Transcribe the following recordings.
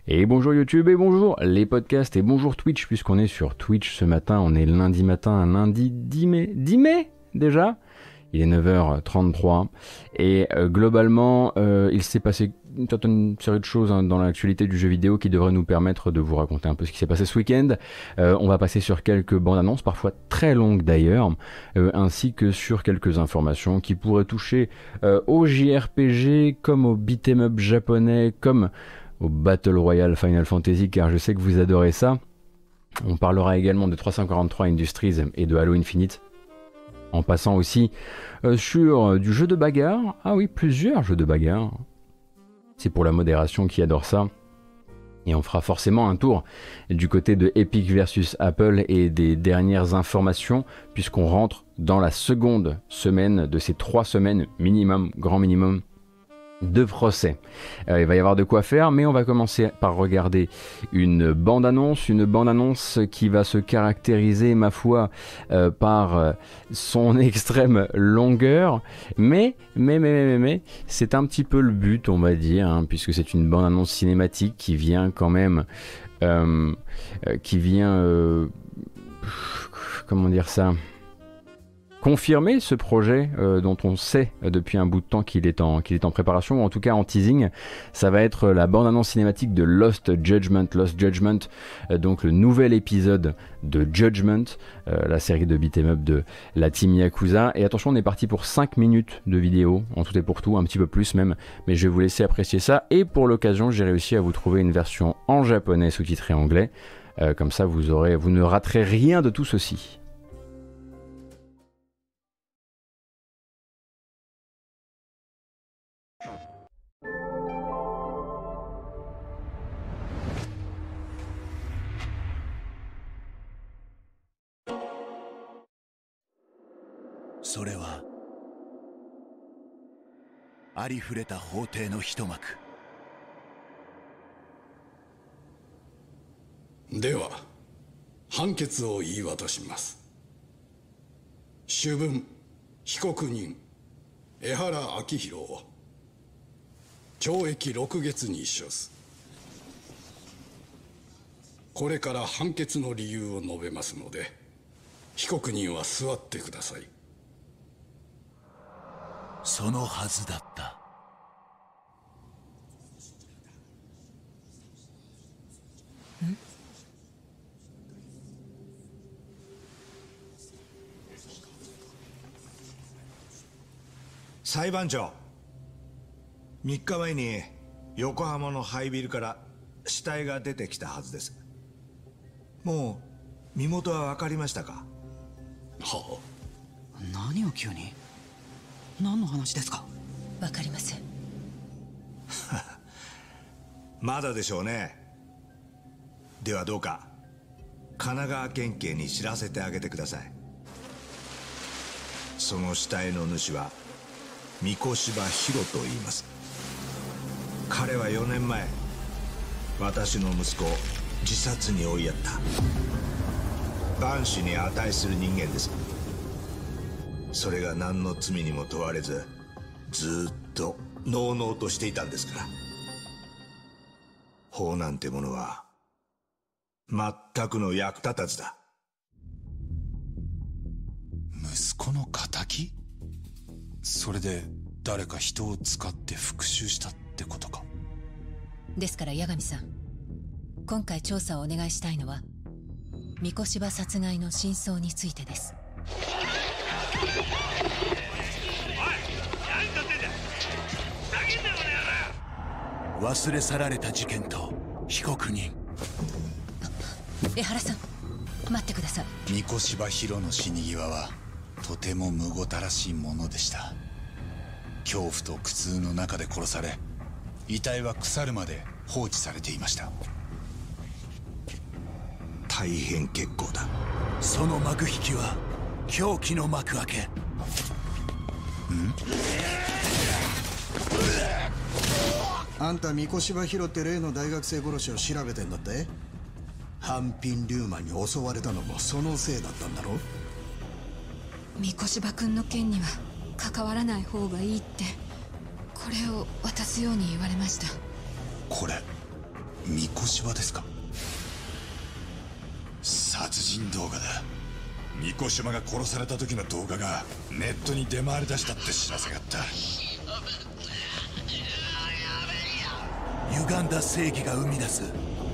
Et bonjour YouTube, et bonjour les podcasts, et bonjour Twitch, puisqu'on est sur Twitch ce matin, on est lundi matin, un lundi 10 mai déjà. Il est 9h33, et globalement, il s'est passé une certaine série de choses dans l'actualité du jeu vidéo qui devraient nous permettre de vous raconter un peu ce qui s'est passé ce week-end. On va passer sur quelques bandes annonces, parfois très longues d'ailleurs, ainsi que sur quelques informations qui pourraient toucher au JRPG, comme au beat'em up japonais, comme au Battle Royale Final Fantasy, car je sais que vous adorez ça. On parlera également de 343 Industries et de Halo Infinite, en passant aussi sur du jeu de bagarre. Ah oui, plusieurs jeux de bagarre. C'est pour la modération qui adore ça. Et on fera forcément un tour du côté de Epic versus Apple et des dernières informations, puisqu'on rentre dans la seconde semaine de ces 3 semaines minimum, grand minimum, de procès. Il va y avoir de quoi faire, mais on va commencer par regarder une bande-annonce qui va se caractériser, ma foi, par son extrême longueur, mais c'est un petit peu le but, on va dire, hein, puisque c'est une bande-annonce cinématique qui vient quand même, comment dire ça, confirmer ce projet dont on sait depuis un bout de temps qu'il est en préparation, ou en tout cas en teasing. Ça va être la bande-annonce cinématique de Lost Judgment, donc le nouvel épisode de Judgment, la série de beat'em up de la team Yakuza. Et attention, on est parti pour 5 minutes de vidéo, en tout et pour tout, un petit peu plus même, mais je vais vous laisser apprécier ça. Et pour l'occasion, j'ai réussi à vous trouver une version en japonais sous-titrée anglais, comme ça vous ne raterez rien de tout ceci. それはありふれた法廷の一幕では判決を言い渡します。主文被告人江原明宏を懲役6月に処す。これから判決の理由を述べますので、被告人は座ってください。 そのはずだった。 裁判長、3日前に横浜の廃ビルから死体が出てきたはずです。もう身元は分かりましたか？ はあ、何を急に？何の話ですか？ わかりません。 まだでしょうね。ではどうか神奈川県警に知らせてあげてください。その死体の主は三越柴博と言います。彼は4年前私の息子を自殺に追いやった万死に値する人間です。それが何の罪にも問われずずっとのうのうとしていたんですから。法なんてものは全くの役立たずだ。 息子の仇？それで誰か人を使って復讐したってことか。 ですから八神さん、今回調査をお願いしたいのは三越柴殺害の真相についてです。 忘れ去られた事件と被告人。 江原さん、待ってください。 三越柴博の死に際はとてもむごたらしいものでした。恐怖と苦痛の中で殺され、遺体は腐るまで放置されていました。 大変結構だ。 その幕引きは狂気の幕開け。 あんた三越柴博って例の大学生殺しを調べてんだって？半品リューマンに襲われたのもそのせいだったんだろ？ 三越柴君の件には関わらない方がいいってこれを渡すように言われました。 これ三越柴ですか。殺人動画だ。三越柴が殺された時の動画がネットに出回り出したって知らせがあった。 歪んだ正義が生み出す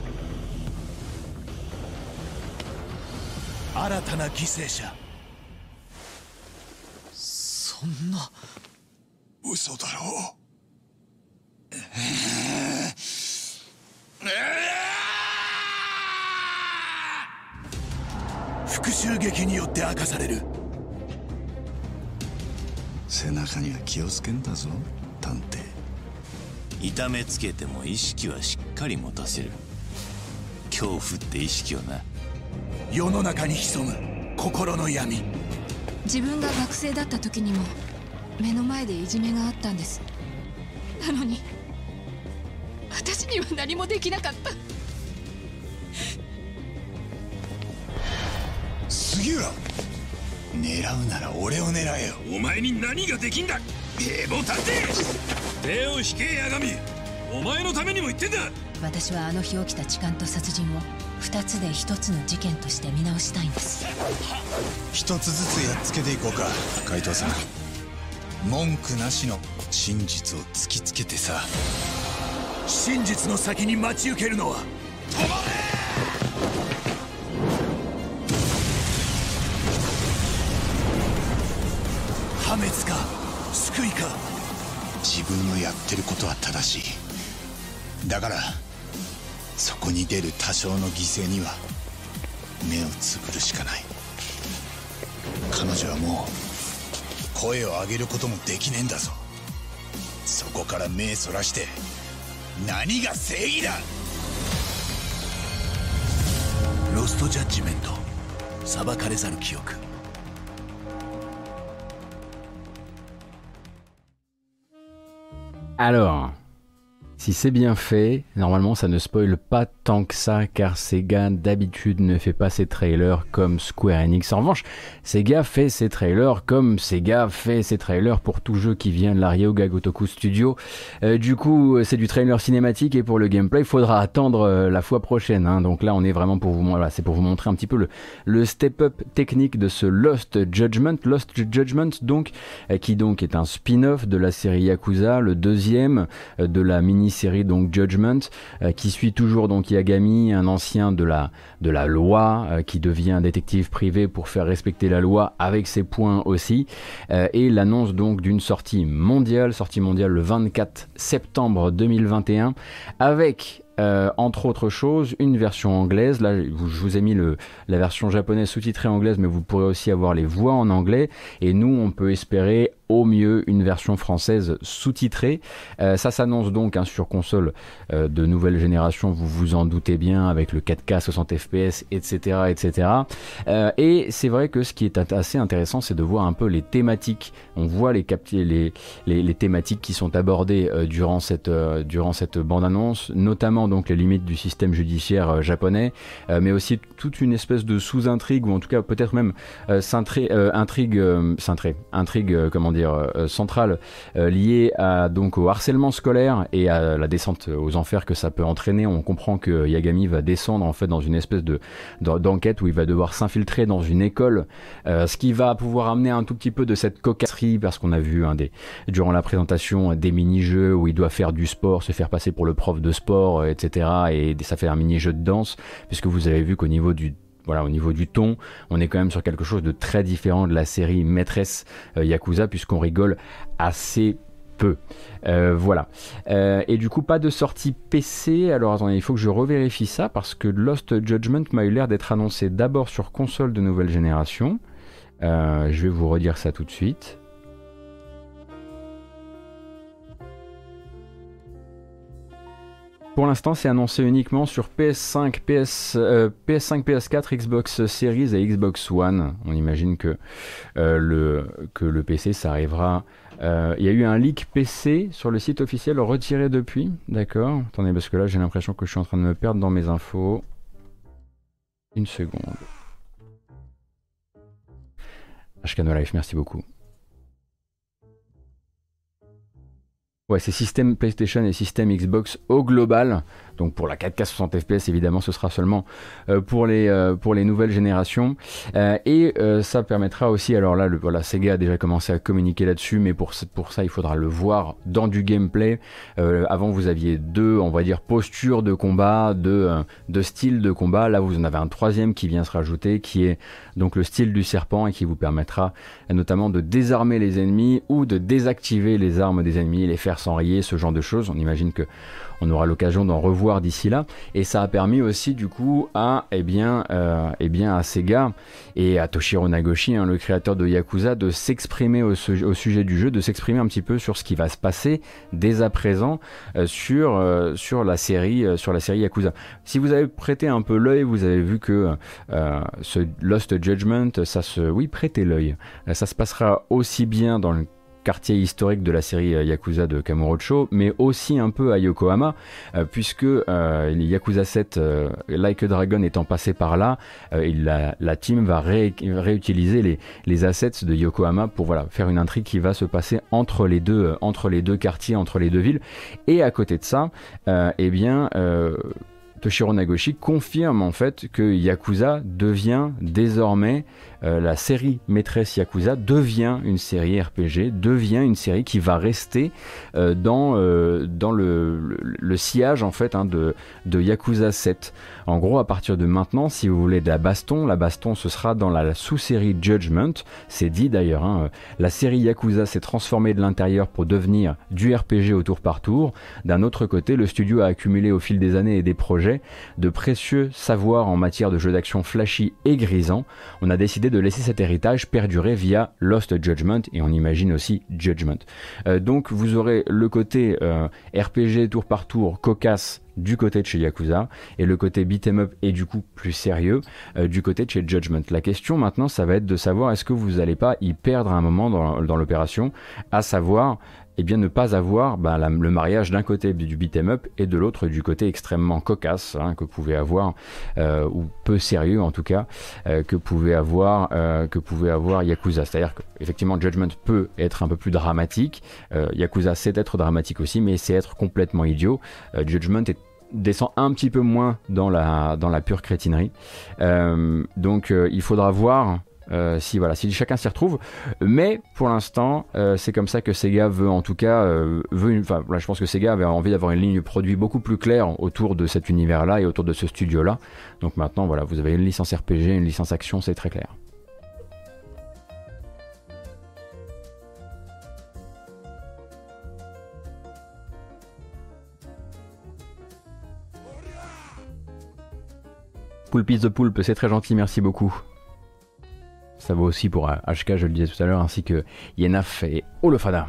新たな犠牲者。 そんな。 嘘だろう。 復讐劇によって明かされる。 背中には気をつけんだぞ探偵。 痛めつけても意識はしっかり持たせる。恐怖って意識をな。 世の中に潜む心の闇。 自分が学生だった時にも目の前でいじめがあったんです。なのに私には何もできなかった。 杉浦、狙うなら俺を狙えよ。 お前に何ができんだ平凡探偵。手を引け八神。お前のためにも言ってんだ。 私はあの日起きた痴漢と殺人を2つで1つの事件として見直したいんです。 一つずつやっつけていこうか海藤さん。文句なしの真実を突きつけてさ。 真実の先に待ち受けるのは止まれ。破滅か救いか。 自分のやってることは正しい。だからそこに出る多少の犠牲には目をつぶるしかない。彼女はもう声を上げることもできねえんだぞ。そこから目そらして何が正義だ。 ロストジャッジメント。裁かれざる記憶。 Alors, si c'est bien fait, normalement ça ne spoile pas tant que ça, car Sega d'habitude ne fait pas ses trailers comme Square Enix. En revanche, Sega fait ses trailers comme Sega fait ses trailers pour tout jeu qui vient de la Ryoga Gotoku Studio. Du coup, c'est du trailer cinématique, et pour le gameplay, il faudra attendre la fois prochaine. Hein. Donc là, on est vraiment pour vous, voilà, c'est pour vous montrer un petit peu le step-up technique de ce Lost Judgment. Lost Judgment, donc, qui donc est un spin-off de la série Yakuza, le deuxième de la mini-série donc Judgment, qui suit toujours donc Yagami, un ancien de la loi, qui devient un détective privé pour faire respecter la loi avec ses points aussi, et l'annonce donc d'une sortie mondiale le 24 septembre 2021, avec entre autres choses, une version anglaise. Là, je vous ai mis la version japonaise sous-titrée anglaise, mais vous pourrez aussi avoir les voix en anglais. Et nous, on peut espérer au mieux une version française sous-titrée. Ça s'annonce donc sur console de nouvelle génération, vous vous en doutez bien, avec le 4K 60 fps, etc. etc. Et c'est vrai que ce qui est assez intéressant, c'est de voir un peu les thématiques. On voit les thématiques qui sont abordées durant cette bande-annonce, notamment donc les limites du système judiciaire japonais, mais aussi toute une espèce de sous-intrigue, ou en tout cas peut-être même intrigue centrale, liée donc au harcèlement scolaire et à la descente aux enfers que ça peut entraîner. On comprend que Yagami va descendre en fait dans une espèce d'enquête où il va devoir s'infiltrer dans une école, ce qui va pouvoir amener un tout petit peu de cette cocasserie, parce qu'on a vu durant la présentation des mini-jeux où il doit faire du sport, se faire passer pour le prof de sport, etc. Et ça fait un mini-jeu de danse, puisque vous avez vu qu'au niveau du ton, on est quand même sur quelque chose de très différent de la série maîtresse Yakuza, puisqu'on rigole assez peu. Voilà. Et du coup, pas de sortie PC. Alors attendez, il faut que je revérifie ça, parce que Lost Judgment m'a eu l'air d'être annoncé d'abord sur console de nouvelle génération. Je vais vous redire ça tout de suite. Pour l'instant, c'est annoncé uniquement sur PS5, PS4, Xbox Series et Xbox One. On imagine que le PC, ça arrivera. Il y a eu un leak PC sur le site officiel retiré depuis. D'accord. Attendez, parce que là, j'ai l'impression que je suis en train de me perdre dans mes infos. Une seconde. Ashkano Life, merci beaucoup. Ouais, c'est système PlayStation et système Xbox au global. Donc pour la 4K 60 FPS, évidemment, ce sera seulement pour les nouvelles générations. Et ça permettra aussi, alors là, voilà, Sega a déjà commencé à communiquer là-dessus, mais pour ça, il faudra le voir dans du gameplay. Avant, vous aviez deux, on va dire, postures de combat, de styles de combat. Là, vous en avez un troisième qui vient se rajouter, qui est donc le style du serpent et qui vous permettra notamment de désarmer les ennemis ou de désactiver les armes des ennemis, les faire s'enrayer, ce genre de choses. On imagine que on aura l'occasion d'en revoir d'ici là, et ça a permis aussi du coup à à Sega et à Toshiro Nagoshi, le créateur de Yakuza, de s'exprimer au sujet du jeu, de s'exprimer un petit peu sur ce qui va se passer dès à présent sur la série Yakuza. Si vous avez prêté un peu l'œil, vous avez vu que ce Lost Judgment, prêtez l'œil. Ça se passera aussi bien dans le quartier historique de la série Yakuza de Kamurocho, mais aussi un peu à Yokohama, puisque Yakuza 7 Like a Dragon étant passé par là, la team va réutiliser les assets de Yokohama pour faire une intrigue qui va se passer entre les deux quartiers, entre les deux villes. Et à côté de ça, Toshiro Nagoshi confirme en fait que Yakuza devient désormais la série maîtresse Yakuza devient une série RPG, devient une série qui va rester dans le sillage en fait de Yakuza 7. En gros, à partir de maintenant, si vous voulez de la baston ce sera dans la sous-série Judgment. C'est dit d'ailleurs, la série Yakuza s'est transformée de l'intérieur pour devenir du RPG au tour par tour. D'un autre côté, le studio a accumulé au fil des années et des projets de précieux savoirs en matière de jeux d'action flashy et grisants. On a décidé de laisser cet héritage perdurer via Lost Judgment, et on imagine aussi Judgment. Donc vous aurez le côté RPG tour par tour cocasse du côté de chez Yakuza, et le côté beat'em up et du coup plus sérieux du côté de chez Judgment. La question maintenant, ça va être de savoir est-ce que vous n'allez pas y perdre un moment dans l'opération, à savoir ne pas avoir le mariage d'un côté du beat'em up et de l'autre du côté extrêmement cocasse que pouvait avoir, ou peu sérieux en tout cas, que pouvait avoir Yakuza. C'est-à-dire qu'effectivement Judgment peut être un peu plus dramatique, Yakuza sait être dramatique aussi, mais c'est être complètement idiot. Judgment descend un petit peu moins dans la pure crétinerie. Donc il faudra voir si chacun s'y retrouve, mais pour l'instant c'est comme ça que Sega veut, en tout cas je pense que Sega avait envie d'avoir une ligne de produit beaucoup plus claire autour de cet univers là et autour de ce studio là. Donc maintenant vous avez une licence RPG, une licence action, c'est très clair. Poulpis de Poulpe, c'est très gentil, merci beaucoup. Ça vaut aussi pour HK, je le disais tout à l'heure, ainsi que Yenaf et Olofada.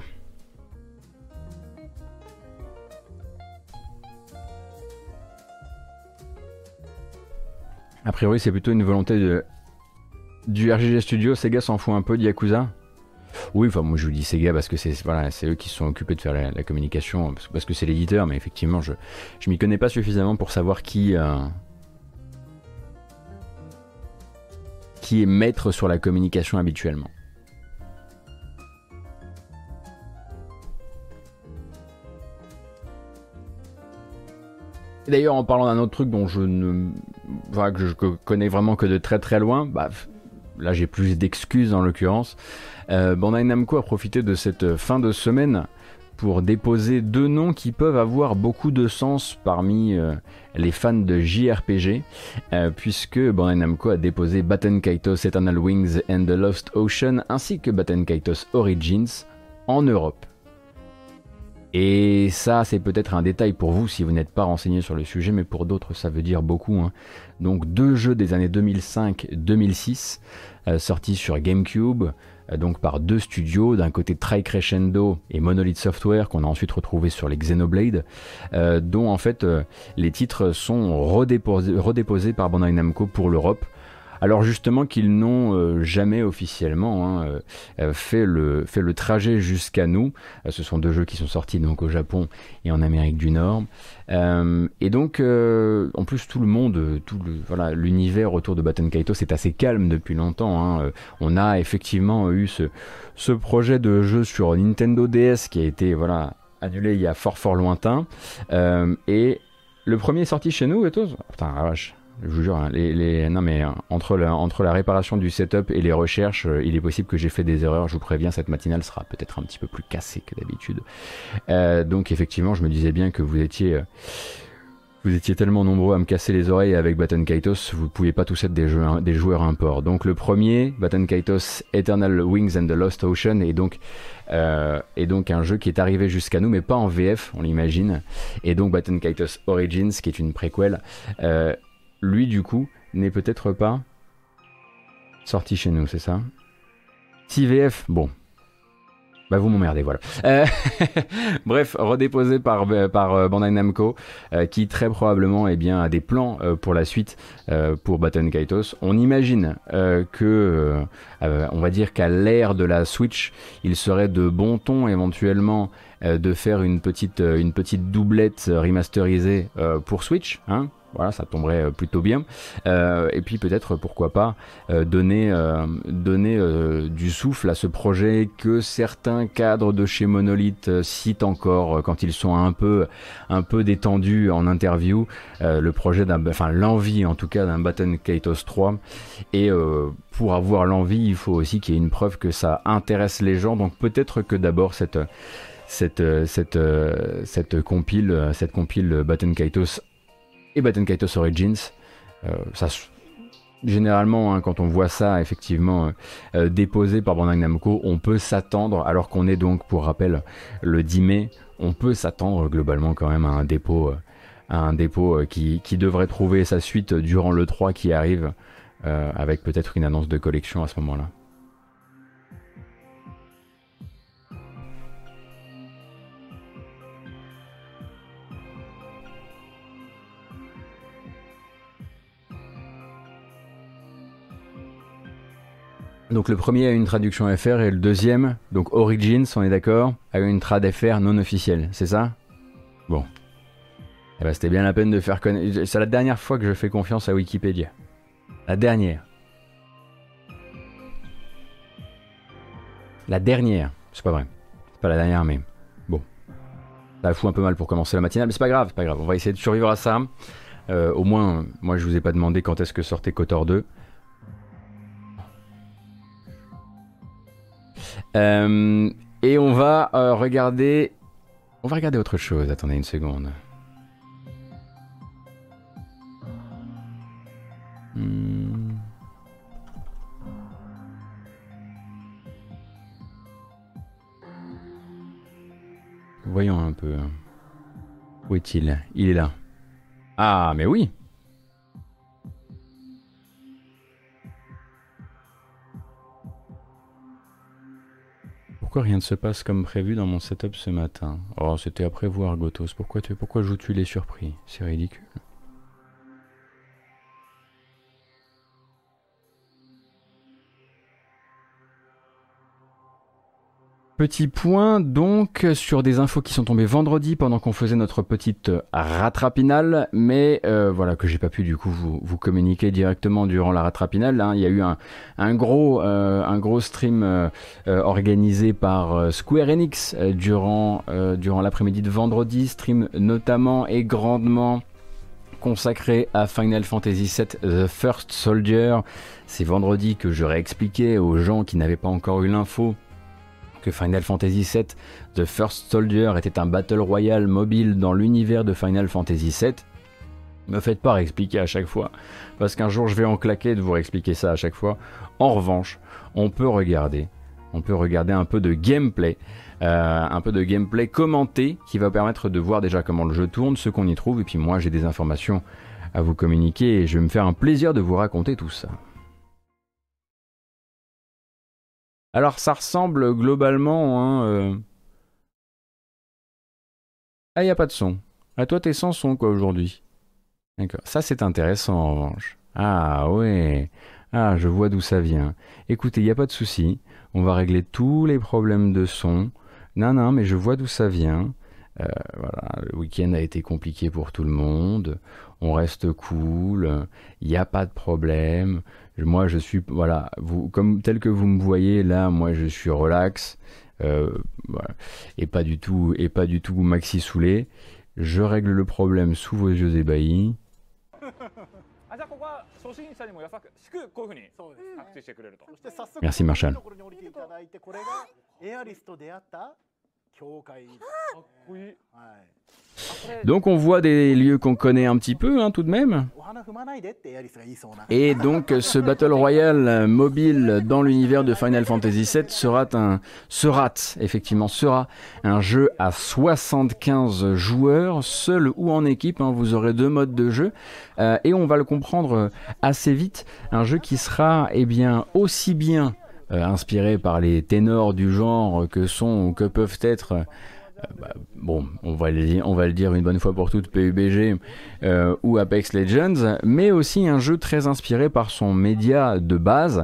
A priori, c'est plutôt une volonté du RGG Studio. Sega s'en fout un peu de Yakuza. Oui, moi je vous dis Sega parce que c'est eux qui se sont occupés de faire la communication, parce que c'est l'éditeur, mais effectivement, je m'y connais pas suffisamment pour savoir qui est maître sur la communication habituellement. Et d'ailleurs, en parlant d'un autre truc dont que je connais vraiment que de très très loin, là j'ai plus d'excuses en l'occurrence. Bandai Namco a profité de cette fin de semaine pour déposer deux noms qui peuvent avoir beaucoup de sens parmi les fans de JRPG, puisque Bandai Namco a déposé Baten Kaitos Eternal Wings and the Lost Ocean ainsi que Baten Kaitos Origins en Europe. Et ça, c'est peut-être un détail pour vous si vous n'êtes pas renseigné sur le sujet, mais pour d'autres, ça veut dire beaucoup. Donc deux jeux des années 2005-2006, sortis sur GameCube, donc par deux studios, d'un côté Tri-Crescendo et Monolith Software, qu'on a ensuite retrouvé sur les Xenoblade, dont en fait les titres sont redéposés par Bandai Namco pour l'Europe. Alors justement qu'ils n'ont jamais officiellement fait le trajet jusqu'à nous. Ce sont deux jeux qui sont sortis donc au Japon et en Amérique du Nord. Et donc en plus tout le monde, l'univers autour de Baten Kaitos est assez calme depuis longtemps. On a effectivement eu ce projet de jeu sur Nintendo DS qui a été annulé il y a fort lointain. Et Le premier est sorti chez nous, Etos. Putain, la vache. Je vous jure, hein, non mais entre la réparation du setup et les recherches, il est possible que j'ai fait des erreurs. Je vous préviens, cette matinale sera peut-être un petit peu plus cassée que d'habitude. Donc effectivement, je me disais bien que vous étiez tellement nombreux à me casser les oreilles avec Baton Kaitos, vous ne pouviez pas tous être des joueurs import. Donc le premier, Baton Kaitos Eternal Wings and the Lost Ocean, est donc un jeu qui est arrivé jusqu'à nous, mais pas en VF, on l'imagine. Et donc Baton Kaitos Origins, qui est une préquelle, lui du coup, n'est peut-être pas sorti chez nous, c'est ça? Si VF, bon. Bah vous m'emmerdez, voilà. Bref, redéposé par Bandai Namco, qui très probablement a des plans pour la suite pour Baton Kaitos. On imagine on va dire qu'à l'ère de la Switch, il serait de bon ton éventuellement de faire une petite doublette remasterisée pour Switch, hein. Voilà, ça tomberait plutôt bien. Et puis peut-être, pourquoi pas, donner du souffle à ce projet que certains cadres de chez Monolith citent encore quand ils sont un peu détendus en interview. Le projet l'envie en tout cas d'un Baton Kaitos 3. Et pour avoir l'envie, il faut aussi qu'il y ait une preuve que ça intéresse les gens. Donc peut-être que d'abord cette compile Baton Kaitos et Baton Kaitos Origins, généralement, hein, quand on voit ça effectivement déposé par Bandai Namco, on peut s'attendre, alors qu'on est donc, pour rappel, le 10 mai, on peut s'attendre globalement quand même à un dépôt qui devrait trouver sa suite durant le 3 qui arrive, avec peut-être une annonce de collection à ce moment-là. Donc le premier a une traduction FR et le deuxième, donc Origins, on est d'accord, a une trad FR non officielle, c'est ça? Bon. Eh ben, c'était bien la peine de faire connaître. C'est la dernière fois que je fais confiance à Wikipédia. La dernière. La dernière. C'est pas vrai. C'est pas la dernière, mais bon. Ça fout un peu mal pour commencer la matinale, mais c'est pas grave, c'est pas grave. On va essayer de survivre à ça. Au moins, moi je vous ai pas demandé quand est-ce que sortait KOTOR 2. Et on va regarder autre chose. Attendez une seconde. Voyons un peu. Où est-il? Il est là. Ah, mais oui. Pourquoi rien ne se passe comme prévu dans mon setup ce matin? Oh, c'était à prévoir, Gotos. Pourquoi joues-tu les surpris? C'est ridicule. Petit point donc sur des infos qui sont tombées vendredi pendant qu'on faisait notre petite rattrapinale, mais voilà, que j'ai pas pu du coup vous communiquer directement durant la rattrapinale. Hein. Il y a eu un gros stream organisé par Square Enix durant l'après-midi de vendredi, stream notamment et grandement consacré à Final Fantasy VII The First Soldier. C'est vendredi que je réexpliquais aux gens qui n'avaient pas encore eu l'info que Final Fantasy VII The First Soldier était un Battle Royale mobile dans l'univers de Final Fantasy VII. Me faites pas réexpliquer à chaque fois, parce qu'un jour je vais en claquer de vous réexpliquer ça à chaque fois. En revanche, on peut regarder un peu de gameplay, commenté, qui va permettre de voir déjà comment le jeu tourne, ce qu'on y trouve, et puis moi j'ai des informations à vous communiquer, et je vais me faire un plaisir de vous raconter tout ça. Alors ça ressemble globalement, hein, Ah, y a pas de son. Ah, toi t'es sans son quoi aujourd'hui. D'accord. Ça c'est intéressant en revanche. Ah ouais. Ah, je vois d'où ça vient. Écoutez, y a pas de souci. On va régler tous les problèmes de son. Non, mais je vois d'où ça vient. Voilà, le week-end a été compliqué pour tout le monde. On reste cool. Il n'y a pas de problème. Moi, je suis, voilà, tel que vous me voyez là, moi, je suis relax, voilà, et pas du tout maxi saoulé. Je règle le problème sous vos yeux ébahis. Merci Marshall. Donc on voit des lieux qu'on connaît un petit peu tout de même. Et donc ce Battle Royale mobile dans l'univers de Final Fantasy VII sera un jeu à 75 joueurs, seul ou en équipe, vous aurez 2 modes de jeu, et on va le comprendre assez vite, un jeu qui sera aussi bien inspiré par les ténors du genre que sont ou que peuvent être on va le dire une bonne fois pour toutes, PUBG ou Apex Legends, mais aussi un jeu très inspiré par son média de base,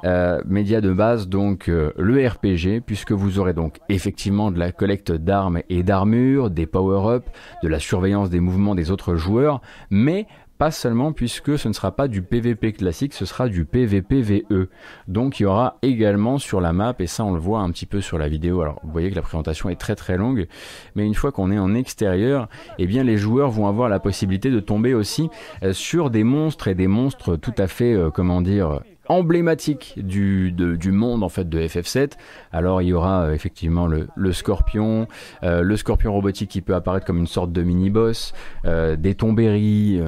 donc le RPG, puisque vous aurez donc effectivement de la collecte d'armes et d'armures, des power-ups, de la surveillance des mouvements des autres joueurs, mais pas seulement, puisque ce ne sera pas du PVP classique, ce sera du PVPVE. Donc il y aura également sur la map, et ça on le voit un petit peu sur la vidéo, alors vous voyez que la présentation est très très longue, mais une fois qu'on est en extérieur, les joueurs vont avoir la possibilité de tomber aussi sur des monstres, et des monstres tout à fait, emblématique du monde en fait de FF7. Alors il y aura effectivement le scorpion robotique qui peut apparaître comme une sorte de mini-boss, des tombéries,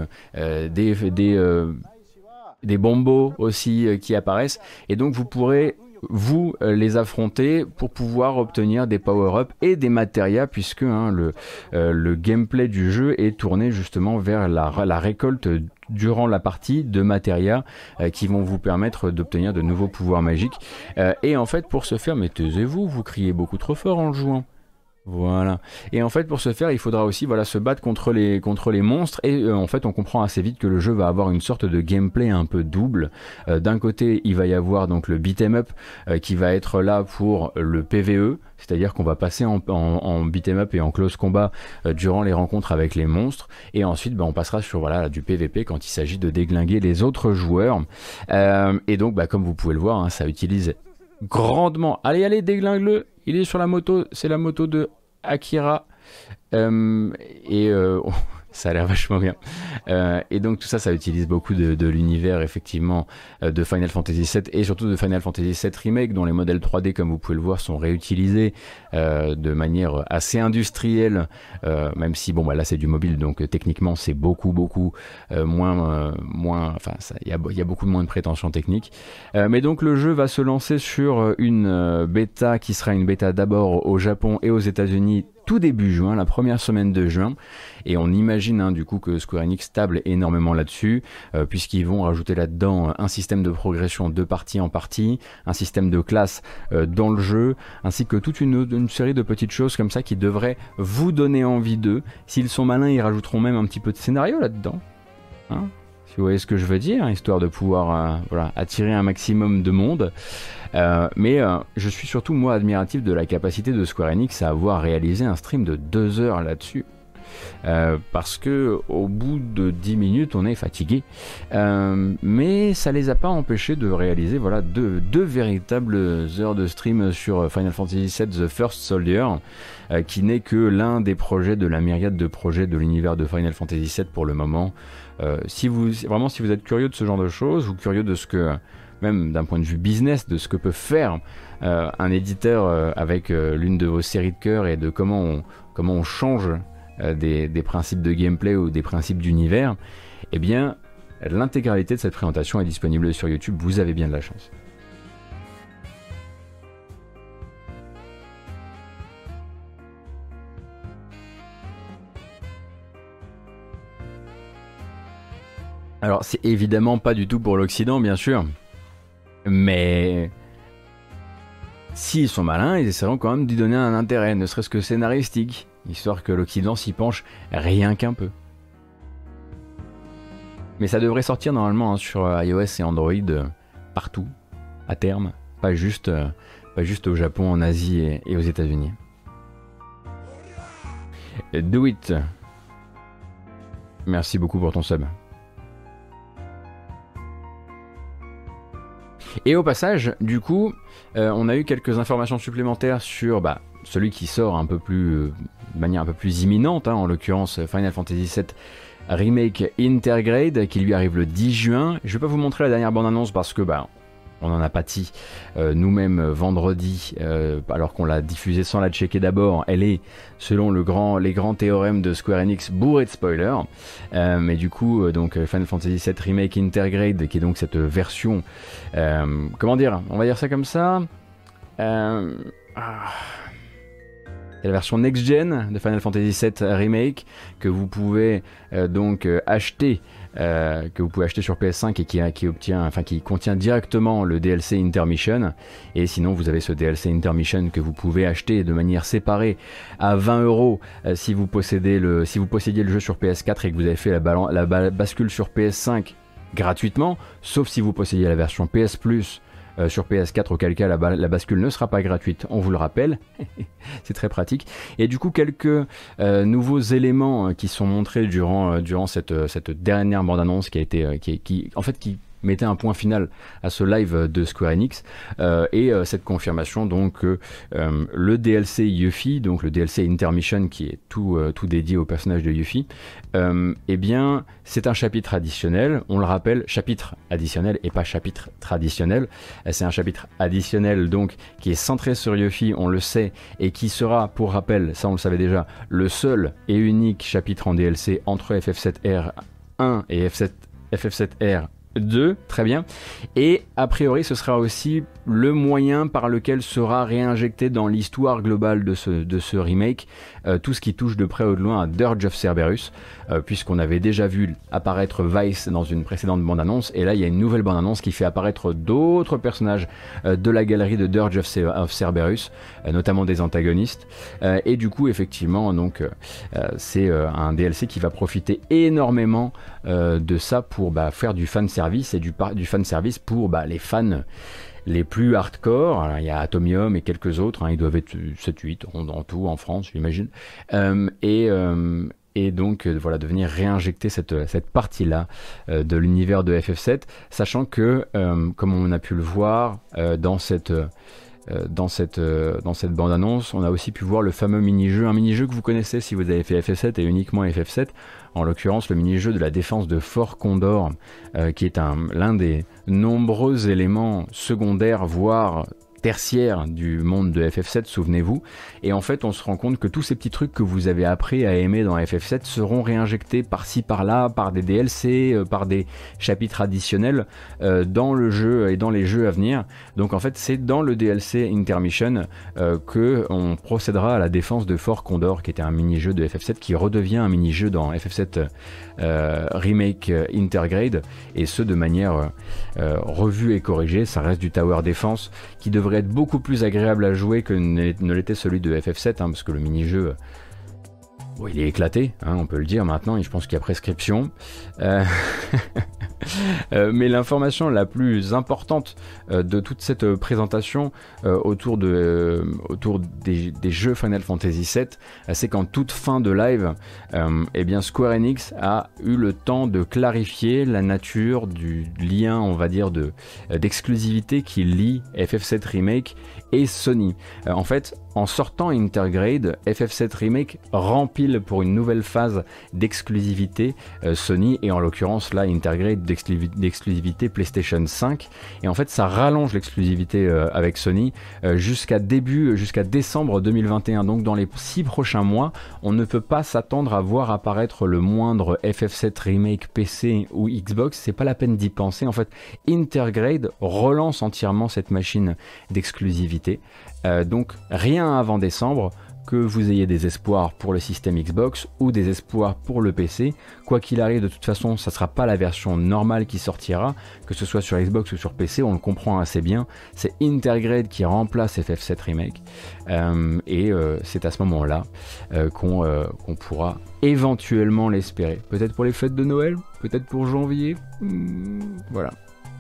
des bombos aussi qui apparaissent, et donc vous pourrez les affronter pour pouvoir obtenir des power-up et des matérias, puisque le gameplay du jeu est tourné justement vers la récolte durant la partie de matérias qui vont vous permettre d'obtenir de nouveaux pouvoirs magiques. Et en fait, pour ce faire, mais taisez-vous, vous criez beaucoup trop fort en le jouant. Voilà. Et en fait, pour ce faire, il faudra aussi se battre contre les monstres. Et en fait, on comprend assez vite que le jeu va avoir une sorte de gameplay un peu double. D'un côté, il va y avoir donc le beat'em up qui va être là pour le PVE, c'est-à-dire qu'on va passer en beat'em up et en close combat durant les rencontres avec les monstres. Et ensuite, on passera sur du PVP quand il s'agit de déglinguer les autres joueurs. Et donc, comme vous pouvez le voir, ça utilise grandement. Allez, déglingue-le. Il est sur la moto. C'est la moto de Akira. Ça a l'air vachement bien. Et donc tout ça utilise beaucoup de l'univers effectivement de Final Fantasy VII, et surtout de Final Fantasy VII Remake, dont les modèles 3D, comme vous pouvez le voir, sont réutilisés de manière assez industrielle, même si là c'est du mobile, donc techniquement c'est beaucoup moins, il y a beaucoup moins de prétentions techniques. Mais donc le jeu va se lancer sur une bêta qui sera une bêta d'abord au Japon et aux États-Unis tout début juin, la première semaine de juin, et on imagine du coup que Square Enix table énormément là-dessus, puisqu'ils vont rajouter là-dedans un système de progression de partie en partie, un système de classe dans le jeu, ainsi que toute une série de petites choses comme ça qui devraient vous donner envie d'eux. S'ils sont malins, ils rajouteront même un petit peu de scénario là-dedans. Si vous voyez ce que je veux dire, histoire de pouvoir attirer un maximum de monde. Mais je suis surtout moi admiratif de la capacité de Square Enix à avoir réalisé un stream de 2 heures là-dessus, parce que au bout de 10 minutes on est fatigué, mais ça les a pas empêchés de réaliser deux véritables heures de stream sur Final Fantasy VII The First Soldier, qui n'est que l'un des projets de la myriade de projets de l'univers de Final Fantasy VII pour le moment. Si vous êtes curieux de ce genre de choses, ou curieux de ce que, même d'un point de vue business, de ce que peut faire un éditeur avec l'une de vos séries de cœur, et de comment on change des principes de gameplay ou des principes d'univers, eh bien l'intégralité de cette présentation est disponible sur YouTube, vous avez bien de la chance. Alors c'est évidemment pas du tout pour l'Occident, bien sûr, mais s'ils sont malins, ils essaieront quand même d'y donner un intérêt, ne serait-ce que scénaristique, histoire que l'Occident s'y penche rien qu'un peu. Mais ça devrait sortir normalement sur iOS et Android partout, à terme, pas juste au Japon, en Asie et aux États-Unis. Do it. Merci beaucoup pour ton sub. Et au passage, du coup, on a eu quelques informations supplémentaires sur celui qui sort un peu plus de manière un peu plus imminente, hein, en l'occurrence Final Fantasy VII Remake Intergrade qui lui arrive le 10 juin. Je vais pas vous montrer la dernière bande-annonce parce que on en a pâti nous-mêmes vendredi, alors qu'on l'a diffusée sans la checker d'abord. Elle est, selon les grands théorèmes de Square Enix, bourrée de spoilers. Mais du coup, donc Final Fantasy VII Remake Intergrade, qui est donc cette version, comment dire, on va dire ça comme ça. C'est la version next-gen de Final Fantasy VII Remake que vous pouvez acheter. Que vous pouvez acheter sur PS5 et qui contient directement le DLC Intermission. Et sinon vous avez ce DLC Intermission que vous pouvez acheter de manière séparée à 20€ si vous possédiez le jeu sur PS4 et que vous avez fait la bascule sur PS5 gratuitement, sauf si vous possédiez la version PS Plus sur PS4, auquel cas la bascule ne sera pas gratuite, on vous le rappelle. C'est très pratique. Et du coup, quelques nouveaux éléments qui sont montrés durant cette dernière bande-annonce qui mettait un point final à ce live de Square Enix, et cette confirmation donc que le DLC Yuffie, donc le DLC Intermission qui est tout dédié au personnage de Yuffie, eh bien c'est un chapitre additionnel. On le rappelle, chapitre additionnel et pas chapitre traditionnel. C'est un chapitre additionnel donc qui est centré sur Yuffie, on le sait, et qui sera, pour rappel, ça on le savait déjà, le seul et unique chapitre en DLC entre FF7R1 et FF7R 2, très bien. Et a priori ce sera aussi le moyen par lequel sera réinjecté dans l'histoire globale de ce remake tout ce qui touche de près ou de loin à Dirge of Cerberus, puisqu'on avait déjà vu apparaître Vice dans une précédente bande-annonce, et là il y a une nouvelle bande-annonce qui fait apparaître d'autres personnages de la galerie de Dirge of Cerberus, notamment des antagonistes, et du coup effectivement donc c'est un DLC qui va profiter énormément de ça pour faire du fanservice, et du fanservice pour les fans les plus hardcore. Alors, il y a Atomium et quelques autres, ils doivent être 7-8 en tout en France, j'imagine, et donc voilà, de venir réinjecter cette partie-là de l'univers de FF7, sachant que, comme on a pu le voir dans cette bande-annonce, on a aussi pu voir le fameux mini-jeu, un mini-jeu que vous connaissez si vous avez fait FF7 et uniquement FF7, en l'occurrence le mini-jeu de la défense de Fort Condor, qui est l'un des nombreux éléments secondaires, voire tertiaire du monde de FF7, souvenez-vous, et en fait on se rend compte que tous ces petits trucs que vous avez appris à aimer dans FF7 seront réinjectés par-ci par-là, par des DLC, par des chapitres additionnels dans le jeu et dans les jeux à venir. Donc en fait c'est dans le DLC Intermission que on procédera à la défense de Fort Condor, qui était un mini-jeu de FF7 qui redevient un mini-jeu dans FF7 Remake Intergrade, et ce de manière revue et corrigée. Ça reste du Tower Defense qui devrait être beaucoup plus agréable à jouer que ne l'était celui de FF7, parce que le mini-jeu il est éclaté, on peut le dire maintenant, et je pense qu'il y a prescription. Mais l'information la plus importante de toute cette présentation autour des jeux Final Fantasy VII, c'est qu'en toute fin de live, eh bien Square Enix a eu le temps de clarifier la nature du lien, on va dire, d'exclusivité qui lie FF7 Remake et Sony. En fait, en sortant Intergrade, FF7 Remake rempile pour une nouvelle phase d'exclusivité Sony, et en l'occurrence là Intergrade d'exclusivité PlayStation 5, et en fait ça rallonge l'exclusivité avec Sony jusqu'à décembre 2021. Donc dans les 6 prochains mois, on ne peut pas s'attendre à voir apparaître le moindre FF7 Remake PC ou Xbox, c'est pas la peine d'y penser. En fait, Intergrade relance entièrement cette machine d'exclusivité, donc rien avant décembre. Que vous ayez des espoirs pour le système Xbox ou des espoirs pour le PC, quoi qu'il arrive, de toute façon ça sera pas la version normale qui sortira, que ce soit sur Xbox ou sur PC, on le comprend assez bien. C'est Intergrade qui remplace FF7 Remake, et c'est à ce moment là qu'on pourra éventuellement l'espérer, peut-être pour les fêtes de Noël, peut-être pour janvier, voilà.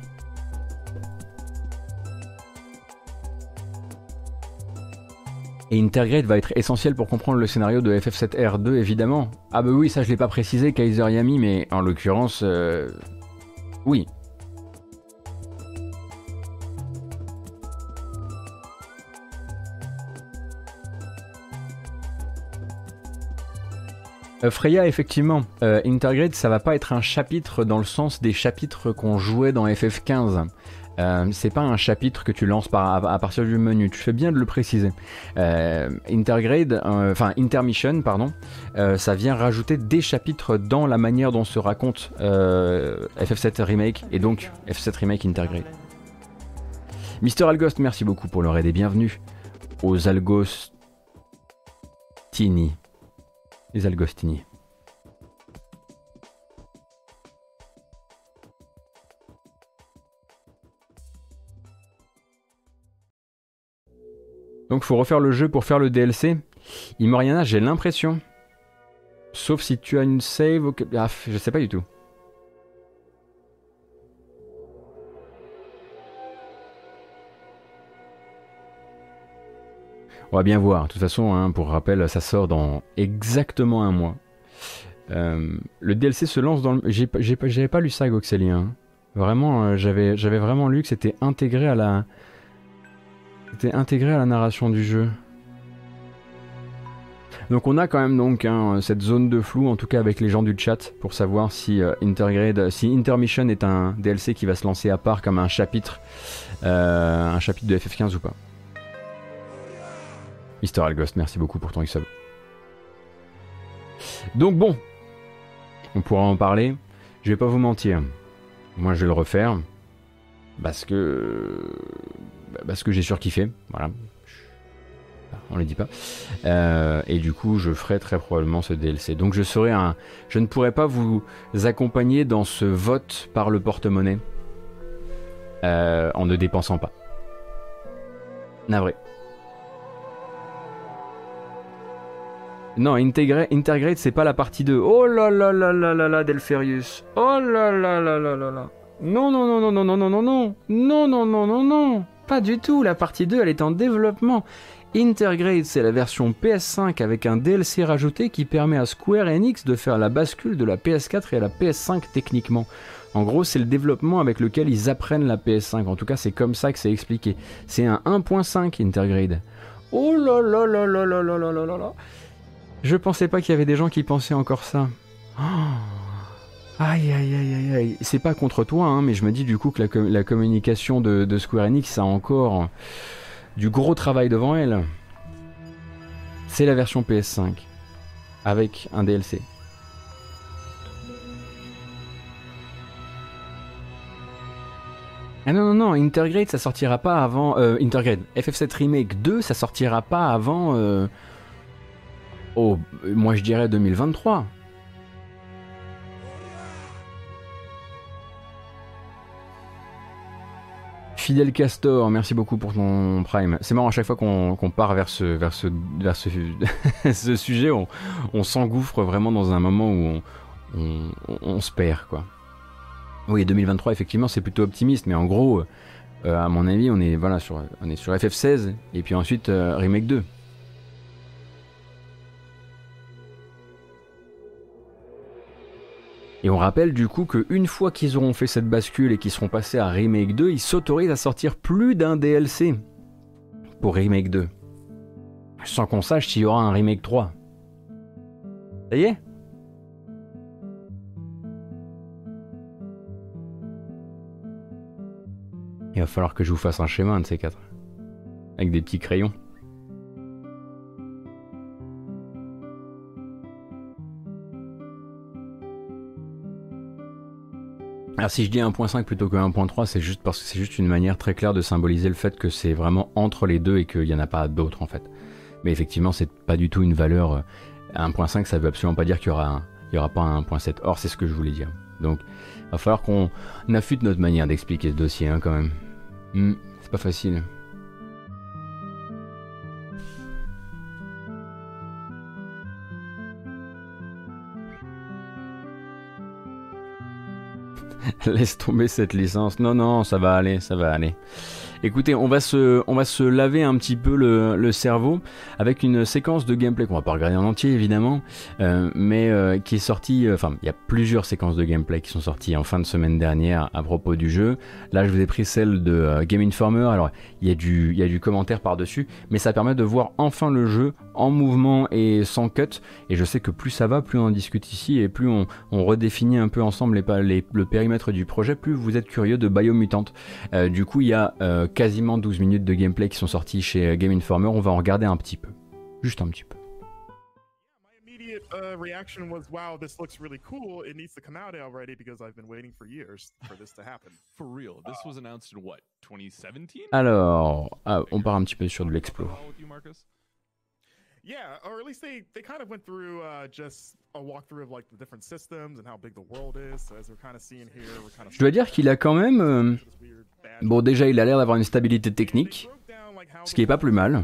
Et Intergrade va être essentiel pour comprendre le scénario de FF7R2, évidemment. Ah bah oui, ça je l'ai pas précisé, Kaiser Yami, mais en l'occurrence, oui. Freya, effectivement, Intergrade, ça va pas être un chapitre dans le sens des chapitres qu'on jouait dans FF15. C'est pas un chapitre que tu lances à partir du menu. Tu fais bien de le préciser. Intermission, pardon, ça vient rajouter des chapitres dans la manière dont se raconte FF7 Remake et donc FF7 Remake Intergrade. Mister Algost, merci beaucoup pour le raid et bienvenue aux Algostini. Les Algostini. Donc faut refaire le jeu pour faire le DLC. Imoriana, j'ai l'impression. Sauf si tu as une save. Ah, je sais pas du tout. On va bien voir. De toute façon, hein, pour rappel, ça sort dans exactement un mois. Le DLC se lance dans le... J'avais pas lu ça, Goxelia. Hein. Vraiment, j'avais vraiment lu que c'était intégré à la... C'était intégré à la narration du jeu. Donc on a quand même donc cette zone de flou, en tout cas avec les gens du chat, pour savoir si Intermission est un DLC qui va se lancer à part comme un chapitre de FF15 ou pas. Mister Algost, merci beaucoup pour ton sub. Donc bon, on pourra en parler. Je vais pas vous mentir. Moi je vais le refaire parce que j'ai surkiffé. Voilà. On ne le dit pas. Et du coup, je ferai très probablement ce DLC. Donc je ne pourrai pas vous accompagner dans ce vote par le porte-monnaie en ne dépensant pas. Navré. Non, Intergrade, c'est pas la partie 2. Oh là là là là là là, Delpherius. Oh là là là là là là. Non, non, non, non, non, non, non, non, non. Non, non, non, non, non. Pas du tout. La partie 2, elle est en développement. Intergrade, c'est la version PS5 avec un DLC rajouté qui permet à Square Enix de faire la bascule de la PS4 et à la PS5 techniquement. En gros, c'est le développement avec lequel ils apprennent la PS5. En tout cas, c'est comme ça que c'est expliqué. C'est un 1.5 Intergrade. Oh là là là là là là là là là là. Je pensais pas qu'il y avait des gens qui pensaient encore ça. Oh. Aïe aïe aïe aïe aïe. C'est pas contre toi, hein, mais je me dis du coup que la communication de Square Enix a encore du gros travail devant elle. C'est la version PS5 avec un DLC. Ah non non non, Intergrade ça sortira pas avant Intergrade FF7 Remake 2 ça sortira pas avant moi je dirais 2023. Fidel Castor, merci beaucoup pour ton Prime. C'est marrant, à chaque fois qu'on part vers ce ce sujet, on s'engouffre vraiment dans un moment où on se perd, quoi. Oui, 2023, effectivement, c'est plutôt optimiste, mais en gros, à mon avis, on est sur FF16 et puis ensuite Remake 2. Et on rappelle du coup qu'une fois qu'ils auront fait cette bascule et qu'ils seront passés à Remake 2, ils s'autorisent à sortir plus d'un DLC pour Remake 2. Sans qu'on sache s'il y aura un Remake 3. Ça y est ? Il va falloir que je vous fasse un schéma, un de ces quatre. Avec des petits crayons. Alors si je dis 1.5 plutôt que 1.3, c'est juste parce que c'est juste une manière très claire de symboliser le fait que c'est vraiment entre les deux et qu'il n'y en a pas d'autres en fait. Mais effectivement, c'est pas du tout une valeur. 1.5, ça veut absolument pas dire qu'il y aura pas un 1.7. Or, c'est ce que je voulais dire. Donc, il va falloir qu'on affûte notre manière d'expliquer ce dossier hein, quand même. C'est pas facile. Laisse tomber cette licence. Non, non, ça va aller, ça va aller. Écoutez, on va se laver un petit peu le cerveau avec une séquence de gameplay qu'on va pas regarder en entier évidemment, mais qui est sortie. Enfin, il y a plusieurs séquences de gameplay qui sont sorties en fin de semaine dernière à propos du jeu. Là, je vous ai pris celle de Game Informer. Alors, il y a du commentaire par-dessus, mais ça permet de voir enfin le jeu en mouvement et sans cut. Et je sais que plus ça va, plus on en discute ici et plus on redéfinit un peu ensemble le périmètre du projet, plus vous êtes curieux de Biomutant. Du coup, il y a quasiment 12 minutes de gameplay qui sont sortis chez Game Informer. On va en regarder un petit peu. Juste un petit peu. Reaction was, wow, this looks really cool. It needs to come out already because I've been waiting for years for this to happen. For real, this was announced in what, 2017? Alors, on part un petit peu sur de l'explo. Yeah, or at least they kind of went through just a walkthrough of like the different systems and how big the world is. So as we're kind of seeing here, we're kind of. Je dois dire qu'il a quand même, bon, déjà, il a l'air d'avoir une stabilité technique, ce qui est pas plus mal.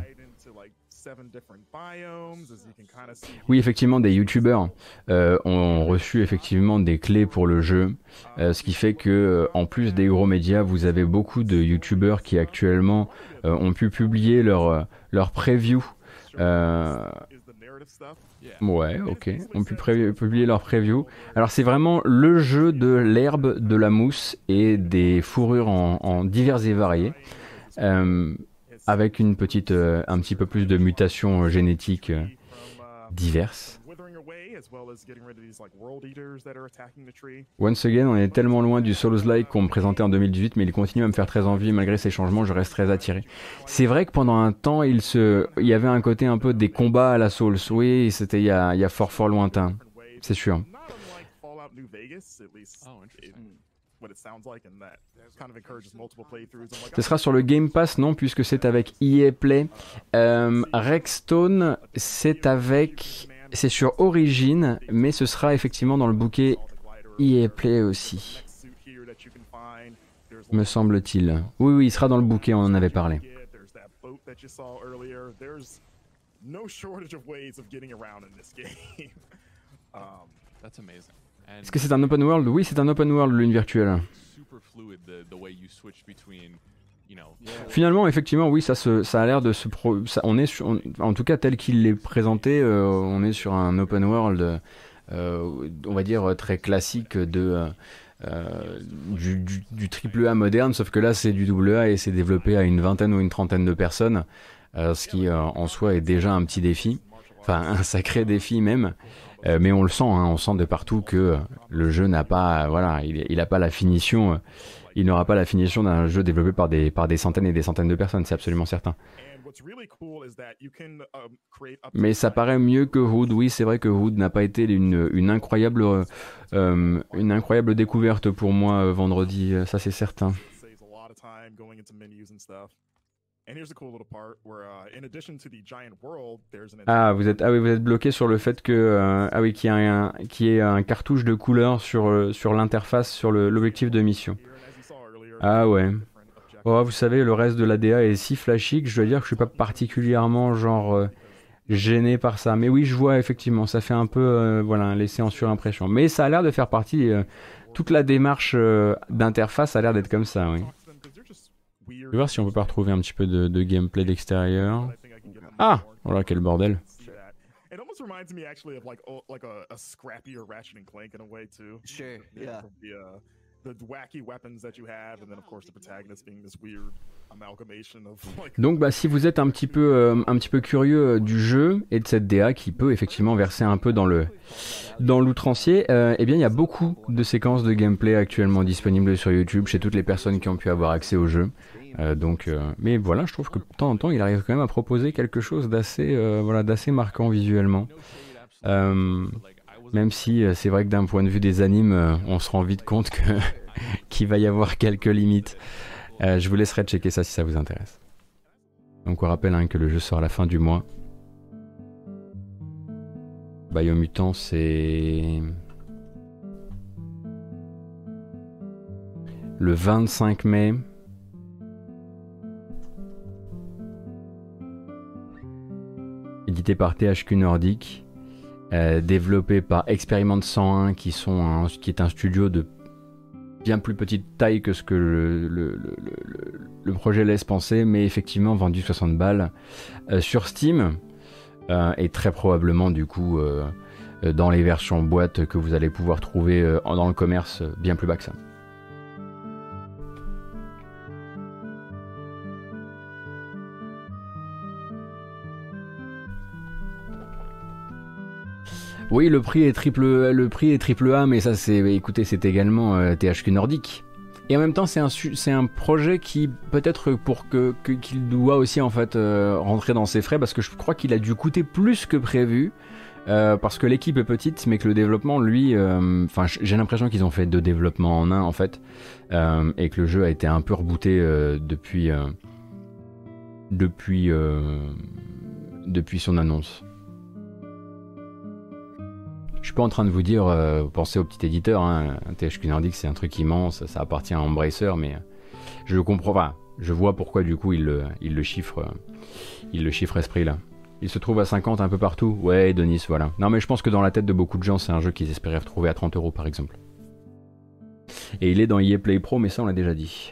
Oui, effectivement, des youtubeurs ont reçu effectivement des clés pour le jeu, ce qui fait que, en plus des gros médias, vous avez beaucoup de youtubeurs qui actuellement ont pu publier leur preview. Ouais, ok, ont pu publier leur preview. Alors c'est vraiment le jeu de l'herbe, de la mousse et des fourrures en divers et variés. Avec une petite, un petit peu plus de mutations génétiques diverses. Once again, on est tellement loin du Souls-like qu'on me présentait en 2018, mais il continue à me faire très envie. Malgré ces changements, je reste très attiré. C'est vrai que pendant un temps, il y avait un côté un peu des combats à la Souls. Oui, c'était il y a fort lointain. C'est sûr. Ce sera sur le Game Pass, non, puisque c'est avec EA Play. Rexstone, c'est sur Origin, mais ce sera effectivement dans le bouquet EA Play aussi, me semble-t-il. Oui, il sera dans le bouquet, on en avait parlé. Est-ce que c'est un open world? Oui, c'est un open world, lune virtuelle. Finalement, effectivement, oui, ça a l'air de se... en tout cas, tel qu'il l'est présenté, on est sur un open world, on va dire, très classique du AAA moderne, sauf que là, c'est du AA et c'est développé à une vingtaine ou une trentaine de personnes, ce qui, en soi, est déjà un petit défi. Enfin, un sacré défi même. Mais on le sent, hein, on sent de partout que le jeu n'a pas, voilà, il n'a pas la finition, il n'aura pas la finition d'un jeu développé par des centaines et des centaines de personnes, c'est absolument certain. Mais ça paraît mieux que Hood. Oui, c'est vrai que Hood n'a pas été une incroyable découverte pour moi vendredi, ça c'est certain. Ah, vous êtes bloqué sur le fait que qu'il y ait un cartouche de couleur sur l'interface, sur l'objectif de mission. Ah ouais. Oh, vous savez, le reste de l'ADA est si flashy que je dois dire que je suis pas particulièrement gêné par ça. Mais oui, je vois effectivement, ça fait un peu voilà, laisser en surimpression. Mais ça a l'air de faire partie, toute la démarche d'interface a l'air d'être comme ça, oui. Je vais voir si on peut pas retrouver un petit peu de gameplay d'extérieur. Ah, voilà, quel bordel. Donc bah, si vous êtes un petit peu curieux du jeu et de cette DA qui peut effectivement verser un peu dans l'outrancier, eh bien il y a beaucoup de séquences de gameplay actuellement disponibles sur YouTube chez toutes les personnes qui ont pu avoir accès au jeu. Mais voilà, je trouve que de temps en temps il arrive quand même à proposer quelque chose d'assez marquant visuellement. Même si c'est vrai que d'un point de vue des animes, on se rend vite compte qu'il va y avoir quelques limites. Je vous laisserai checker ça si ça vous intéresse. Donc on rappelle que le jeu sort à la fin du mois. Biomutant, c'est le 25 mai. Édité par THQ Nordic. Développé par Experiment 101 qui est un studio de bien plus petite taille que ce que le projet laisse penser, mais effectivement vendu 60 balles sur Steam, et très probablement du coup dans les versions boîte que vous allez pouvoir trouver dans le commerce bien plus bas que ça. Oui, le prix est triple A, mais ça écoutez, c'est également THQ Nordic. Et en même temps, c'est un projet qui peut-être qu'il doit aussi en fait rentrer dans ses frais, parce que je crois qu'il a dû coûter plus que prévu, parce que l'équipe est petite, mais que le développement, lui, j'ai l'impression qu'ils ont fait 2 développements en un en fait, et que le jeu a été un peu rebooté depuis son annonce. Je suis pas en train de vous dire, pensez au petit éditeur, hein. THQ Nordic c'est un truc immense, ça appartient à Embracer, mais je comprends pas. Je vois pourquoi du coup il le chiffre à ce prix là. Il se trouve à 50 un peu partout. Ouais, Denis, voilà. Non mais je pense que dans la tête de beaucoup de gens c'est un jeu qu'ils espéraient retrouver à 30 € par exemple. Et il est dans EA Play Pro, mais ça on l'a déjà dit.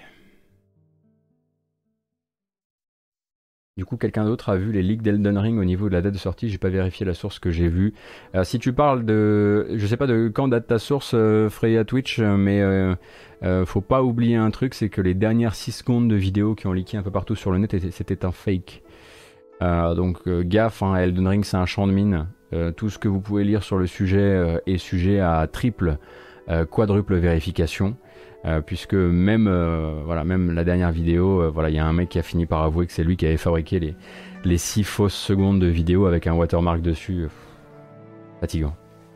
Du coup, quelqu'un d'autre a vu les leaks d'Elden Ring au niveau de la date de sortie? J'ai pas vérifié la source que j'ai vue. Si tu parles de... Je sais pas de quand date ta source, Freya Twitch, mais faut pas oublier un truc, c'est que les dernières 6 secondes de vidéos qui ont leaké un peu partout sur le net, c'était un fake. Donc gaffe, hein, Elden Ring c'est un champ de mine. Tout ce que vous pouvez lire sur le sujet est sujet à triple, quadruple vérification. Puisque même la dernière vidéo, il y a un mec qui a fini par avouer que c'est lui qui avait fabriqué les 6 fausses secondes de vidéo avec un watermark dessus. Fatigant.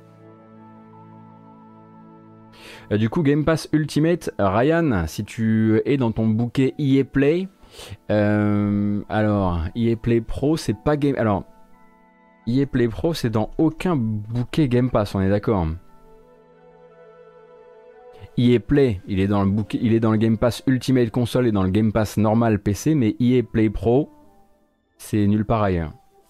Du coup, Game Pass Ultimate, Ryan, si tu es dans ton bouquet EA Play, alors EA Play Pro, c'est pas Game... Alors, EA Play Pro, c'est dans aucun bouquet Game Pass, on est d'accord? EA Play, il est dans le Game Pass Ultimate Console et dans le Game Pass normal PC, mais EA Play Pro, c'est nulle part ailleurs.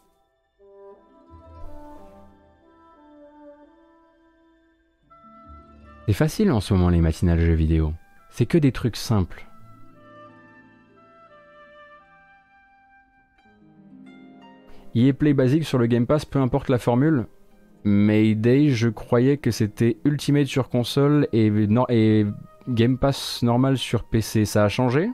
C'est facile en ce moment les matinales jeux vidéo. C'est que des trucs simples. EA Play basique sur le Game Pass, peu importe la formule. Mayday, je croyais que c'était Ultimate sur console et Game Pass normal sur PC. Ça a changé?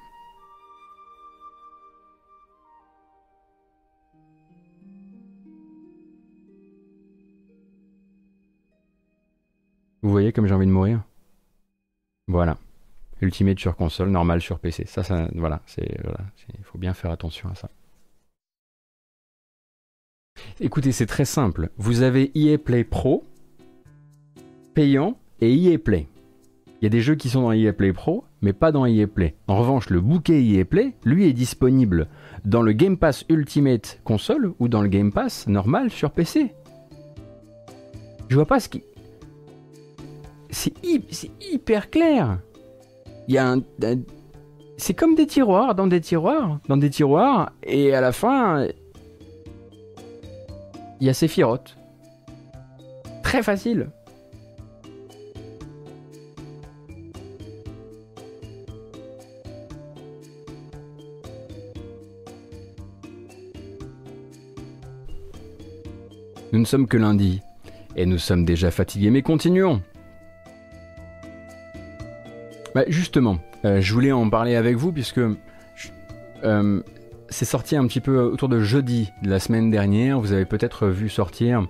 Vous voyez comme j'ai envie de mourir? Voilà. Ultimate sur console, normal sur PC. Voilà, il faut bien faire attention à ça. Écoutez, c'est très simple. Vous avez EA Play Pro, payant, et EA Play. Il y a des jeux qui sont dans EA Play Pro, mais pas dans EA Play. En revanche, le bouquet EA Play, lui, est disponible dans le Game Pass Ultimate console ou dans le Game Pass normal sur PC. Je vois pas ce qui... C'est hyper clair. Il y a c'est comme des tiroirs, dans des tiroirs, et à la fin... Il y a Sephiroth. Très facile. Nous ne sommes que lundi, et nous sommes déjà fatigués, mais continuons. Bah justement, je voulais en parler avec vous, puisque... c'est sorti un petit peu autour de jeudi de la semaine dernière. Vous avez peut-être vu sortir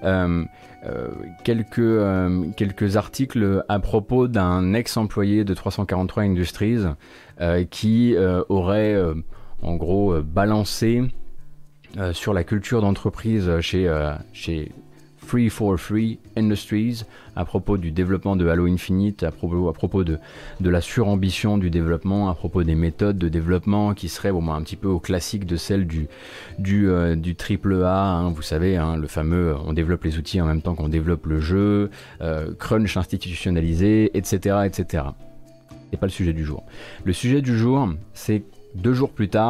quelques articles à propos d'un ex-employé de 343 Industries qui aurait en gros balancé sur la culture d'entreprise chez Free for Free Industries à propos du développement de Halo Infinite, à propos de la surambition du développement, à propos des méthodes de développement qui seraient un petit peu au classique de celle du triple A, hein, vous savez, hein, le fameux on développe les outils en même temps qu'on développe le jeu, crunch institutionnalisé, etc. etc. C'est pas le sujet du jour. Le sujet du jour, c'est 2 jours plus tard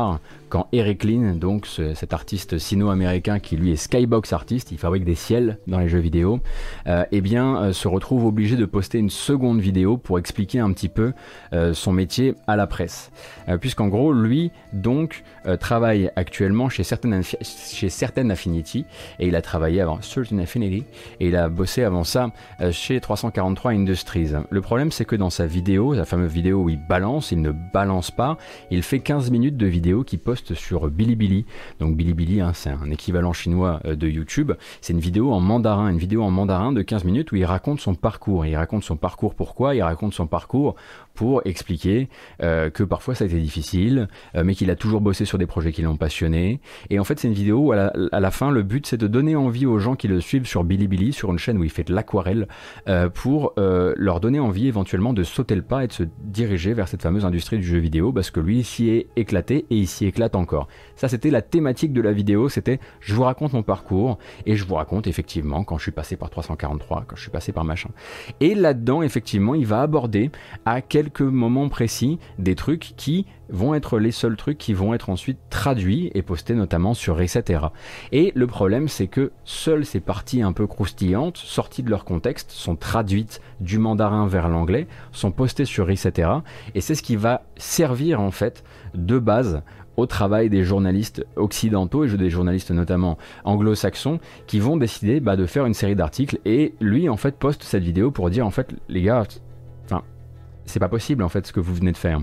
quand Eric Lin, donc cet artiste sino-américain qui lui est skybox artiste, il fabrique des ciels dans les jeux vidéo, se retrouve obligé de poster une seconde vidéo pour expliquer un petit peu son métier à la presse. Puisqu'en gros, lui, donc, travaille actuellement chez Certain Affinity, et il a travaillé avant Certain Affinity, et il a bossé avant ça chez 343 Industries. Le problème, c'est que dans sa vidéo, la fameuse vidéo où il ne balance pas, il fait 15 minutes de vidéo qu'il poste sur Bilibili. Donc Bilibili, c'est un équivalent chinois de YouTube. C'est une vidéo en mandarin de 15 minutes où il raconte son parcours. Il raconte son parcours pourquoi ? Il raconte son parcours pour expliquer que parfois ça a été difficile, mais qu'il a toujours bossé sur des projets qui l'ont passionné. Et en fait, c'est une vidéo où à la fin, le but, c'est de donner envie aux gens qui le suivent sur Bilibili, sur une chaîne où il fait de l'aquarelle, pour leur donner envie éventuellement de sauter le pas et de se diriger vers cette fameuse industrie du jeu vidéo, parce que lui, il s'y est éclaté et il s'y éclate encore. Ça, c'était la thématique de la vidéo, c'était je vous raconte mon parcours et je vous raconte effectivement quand je suis passé par 343, quand je suis passé par machin. Et là-dedans, effectivement, il va aborder à quelques moments précis des trucs qui vont être les seuls trucs qui vont être ensuite traduits et postés notamment sur Resetera. Et le problème, c'est que seules ces parties un peu croustillantes, sorties de leur contexte, sont traduites du mandarin vers l'anglais, sont postées sur Resetera, et c'est ce qui va servir en fait de base au travail des journalistes occidentaux et des journalistes notamment anglo-saxons qui vont décider de faire une série d'articles. Et lui en fait poste cette vidéo pour dire en fait les gars, c'est pas possible en fait ce que vous venez de faire.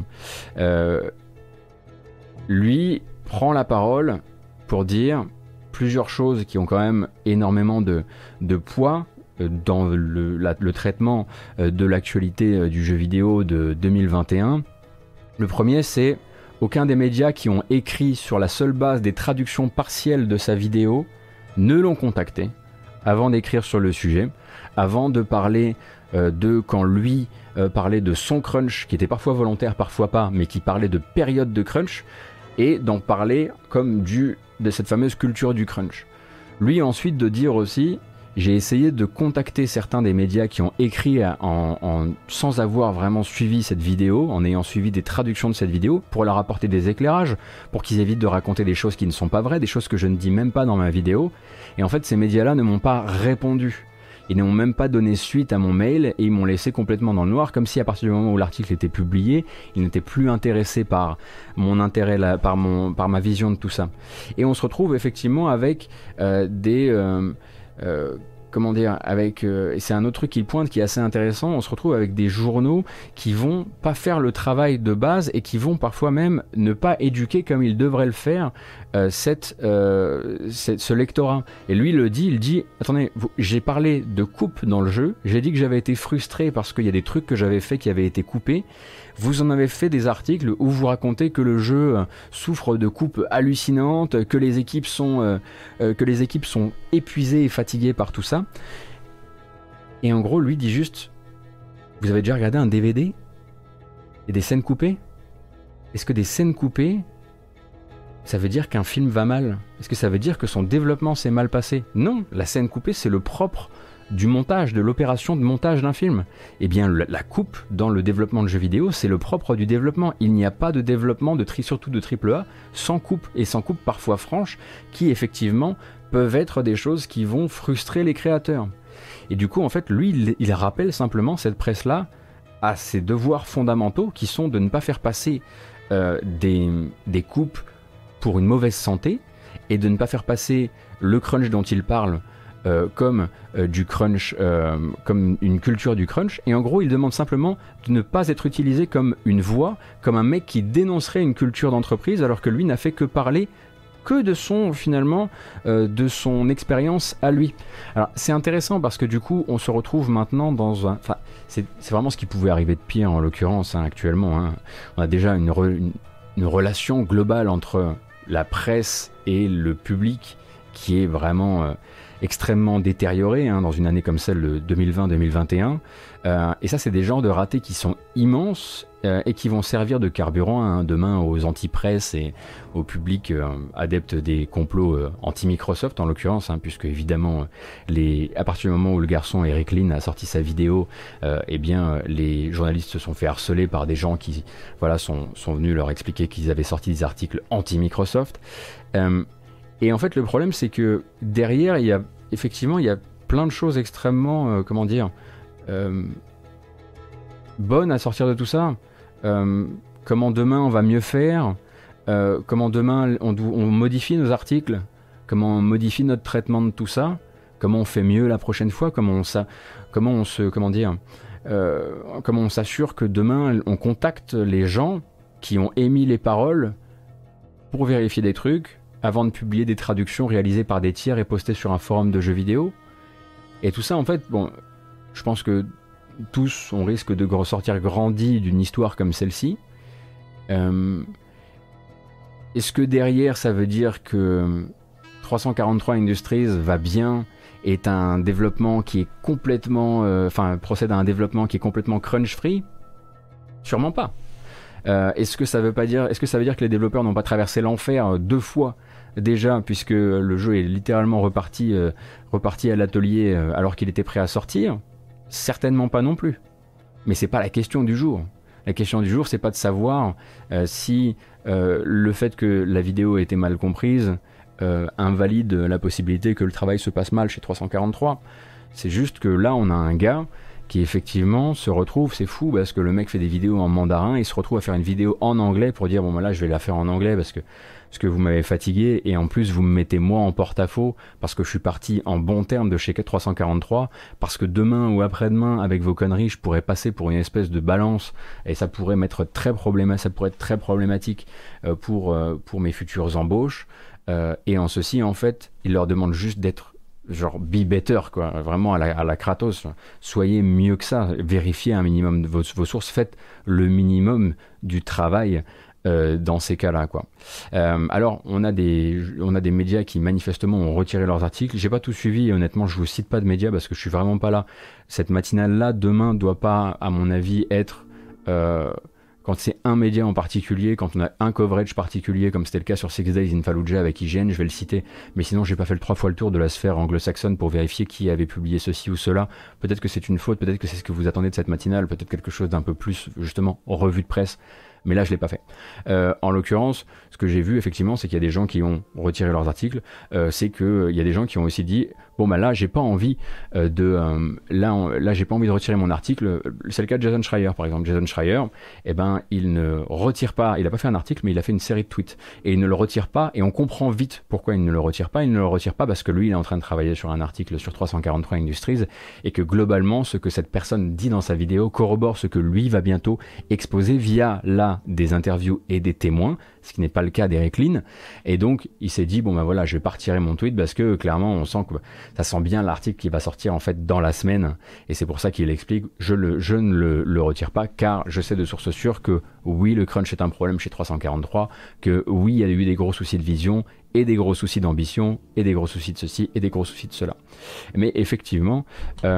Lui prend la parole pour dire plusieurs choses qui ont quand même énormément de poids dans le traitement de l'actualité du jeu vidéo de 2021. Le premier, c'est aucun des médias qui ont écrit sur la seule base des traductions partielles de sa vidéo ne l'ont contacté avant d'écrire sur le sujet, avant de parler de quand lui parlait de son crunch, qui était parfois volontaire, parfois pas, mais qui parlait de période de crunch, et d'en parler comme de cette fameuse culture du crunch. Lui ensuite de dire aussi, j'ai essayé de contacter certains des médias qui ont écrit sans avoir vraiment suivi cette vidéo, en ayant suivi des traductions de cette vidéo, pour leur apporter des éclairages, pour qu'ils évitent de raconter des choses qui ne sont pas vraies, des choses que je ne dis même pas dans ma vidéo. Et en fait, ces médias-là ne m'ont pas répondu. Ils n'ont même pas donné suite à mon mail et ils m'ont laissé complètement dans le noir, comme si à partir du moment où l'article était publié, ils n'étaient plus intéressés par mon intérêt, par ma vision de tout ça. Et on se retrouve effectivement avec et c'est un autre truc qu'il pointe qui est assez intéressant, on se retrouve avec des journaux qui vont pas faire le travail de base et qui vont parfois même ne pas éduquer comme ils devraient le faire ce lectorat. Et lui il dit, attendez, j'ai parlé de coupe dans le jeu, j'ai dit que j'avais été frustré parce qu'il y a des trucs que j'avais fait qui avaient été coupés. Vous en avez fait des articles où vous racontez que le jeu souffre de coupes hallucinantes, que les équipes sont épuisées et fatiguées par tout ça. Et en gros, lui dit juste, vous avez déjà regardé un DVD et des scènes coupées ? Est-ce que des scènes coupées, ça veut dire qu'un film va mal ? Est-ce que ça veut dire que son développement s'est mal passé ? Non, la scène coupée, c'est le propre du montage, de l'opération de montage d'un film. Eh bien, la coupe dans le développement de jeux vidéo, c'est le propre du développement. Il n'y a pas de développement surtout de AAA, sans coupe, et sans coupe parfois franche, qui effectivement peuvent être des choses qui vont frustrer les créateurs. Et du coup, en fait, lui, il rappelle simplement cette presse-là à ses devoirs fondamentaux, qui sont de ne pas faire passer des coupes pour une mauvaise santé, et de ne pas faire passer le crunch dont il parle comme du crunch, comme une culture du crunch. Et en gros, il demande simplement de ne pas être utilisé comme une voix, comme un mec qui dénoncerait une culture d'entreprise, alors que lui n'a fait que parler que de de son expérience à lui. Alors c'est intéressant parce que du coup, on se retrouve maintenant dans un... Enfin, c'est vraiment ce qui pouvait arriver de pire en l'occurrence actuellement. On a déjà une relation globale entre la presse et le public qui est vraiment extrêmement détérioré dans une année comme celle de 2020-2021. Et ça, c'est des genres de ratés qui sont immenses et qui vont servir de carburant demain aux anti-presse et au public adepte des complots anti-Microsoft en l'occurrence, puisque évidemment, à partir du moment où le garçon Eric Lin a sorti sa vidéo, eh bien, les journalistes se sont fait harceler par des gens qui sont venus leur expliquer qu'ils avaient sorti des articles anti-Microsoft. Et en fait, le problème, c'est que derrière, il y a plein de choses extrêmement, bonnes à sortir de tout ça. Comment demain on va mieux faire, comment demain on modifie nos articles, comment on modifie notre traitement de tout ça, comment on fait mieux la prochaine fois, comment on s'assure que demain on contacte les gens qui ont émis les paroles pour vérifier des trucs avant de publier des traductions réalisées par des tiers et postées sur un forum de jeux vidéo. Et tout ça, en fait, bon, je pense que tous, on risque de ressortir grandis d'une histoire comme celle-ci. Est-ce que derrière, ça veut dire que 343 Industries va bien, est un développement qui est complètement... procède à un développement qui est complètement crunch-free? Sûrement pas. Est-ce que ça veut dire que les développeurs n'ont pas traversé l'enfer 2 fois déjà, puisque le jeu est littéralement reparti à l'atelier alors qu'il était prêt à sortir? Certainement pas non plus. Mais c'est pas la question du jour. La question du jour, c'est pas de savoir si le fait que la vidéo ait été mal comprise invalide la possibilité que le travail se passe mal chez 343. C'est juste que là, on a un gars qui effectivement se retrouve, c'est fou parce que le mec fait des vidéos en mandarin, il se retrouve à faire une vidéo en anglais pour dire bon bah là je vais la faire en anglais parce que vous m'avez fatigué et en plus vous me mettez moi en porte-à-faux parce que je suis parti en bon terme de chez 343, parce que demain ou après-demain avec vos conneries je pourrais passer pour une espèce de balance et ça pourrait être très problématique pour mes futures embauches, et en ceci en fait il leur demande juste d'être genre be better quoi, vraiment à la Kratos, soyez mieux que ça, vérifiez un minimum de vos sources, faites le minimum du travail dans ces cas-là quoi. Alors on a des médias qui manifestement ont retiré leurs articles, j'ai pas tout suivi et honnêtement je vous cite pas de médias parce que je suis vraiment pas là. Cette matinale là demain doit pas à mon avis être quand c'est un média en particulier, quand on a un coverage particulier, comme c'était le cas sur 6 Days in Fallujah avec IGN, je vais le citer, mais sinon j'ai pas fait 3 fois le tour de la sphère anglo-saxonne pour vérifier qui avait publié ceci ou cela. Peut-être que c'est une faute, peut-être que c'est ce que vous attendez de cette matinale, peut-être quelque chose d'un peu plus, justement, revue de presse, mais là je l'ai pas fait. En l'occurrence, ce que j'ai vu effectivement, c'est qu'il y a des gens qui ont retiré leurs articles, c'est qu'il y a des gens qui ont aussi dit bon bah là j'ai pas envie là j'ai pas envie de retirer mon article. C'est le cas de Jason Schreier par exemple. Jason Schreier, eh ben il ne retire pas, il a pas fait un article mais il a fait une série de tweets et il ne le retire pas et on comprend vite pourquoi il ne le retire pas. Il ne le retire pas parce que lui il est en train de travailler sur un article sur 343 Industries et que globalement ce que cette personne dit dans sa vidéo corrobore ce que lui va bientôt exposer via là des interviews et des témoins, ce qui n'est pas le cas d'Eric Lin, et donc il s'est dit bon ben voilà je vais pas retirer mon tweet parce que clairement on sent que ça sent bien l'article qui va sortir en fait dans la semaine, et c'est pour ça qu'il explique je ne le retire pas car je sais de source sûre que oui le crunch est un problème chez 343, que oui il y a eu des gros soucis de vision et des gros soucis d'ambition et des gros soucis de ceci et des gros soucis de cela. Mais effectivement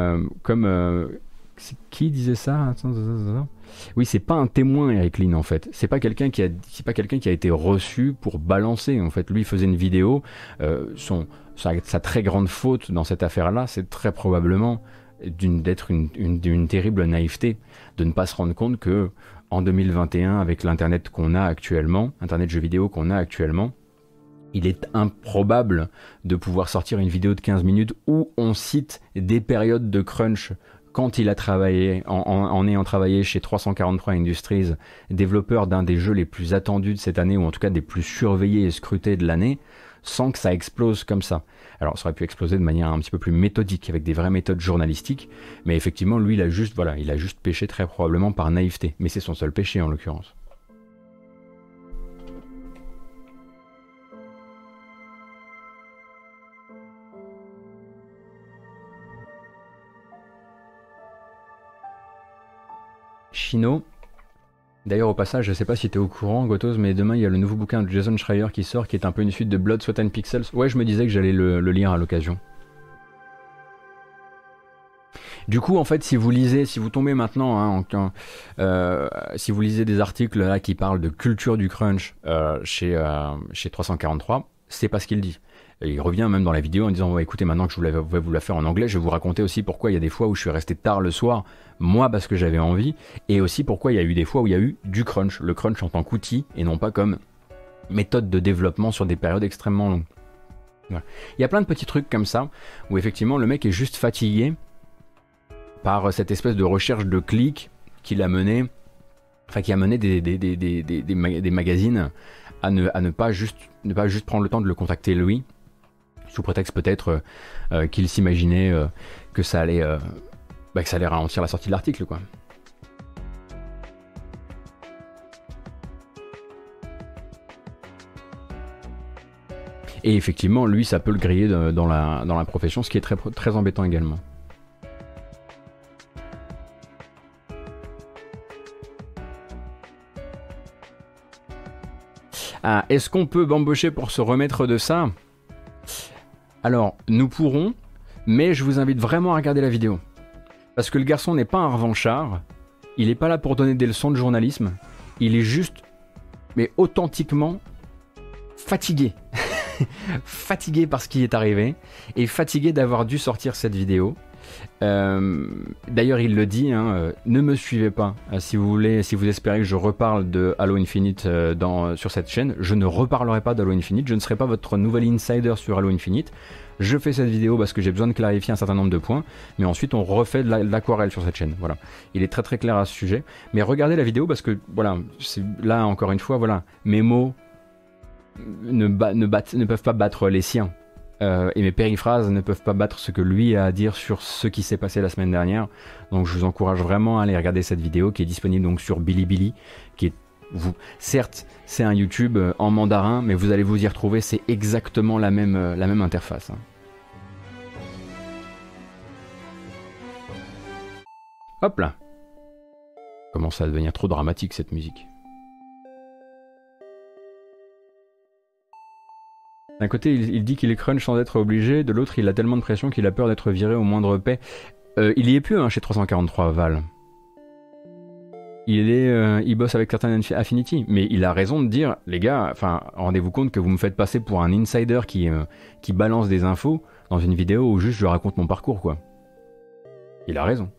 qui disait ça? Oui, c'est pas un témoin, Eric Lin, en fait. C'est pas quelqu'un qui a été reçu pour balancer. En fait, lui faisait une vidéo. Sa très grande faute dans cette affaire-là, c'est très probablement d'être d'une terrible naïveté, de ne pas se rendre compte que en 2021, avec l'internet qu'on a actuellement, internet jeux vidéo qu'on a actuellement, il est improbable de pouvoir sortir une vidéo de 15 minutes où on cite des périodes de crunch quand il a travaillé, en ayant travaillé chez 343 Industries, développeur d'un des jeux les plus attendus de cette année, ou en tout cas des plus surveillés et scrutés de l'année, sans que ça explose comme ça. Alors ça aurait pu exploser de manière un petit peu plus méthodique, avec des vraies méthodes journalistiques, mais effectivement lui il a juste péché très probablement par naïveté, mais c'est son seul péché en l'occurrence. Chino D'ailleurs, au passage, je sais pas si t'es au courant, Gotos, mais demain il y a le nouveau bouquin de Jason Schreier qui sort, qui est un peu une suite de Blood, Sweat and Pixels. Ouais, je me disais que j'allais le lire à l'occasion. Du coup, en fait, si vous lisez, si vous tombez maintenant, si vous lisez des articles là qui parlent de culture du crunch chez 343, c'est pas ce qu'il dit. Et il revient même dans la vidéo en disant ouais, écoutez, maintenant que je vais vous la faire en anglais, je vais vous raconter aussi pourquoi il y a des fois où je suis resté tard le soir, moi parce que j'avais envie, et aussi pourquoi il y a eu des fois où il y a eu du crunch, le crunch en tant qu'outil et non pas comme méthode de développement sur des périodes extrêmement longues. Voilà. Il y a plein de petits trucs comme ça où effectivement le mec est juste fatigué par cette espèce de recherche de clics qu'il a mené, enfin qui a mené des magazines à ne pas juste prendre le temps de le contacter lui, sous prétexte peut-être qu'il s'imaginait que ça allait ralentir la sortie de l'article, quoi. Et effectivement, lui, ça peut le griller dans la profession, ce qui est très, très embêtant également. Ah, est-ce qu'on peut bambocher pour se remettre de ça ? Alors, nous pourrons, mais je vous invite vraiment à regarder la vidéo. Parce que le garçon n'est pas un revanchard, il n'est pas là pour donner des leçons de journalisme, il est juste, mais authentiquement, fatigué. Fatigué par ce qui est arrivé, et fatigué d'avoir dû sortir cette vidéo. D'ailleurs il le dit, hein, ne me suivez pas si vous espérez que je reparle de Halo Infinite sur cette chaîne. Je ne reparlerai pas d'Halo Infinite, je ne serai pas votre nouvel insider sur Halo Infinite. Je fais cette vidéo parce que j'ai besoin de clarifier un certain nombre de points, mais ensuite on refait de l'aquarelle sur cette chaîne. Voilà, il est très très clair à ce sujet, mais regardez la vidéo parce que voilà, là encore une fois, voilà, mes mots ne peuvent pas battre les siens. Et mes périphrases ne peuvent pas battre ce que lui a à dire sur ce qui s'est passé la semaine dernière. Donc je vous encourage vraiment à aller regarder cette vidéo qui est disponible donc sur Bilibili, qui est certes c'est un YouTube en mandarin, mais vous allez vous y retrouver, c'est exactement la même interface. Hop là, commence à devenir trop dramatique cette musique. D'un côté, il dit qu'il est crunch sans être obligé, de l'autre, il a tellement de pression qu'il a peur d'être viré au moindre paix. Il y est plus hein, chez 343, Val. Il bosse avec Certain Affinity, mais il a raison de dire, les gars, enfin, rendez-vous compte que vous me faites passer pour un insider qui balance des infos dans une vidéo où juste je raconte mon parcours, quoi. Il a raison.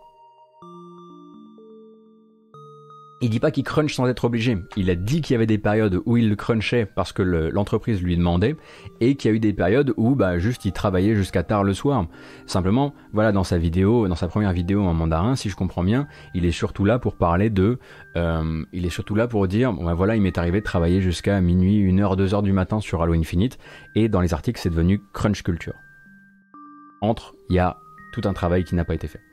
Il dit pas qu'il crunch sans être obligé. Il a dit qu'il y avait des périodes où il le crunchait parce que l'entreprise lui demandait, et qu'il y a eu des périodes où juste il travaillait jusqu'à tard le soir. Simplement, voilà, dans sa première vidéo en mandarin, si je comprends bien, il est surtout là pour parler il est surtout là pour dire, bon, voilà, il m'est arrivé de travailler jusqu'à minuit, 1h, 2h du matin sur Halo Infinite, et dans les articles c'est devenu crunch culture. Il y a tout un travail qui n'a pas été fait.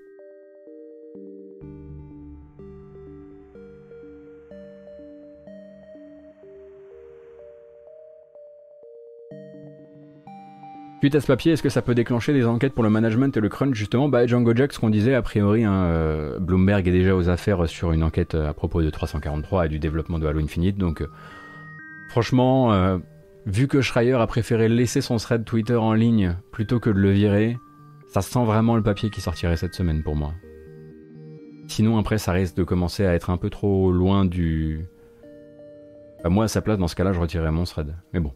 Suite à ce papier, est-ce que ça peut déclencher des enquêtes pour le management et le crunch justement? Django Jack, ce qu'on disait, a priori, Bloomberg est déjà aux affaires sur une enquête à propos de 343 et du développement de Halo Infinite, donc franchement, vu que Schreier a préféré laisser son thread Twitter en ligne plutôt que de le virer, ça sent vraiment le papier qui sortirait cette semaine pour moi. Sinon après ça risque de commencer à être un peu trop loin du... Enfin, moi à sa place dans ce cas-là je retirerais mon thread, mais bon.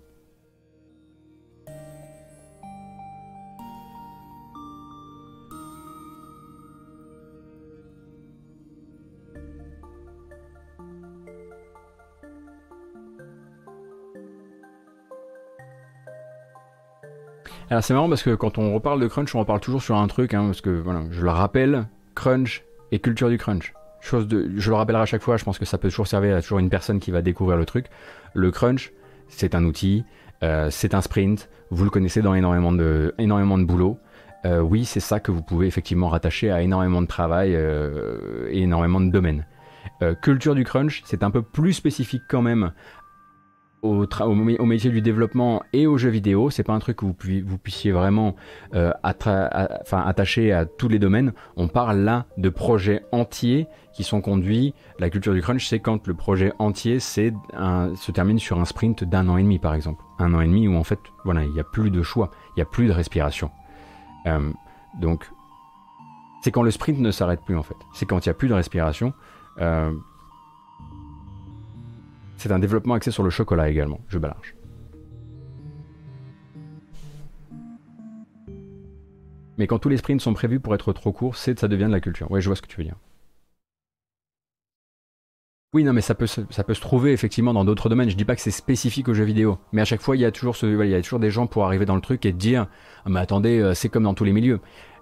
Alors c'est marrant parce que quand on reparle de crunch, on reparle toujours sur un truc, parce que voilà, je le rappelle, crunch et culture du crunch. Je le rappellerai à chaque fois, je pense que ça peut toujours servir à toujours une personne qui va découvrir le truc. Le crunch, c'est un outil, c'est un sprint, vous le connaissez dans énormément de boulot. Oui, c'est ça que vous pouvez effectivement rattacher à énormément de travail et énormément de domaines. Culture du crunch, c'est un peu plus spécifique quand même au métier du développement et aux jeux vidéo. C'est pas un truc que vous puissiez vraiment attacher à tous les domaines. On parle là de projets entiers qui sont conduits. La culture du crunch, c'est quand le projet entier se termine sur un sprint d'1 an et demi, par exemple. 1 an et demi où en fait, voilà, il n'y a plus de choix, il n'y a plus de respiration. Donc, c'est quand le sprint ne s'arrête plus en fait. C'est quand il n'y a plus de respiration. C'est un développement axé sur le chocolat également, jeu large. Mais quand tous les sprints sont prévus pour être trop courts, ça devient de la culture. Ouais, je vois ce que tu veux dire. Oui, non, mais ça peut se trouver effectivement dans d'autres domaines. Je dis pas que c'est spécifique aux jeux vidéo, mais à chaque fois, il y a toujours des gens pour arriver dans le truc et te dire « Mais attendez, c'est comme dans tous les milieux. »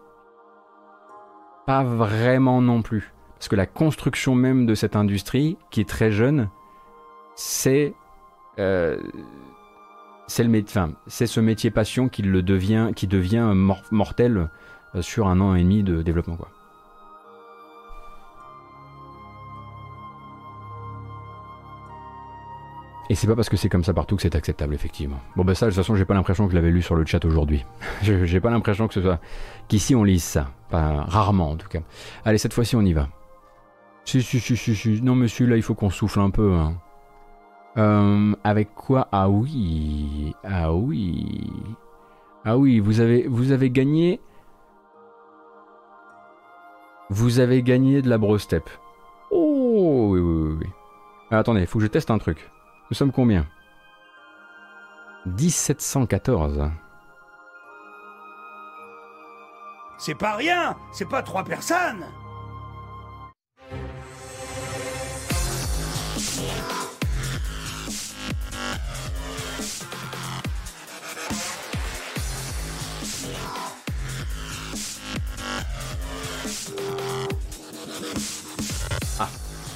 Pas vraiment non plus. Parce que la construction même de cette industrie, qui est très jeune, c'est ce métier passion qui devient mortel sur 1 an et demi de développement, quoi. Et c'est pas parce que c'est comme ça partout que c'est acceptable, effectivement. Bon bah ça, de toute façon, j'ai pas l'impression que je l'avais lu sur le chat aujourd'hui. J'ai pas l'impression que ce soit... qu'ici on lise ça. Pas rarement, en tout cas. Allez, cette fois-ci, on y va. Si. Non, monsieur, là, il faut qu'on souffle un peu, hein. Avec quoi? Ah oui, vous avez gagné. Vous avez gagné de la Brostep. Oh oui. Ah, attendez, il faut que je teste un truc. Nous sommes combien? 1714. C'est pas rien, c'est pas 3 personnes. Ah.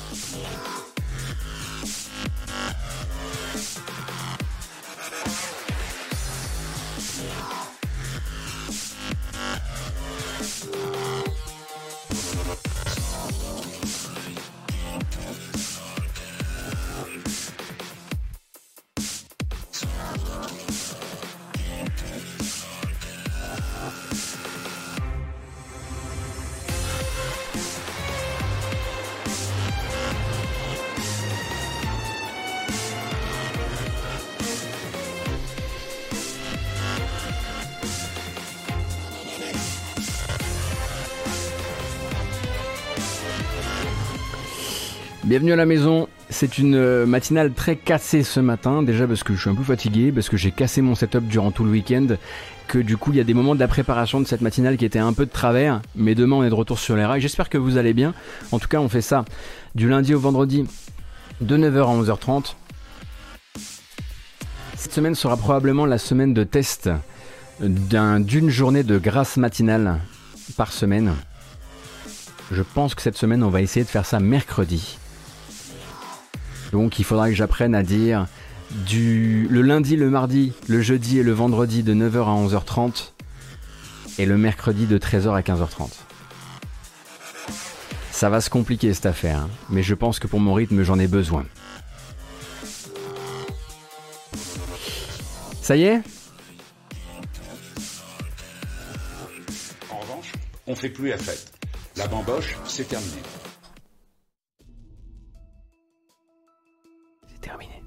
Bienvenue à la maison, c'est une matinale très cassée ce matin, déjà parce que je suis un peu fatigué, parce que j'ai cassé mon setup durant tout le week-end, que du coup il y a des moments de la préparation de cette matinale qui étaient un peu de travers, mais demain on est de retour sur les rails, j'espère que vous allez bien. En tout cas on fait ça du lundi au vendredi de 9h à 11h30. Cette semaine sera probablement la semaine de test d'une journée de grâce matinale par semaine. Je pense que cette semaine on va essayer de faire ça mercredi. Donc il faudra que j'apprenne à dire le lundi, le mardi, le jeudi et le vendredi de 9h à 11h30 et le mercredi de 13h à 15h30. Ça va se compliquer cette affaire, hein, mais je pense que pour mon rythme j'en ai besoin. Ça y est ? En revanche, on fait plus la fête. La bamboche, c'est terminé. Terminé.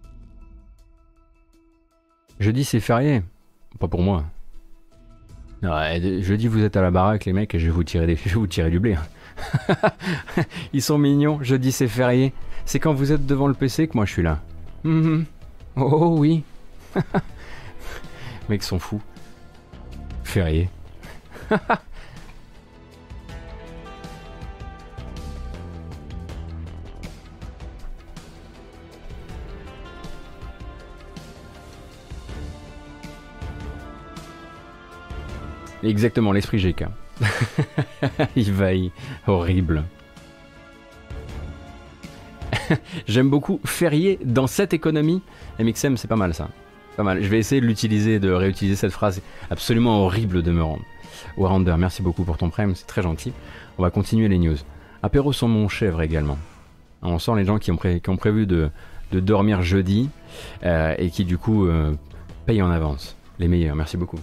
Jeudi c'est férié. Pas pour moi. Non, jeudi vous êtes à la baraque les mecs et je vais vous tirer du blé. Ils sont mignons. Jeudi c'est férié. C'est quand vous êtes devant le PC que moi je suis là. Oh oui. Mecs sont fous. Férié. Exactement, l'esprit GK. Il vaille. Horrible. J'aime beaucoup férié dans cette économie. MXM, c'est pas mal ça. Pas mal. Je vais essayer de réutiliser cette phrase absolument horrible de me rendre. Warrander, merci beaucoup pour ton prime, c'est très gentil. On va continuer les news. Apéro sans mon chèvre également. On sent les gens qui ont prévu de de dormir jeudi et qui du coup paye en avance. Les meilleurs, merci beaucoup.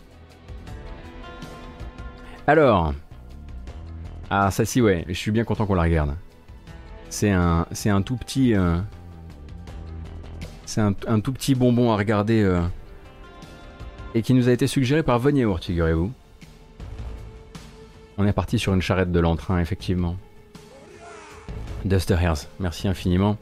Alors, ah ça si ouais, je suis bien content qu'on la regarde. C'est un tout petit, c'est un tout petit bonbon à regarder et qui nous a été suggéré par Von Yaourt, figurez-vous. On est parti sur une charrette de l'entrain, effectivement. Duster Hairs, merci infiniment.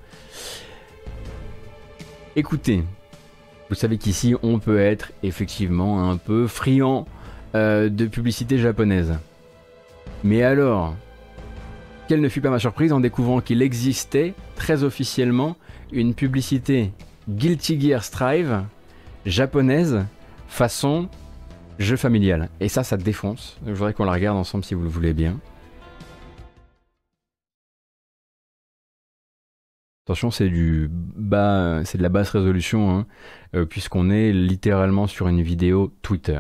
Écoutez, vous savez qu'ici on peut être effectivement un peu friand de publicité japonaise. Mais alors, quelle ne fut pas ma surprise en découvrant qu'il existait très officiellement une publicité Guilty Gear Strive japonaise façon jeu familial. Et ça défonce. Je voudrais qu'on la regarde ensemble si vous le voulez bien. Attention, c'est de la basse résolution, hein, puisqu'on est littéralement sur une vidéo Twitter.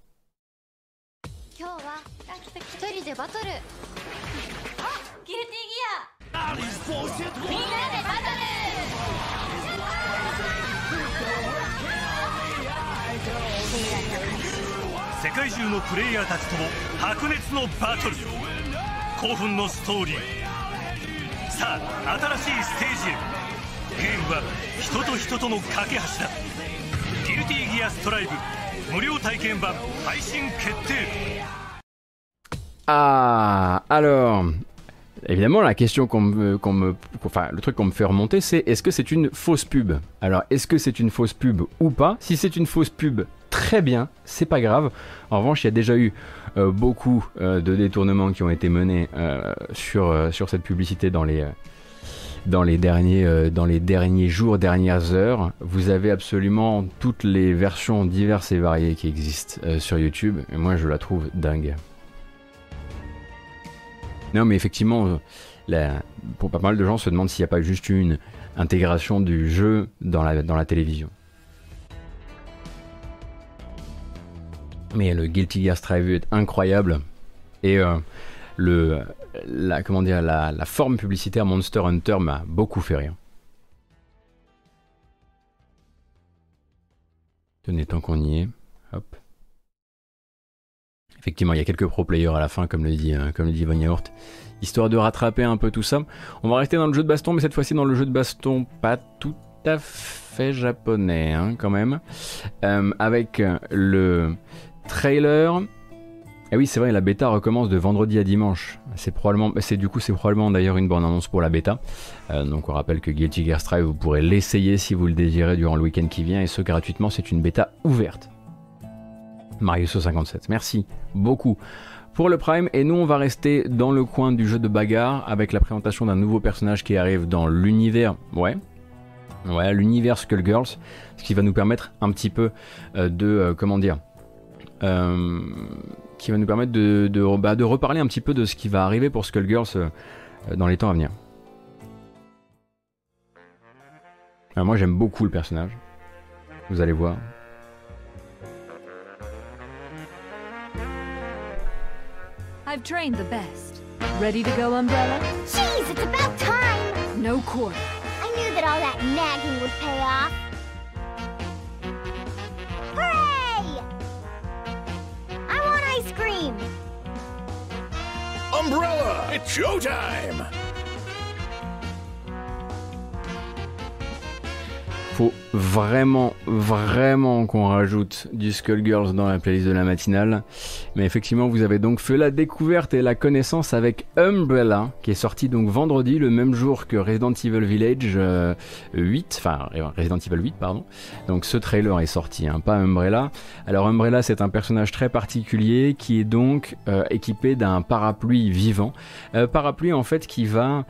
Ah, alors, évidemment, la question le truc qu'on me fait remonter, c'est est-ce que c'est une fausse pub? Alors, est-ce que c'est une fausse pub ou pas? Si c'est une fausse pub, très bien, c'est pas grave. En revanche, il y a déjà eu beaucoup de détournements qui ont été menés sur cette publicité dans les derniers jours, dernières heures. Vous avez absolument toutes les versions diverses et variées qui existent sur YouTube, et moi je la trouve dingue. Non mais effectivement, pour pas mal de gens se demandent s'il n'y a pas juste une intégration du jeu dans la télévision. Mais le Guilty Gear Strive est incroyable, et la forme publicitaire Monster Hunter m'a beaucoup fait rire. Tenez, tant qu'on y est, hop. Effectivement, il y a quelques pro players à la fin, comme le dit Von Yaourt, histoire de rattraper un peu tout ça. On va rester dans le jeu de baston, mais cette fois-ci dans le jeu de baston pas tout à fait japonais, hein, quand même, avec le trailer. Et oui, c'est vrai, la bêta recommence de vendredi à dimanche. C'est probablement d'ailleurs une bonne annonce pour la bêta. Donc on rappelle que Guilty Gear Strive, vous pourrez l'essayer si vous le désirez durant le week-end qui vient, et ce gratuitement. C'est une bêta ouverte. Mariuso57, merci beaucoup pour le Prime. Et nous, on va rester dans le coin du jeu de bagarre avec la présentation d'un nouveau personnage qui arrive dans l'univers. Ouais, l'univers Skullgirls, ce qui va nous permettre un petit peu qui va nous permettre de reparler un petit peu de ce qui va arriver pour Skullgirls dans les temps à venir. Alors moi j'aime beaucoup le personnage, vous allez voir. I've trained the best. Ready to go, Umbrella? Jeez, it's about time! No quarter. I knew that all that nagging would pay off. Hooray! I want ice cream! Umbrella, it's showtime! Faut vraiment qu'on rajoute du Skullgirls dans la playlist de la matinale. Mais effectivement, vous avez donc fait la découverte et la connaissance avec Umbrella, qui est sorti donc vendredi, le même jour que Resident Evil Village 8, enfin Resident Evil 8, pardon. Donc ce trailer est sorti, hein, pas Umbrella. Alors Umbrella, c'est un personnage très particulier qui est donc équipé d'un parapluie vivant. Parapluie en fait qui va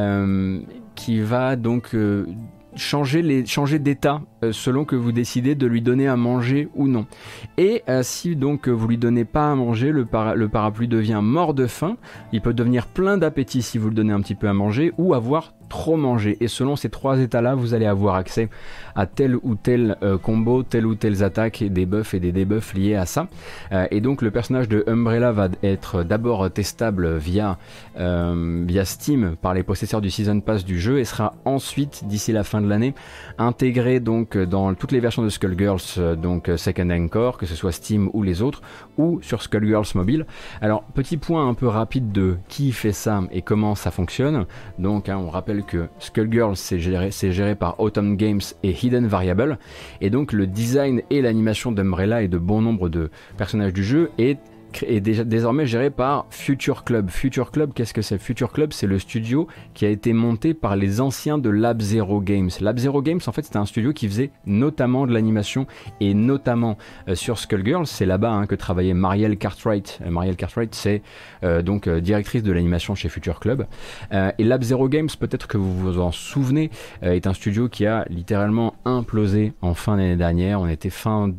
donc changer d'état selon que vous décidez de lui donner à manger ou non. Et si donc vous lui donnez pas à manger, le parapluie devient mort de faim. Il peut devenir plein d'appétit si vous le donnez un petit peu à manger, ou avoir trop mangé. Et selon ces trois états-là, vous allez avoir accès à tel ou tel combo, telle ou telle attaque, et des buffs et des debuffs liés à ça. Et donc le personnage de Umbrella va être d'abord testable via Steam par les possesseurs du Season Pass du jeu, et sera ensuite, d'ici la fin de de l'année, intégré donc dans toutes les versions de Skullgirls, donc Second Encore, que ce soit Steam ou les autres, ou sur Skullgirls Mobile. Alors, petit point un peu rapide de qui fait ça et comment ça fonctionne. Donc, on rappelle que Skullgirls, c'est géré par Autumn Games et Hidden Variable, et donc le design et l'animation d'Umbrella et de bon nombre de personnages du jeu est désormais géré par Future Club. Future Club, qu'est-ce que c'est? Future Club, c'est le studio qui a été monté par les anciens de Lab Zero Games. Lab Zero Games, en fait, c'était un studio qui faisait notamment de l'animation et notamment sur Skullgirls. C'est là-bas que travaillait Marielle Cartwright. Marielle Cartwright, c'est donc directrice de l'animation chez Future Club. Et Lab Zero Games, peut-être que vous vous en souvenez, est un studio qui a littéralement implosé en fin d'année dernière. On était fin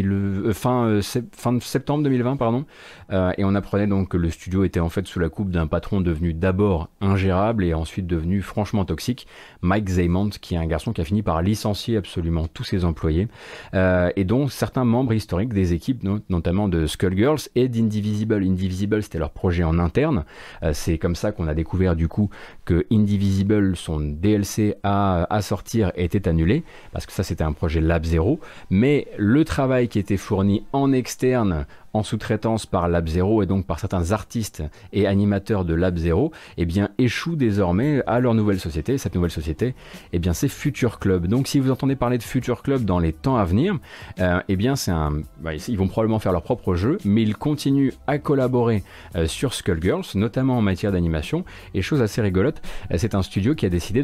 septembre 2020, pardon. Et on apprenait donc que le studio était en fait sous la coupe d'un patron devenu d'abord ingérable et ensuite devenu franchement toxique, Mike Zaimont, qui est un garçon qui a fini par licencier absolument tous ses employés, et dont certains membres historiques des équipes, notamment de Skullgirls et d'Indivisible. Indivisible, c'était leur projet en interne. C'est comme ça qu'on a découvert du coup que Indivisible, son DLC à sortir, était annulé, parce que ça c'était un projet Lab Zero, mais le travail qui était fourni en externe, en sous-traitance par Lab Zero et donc par certains artistes et animateurs de Lab Zero, eh bien échoue désormais à leur nouvelle société. Cette nouvelle société, eh bien c'est Future Club. Donc si vous entendez parler de Future Club dans les temps à venir, eh bien ils vont probablement faire leur propre jeu, mais ils continuent à collaborer sur Skullgirls, notamment en matière d'animation. Et chose assez rigolote, c'est un studio qui a décidé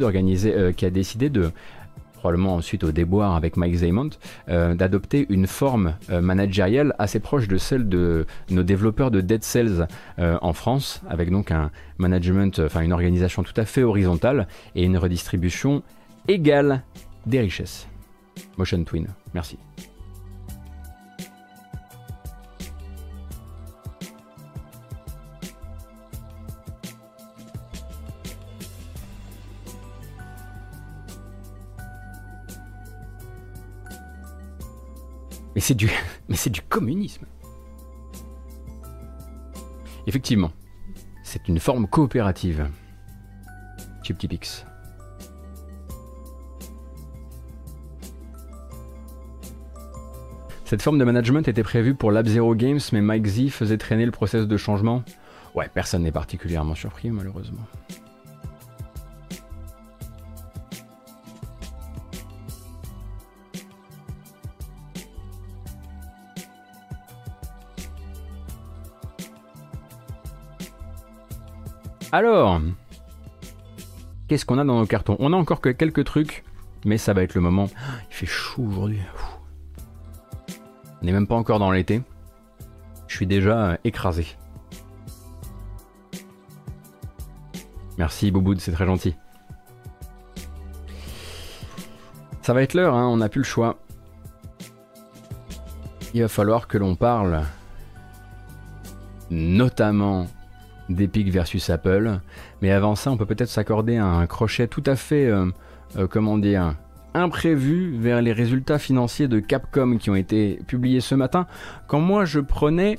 probablement ensuite au déboire avec Mike Zaimont, d'adopter une forme managériale assez proche de celle de nos développeurs de Dead Cells en France, avec donc un management, une organisation tout à fait horizontale et une redistribution égale des richesses. Motion Twin, merci. Mais c'est du communisme. Effectivement, c'est une forme coopérative. ChipTipix. Cette forme de management était prévue pour Lab Zero Games, mais Mike Z faisait traîner le process de changement. Ouais, personne n'est particulièrement surpris, malheureusement. Alors, qu'est-ce qu'on a dans nos cartons? On a encore que quelques trucs, mais ça va être le moment. Il fait chaud aujourd'hui. On n'est même pas encore dans l'été. Je suis déjà écrasé. Merci Bouboud, c'est très gentil. Ça va être l'heure, on n'a plus le choix. Il va falloir que l'on parle notamment d'Epic versus Apple, mais avant ça on peut peut-être s'accorder un crochet tout à fait imprévu vers les résultats financiers de Capcom qui ont été publiés ce matin quand je prenais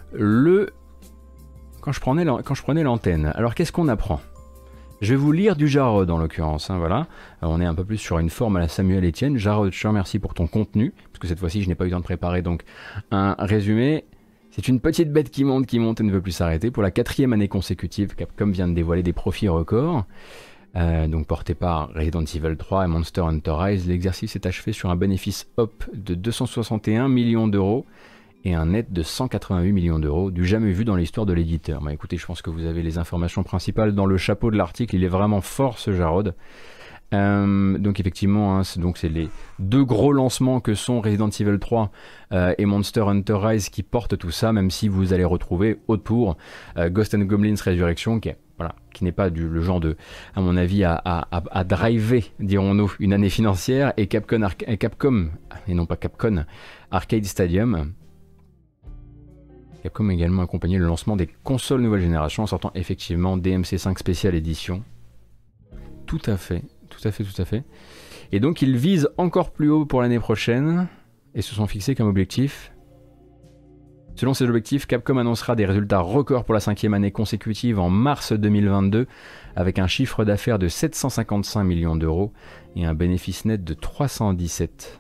l'antenne. Alors qu'est-ce qu'on apprend? Je vais vous lire du Jarod en l'occurrence, voilà. On est un peu plus sur une forme à la Samuel Etienne. Jarod, je te remercie pour ton contenu, parce que cette fois-ci je n'ai pas eu le temps de préparer donc un résumé. C'est une petite bête qui monte et ne veut plus s'arrêter. Pour la 4e année consécutive, Capcom vient de dévoiler des profits records, donc portés par Resident Evil 3 et Monster Hunter Rise. L'exercice est achevé sur un bénéfice HOP de 261 millions d'euros et un net de 188 millions d'euros, du jamais vu dans l'histoire de l'éditeur. Bah, écoutez, je pense que vous avez les informations principales dans le chapeau de l'article. Il est vraiment fort ce Jarod. Donc effectivement, c'est les deux gros lancements que sont Resident Evil 3 et Monster Hunter Rise qui portent tout ça, même si vous allez retrouver autour Ghost and Goblins Resurrection qui n'est pas le genre de, à mon avis, à driver, dirons-nous, une année financière, et Capcom, et non pas Capcom, Arcade Stadium. Capcom a également accompagné le lancement des consoles nouvelle génération en sortant effectivement DMC5 Special Edition. Tout à fait. Et donc ils visent encore plus haut pour l'année prochaine et se sont fixés comme objectif Selon ses objectifs, Capcom annoncera des résultats records pour la 5e année consécutive en mars 2022, avec un chiffre d'affaires de 755 millions d'euros et un bénéfice net de 317.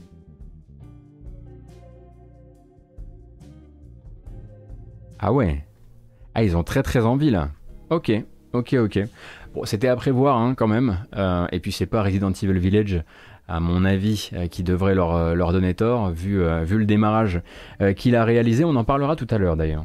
Ah ouais. Ah, ils ont très très envie là. Ok. Bon, c'était à prévoir hein, quand même. Et puis c'est pas Resident Evil Village, à mon avis, qui devrait leur donner tort, vu le démarrage qu'il a réalisé. On en parlera tout à l'heure d'ailleurs.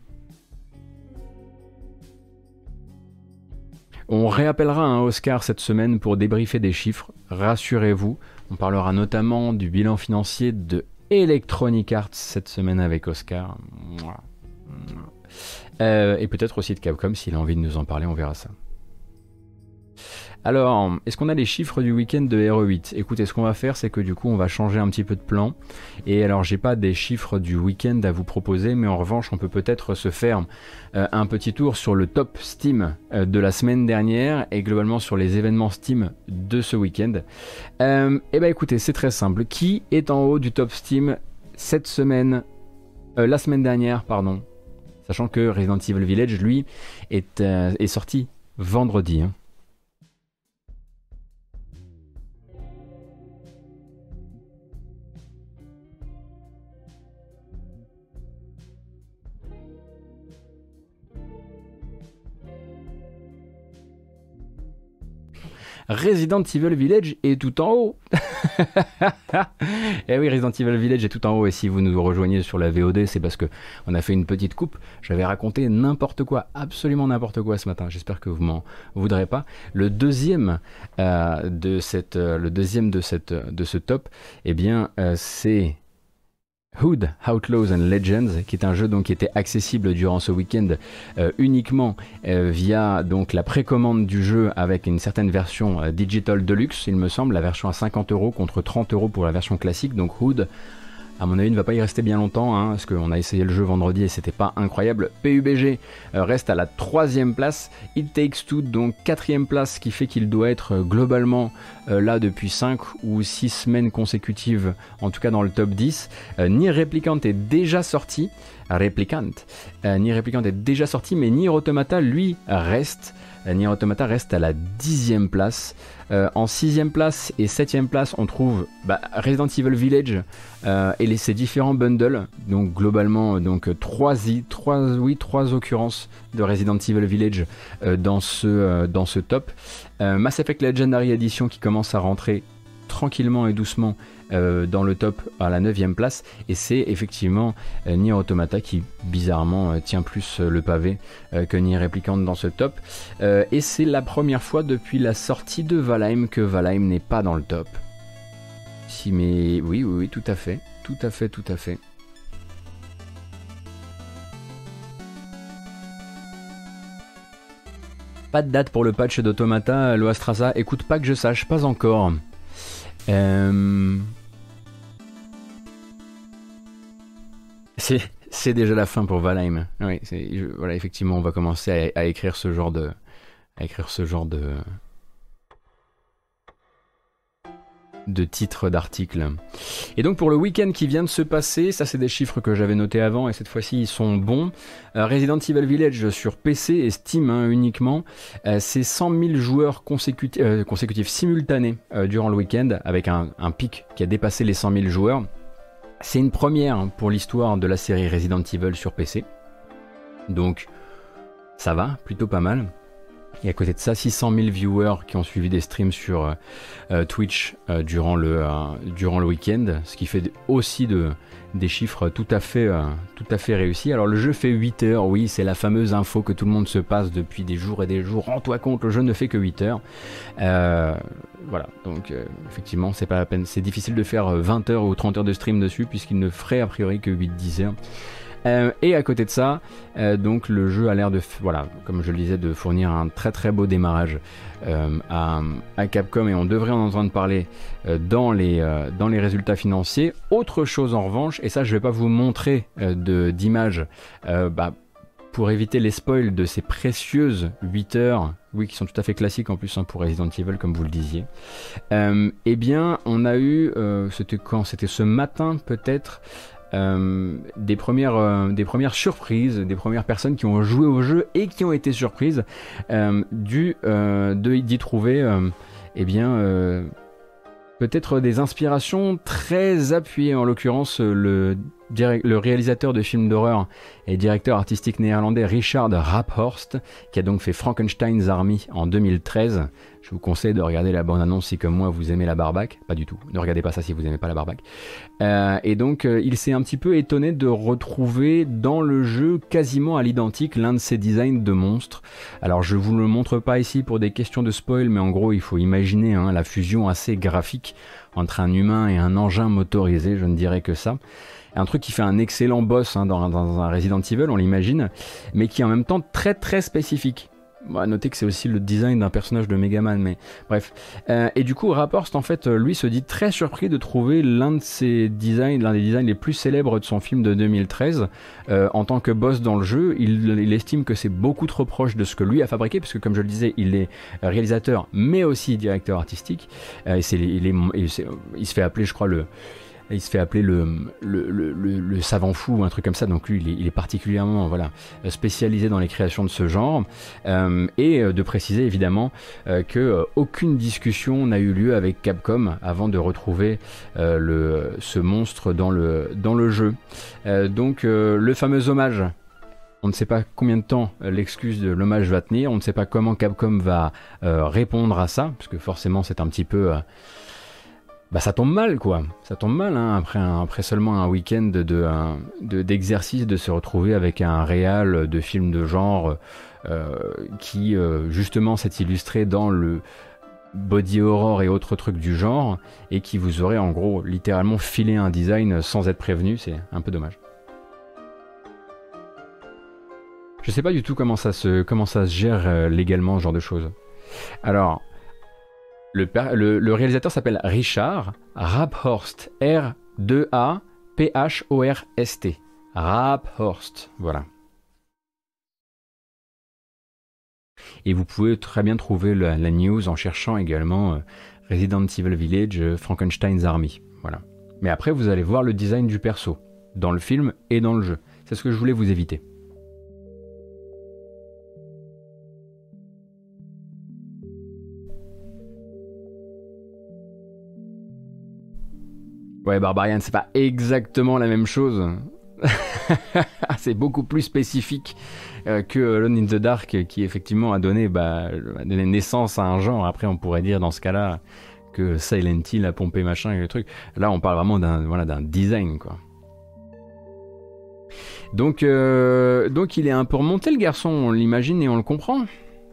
On réappellera un Oscar cette semaine pour débriefer des chiffres, rassurez-vous. On parlera notamment du bilan financier de Electronic Arts cette semaine avec Oscar. Et peut-être aussi de Capcom, s'il a envie de nous en parler, on verra ça. Alors, est-ce qu'on a les chiffres du week-end de RE8 ? Écoutez, ce qu'on va faire, c'est que du coup, on va changer un petit peu de plan. Et alors, j'ai pas des chiffres du week-end à vous proposer, mais en revanche, on peut peut-être se faire un petit tour sur le top Steam de la semaine dernière et globalement sur les événements Steam de ce week-end. Et ben écoutez, c'est très simple. Qui est en haut du top Steam cette semaine, la semaine dernière, pardon, sachant que Resident Evil Village, lui, est sorti vendredi. Hein. Resident Evil Village est tout en haut. Et oui, Resident Evil Village est tout en haut. Et si vous nous rejoignez sur la VOD, c'est parce que on a fait une petite coupe. J'avais raconté n'importe quoi, absolument n'importe quoi ce matin. J'espère que vous m'en voudrez pas. Le deuxième de ce top, eh bien, c'est Hood, Outlaws and Legends, qui est un jeu donc qui était accessible durant ce week-end uniquement via donc la précommande du jeu avec une certaine version Digital Deluxe, il me semble, la version à 50 € contre 30 € pour la version classique. Donc Hood, à mon avis, ne va pas y rester bien longtemps, hein, parce qu'on a essayé le jeu vendredi et c'était pas incroyable. PUBG reste à la 3e place, It Takes Two donc 4e place, ce qui fait qu'il doit être globalement là depuis 5 ou 6 semaines consécutives, en tout cas dans le top 10. Nier Replicant est déjà sorti, Nier Replicant est déjà sorti, mais Nier Automata lui reste. Nier Automata reste à la 10e place. En 6e place et 7e place, on trouve Resident Evil Village et ses différents bundles. Donc globalement, donc 3 occurrences de Resident Evil Village dans ce top. Mass Effect Legendary Edition qui commence à rentrer tranquillement et doucement dans le top à la 9e place, et c'est effectivement Nier Automata qui bizarrement tient plus le pavé que Nier Replicant dans ce top, et c'est la première fois depuis la sortie de Valheim que Valheim n'est pas dans le top. Si, mais oui, tout à fait. Pas de date pour le patch d'Automata, Loastrasa, écoute, pas que je sache, pas encore. C'est déjà la fin pour Valheim. Oui, voilà, effectivement, on va commencer à écrire ce genre de titres d'articles. Et donc pour le week-end qui vient de se passer, ça c'est des chiffres que j'avais notés avant et cette fois-ci ils sont bons. Resident Evil Village sur PC et Steam uniquement, c'est 100 000 joueurs consécutifs simultanés durant le week-end, avec un pic qui a dépassé les 100 000 joueurs. C'est une première pour l'histoire de la série Resident Evil sur PC. Donc ça va, plutôt pas mal. Et à côté de ça, 600 000 viewers qui ont suivi des streams sur Twitch durant le week-end, ce qui fait aussi des chiffres tout à fait réussis. Alors le jeu fait 8 heures, oui, c'est la fameuse info que tout le monde se passe depuis des jours et des jours. Rends-toi compte, le jeu ne fait que 8 heures. Voilà, donc effectivement, c'est pas la peine. C'est difficile de faire 20 heures ou 30 heures de stream dessus, puisqu'il ne ferait a priori que 8-10 heures. Et à côté de ça, donc le jeu a l'air de, voilà, comme je le disais, de fournir un très très beau démarrage à Capcom, et on devrait en entendre parler dans les résultats financiers. Autre chose en revanche, et ça je vais pas vous montrer d'images pour éviter les spoils de ces précieuses 8 heures, oui, qui sont tout à fait classiques en plus pour Resident Evil comme vous le disiez. Eh bien on a eu, c'était quand ? C'était ce matin peut-être. des premières surprises, des premières personnes qui ont joué au jeu et qui ont été surprises d'y trouver peut-être des inspirations très appuyées. En l'occurrence, le réalisateur de films d'horreur et directeur artistique néerlandais Richard Raphorst, qui a donc fait Frankenstein's Army en 2013. Je vous conseille de regarder la bande-annonce si comme moi vous aimez la barbaque. Pas du tout, ne regardez pas ça si vous n'aimez pas la barbaque. Et donc il s'est un petit peu étonné de retrouver dans le jeu quasiment à l'identique l'un de ses designs de monstres. Alors je vous le montre pas ici pour des questions de spoil, mais en gros il faut imaginer la fusion assez graphique entre un humain et un engin motorisé, je ne dirais que ça. Un truc qui fait un excellent boss dans un Resident Evil, on l'imagine, mais qui est en même temps très très spécifique. Bon, notez que c'est aussi le design d'un personnage de Megaman, mais bref. Et du coup, Raphorst, en fait, lui se dit très surpris de trouver l'un des designs les plus célèbres de son film de 2013 en tant que boss dans le jeu. Il estime que c'est beaucoup trop proche de ce que lui a fabriqué, puisque comme je le disais, il est réalisateur, mais aussi directeur artistique. Il se fait appeler, je crois, il se fait appeler le savant fou ou un truc comme ça, donc lui il est particulièrement spécialisé dans les créations de ce genre, et de préciser évidemment que aucune discussion n'a eu lieu avec Capcom avant de retrouver ce monstre dans le jeu. Donc le fameux hommage, on ne sait pas combien de temps l'excuse de l'hommage va tenir, on ne sait pas comment Capcom va répondre à ça, parce que forcément c'est un petit peu... ça tombe mal quoi, ça tombe mal après seulement un week-end d'exercice de se retrouver avec un réal de film de genre qui justement s'est illustré dans le body horror et autres trucs du genre et qui vous aurait en gros littéralement filé un design sans être prévenu, c'est un peu dommage. Je sais pas du tout comment ça se gère légalement ce genre de choses. Alors... Le réalisateur s'appelle Richard Raphorst, R-2-A-P-H-O-R-S-T. Raphorst, voilà. Et vous pouvez très bien trouver la news en cherchant également Resident Evil Village, Frankenstein's Army. Voilà. Mais après, vous allez voir le design du perso, dans le film et dans le jeu. C'est ce que je voulais vous éviter. Ouais, Barbarian, c'est pas exactement la même chose. C'est beaucoup plus spécifique que Alone in the Dark, qui effectivement a donné naissance à un genre. Après, on pourrait dire dans ce cas-là que Silent Hill a pompé machin et le truc. Là, on parle vraiment d'un design, quoi. Donc il est un peu remonté, le garçon, on l'imagine et on le comprend.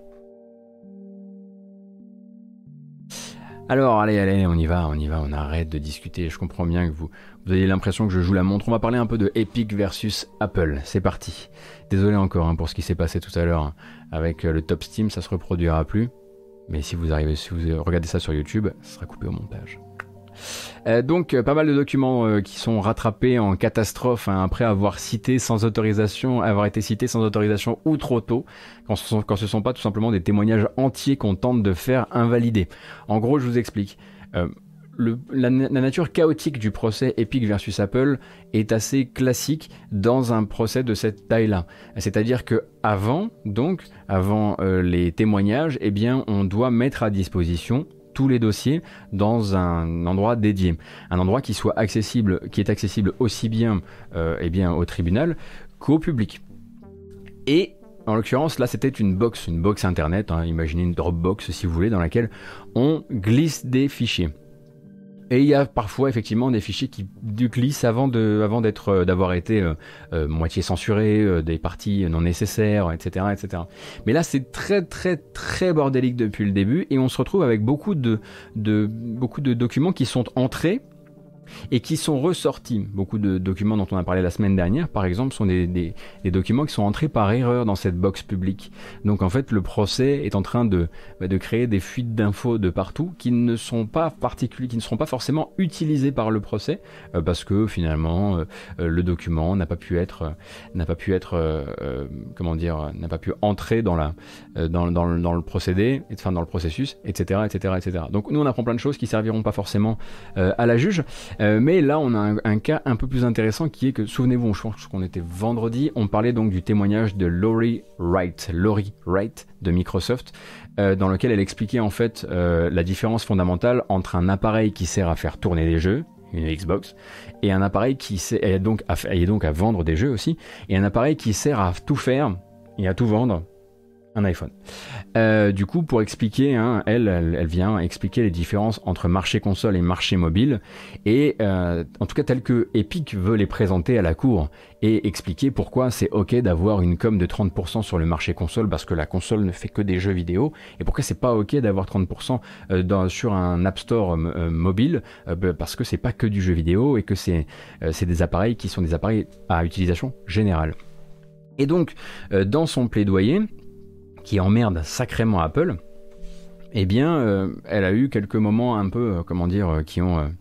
Alors, allez, on y va, on arrête de discuter. Je comprends bien que vous ayez l'impression que je joue la montre. On va parler un peu de Epic versus Apple. C'est parti. Désolé encore pour ce qui s'est passé tout à l'heure avec le top Steam, ça se reproduira plus. Mais si vous regardez ça sur YouTube, ça sera coupé au montage. Donc pas mal de documents qui sont rattrapés en catastrophe après avoir été cités sans autorisation ou trop tôt, quand ce sont pas tout simplement des témoignages entiers qu'on tente de faire invalider. En gros, je vous explique. La nature chaotique du procès Epic versus Apple est assez classique dans un procès de cette taille-là. C'est-à-dire que avant les témoignages, on doit mettre à disposition tous les dossiers dans un endroit dédié, un endroit qui est accessible aussi bien au tribunal qu'au public. Et en l'occurrence, là, c'était une box internet, imaginez une Dropbox si vous voulez, dans laquelle on glisse des fichiers. Et il y a parfois effectivement des fichiers qui glissent d'avoir été moitié censurés, des parties non nécessaires, etc., etc. Mais là, c'est très très très bordélique depuis le début, et on se retrouve avec beaucoup de documents qui sont entrés et qui sont ressortis. Beaucoup de documents dont on a parlé la semaine dernière, par exemple, sont des documents qui sont entrés par erreur dans cette box publique. Donc en fait, le procès est en train de créer des fuites d'infos de partout qui ne seront pas forcément utilisées par le procès, parce que finalement le document n'a pas pu entrer dans le procédé, dans le processus, etc., etc., etc. Donc nous on apprend plein de choses qui serviront pas forcément à la juge. Mais là, on a un cas un peu plus intéressant qui est que, souvenez-vous, je pense qu'on était vendredi, on parlait donc du témoignage de Lori Wright de Microsoft, dans lequel elle expliquait en fait la différence fondamentale entre un appareil qui sert à faire tourner des jeux, une Xbox, et un appareil qui sert donc à vendre des jeux aussi, et un appareil qui sert à tout faire et à tout vendre, un iPhone. Du coup, pour expliquer, hein, elle vient expliquer les différences entre marché console et marché mobile, et en tout cas tel que Epic veut les présenter à la cour, et expliquer pourquoi c'est ok d'avoir une com de 30% sur le marché console parce que la console ne fait que des jeux vidéo, et pourquoi c'est pas ok d'avoir 30% sur un App Store mobile parce que c'est pas que du jeu vidéo et que c'est des appareils qui sont des appareils à utilisation générale. Et donc, dans son plaidoyer, qui emmerde sacrément Apple, eh bien, elle a eu quelques moments un peu, qui ont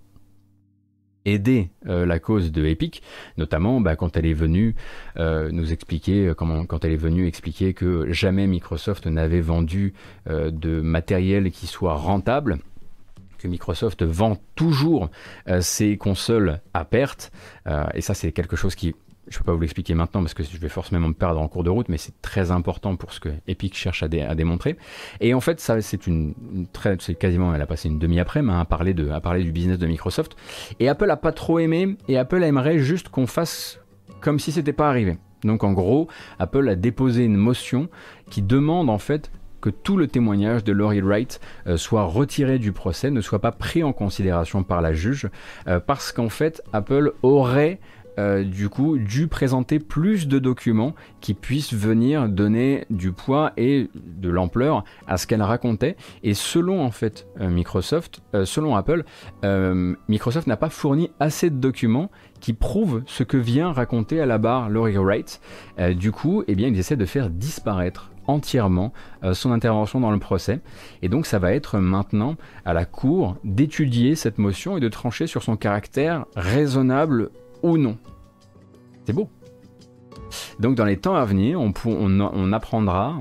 aidé la cause de Epic, notamment quand elle est venue nous expliquer, quand elle est venue expliquer que jamais Microsoft n'avait vendu de matériel qui soit rentable, que Microsoft vend toujours ses consoles à perte, et ça c'est quelque chose qui... Je ne peux pas vous l'expliquer maintenant parce que je vais forcément me perdre en cours de route, mais c'est très important pour ce que Epic cherche à démontrer. Et en fait, ça, c'est quasiment, elle a passé une demi-après-midi à parler du business de Microsoft. Et Apple a pas trop aimé, et Apple aimerait juste qu'on fasse comme si c'était pas arrivé. Donc en gros, Apple a déposé une motion qui demande en fait que tout le témoignage de Lori Wright soit retiré du procès, ne soit pas pris en considération par la juge, parce qu'en fait, Apple aurait du coup dû présenter plus de documents qui puissent venir donner du poids et de l'ampleur à ce qu'elle racontait. Et selon en fait selon Apple, Microsoft n'a pas fourni assez de documents qui prouvent ce que vient raconter à la barre Lori Wright. Du coup, eh bien, ils essaient de faire disparaître entièrement son intervention dans le procès, et donc ça va être maintenant à la cour d'étudier cette motion et de trancher sur son caractère raisonnable ou non. C'est beau. Donc dans les temps à venir, on apprendra,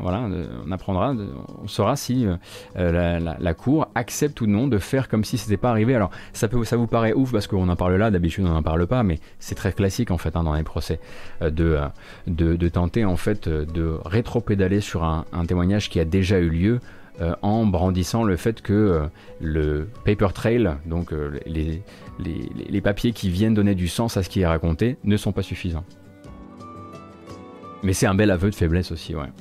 on saura si la cour accepte ou non de faire comme si c'était pas arrivé. Alors ça vous paraît ouf parce qu'on en parle là, d'habitude on n'en parle pas, mais c'est très classique en fait dans les procès de tenter en fait de rétropédaler sur un témoignage qui a déjà eu lieu. En brandissant le fait que le paper trail, donc les papiers qui viennent donner du sens à ce qui est raconté, ne sont pas suffisants. Mais c'est un bel aveu de faiblesse aussi, ouais.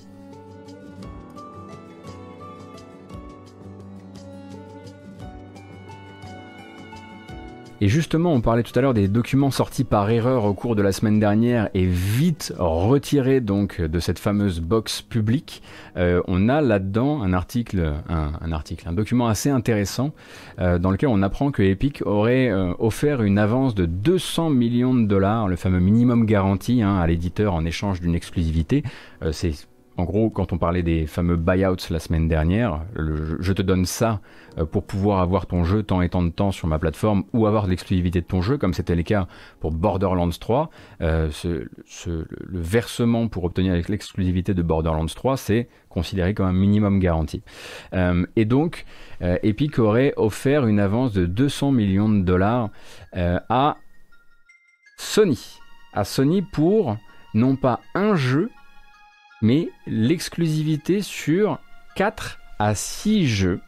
Et justement, on parlait tout à l'heure des documents sortis par erreur au cours de la semaine dernière et vite retirés donc de cette fameuse box publique. On a là-dedans un document assez intéressant dans lequel on apprend que Epic aurait offert une avance de 200 millions de dollars, le fameux minimum garanti à l'éditeur en échange d'une exclusivité. C'est en gros, quand on parlait des fameux buyouts la semaine dernière, je te donne ça pour pouvoir avoir ton jeu tant et tant de temps sur ma plateforme ou avoir de l'exclusivité de ton jeu, comme c'était le cas pour Borderlands 3. Le versement pour obtenir l'exclusivité de Borderlands 3, c'est considéré comme un minimum garanti. Et donc, Epic aurait offert une avance de 200 millions de dollars à Sony. À Sony pour, non pas un jeu, mais l'exclusivité sur 4 à 6 jeux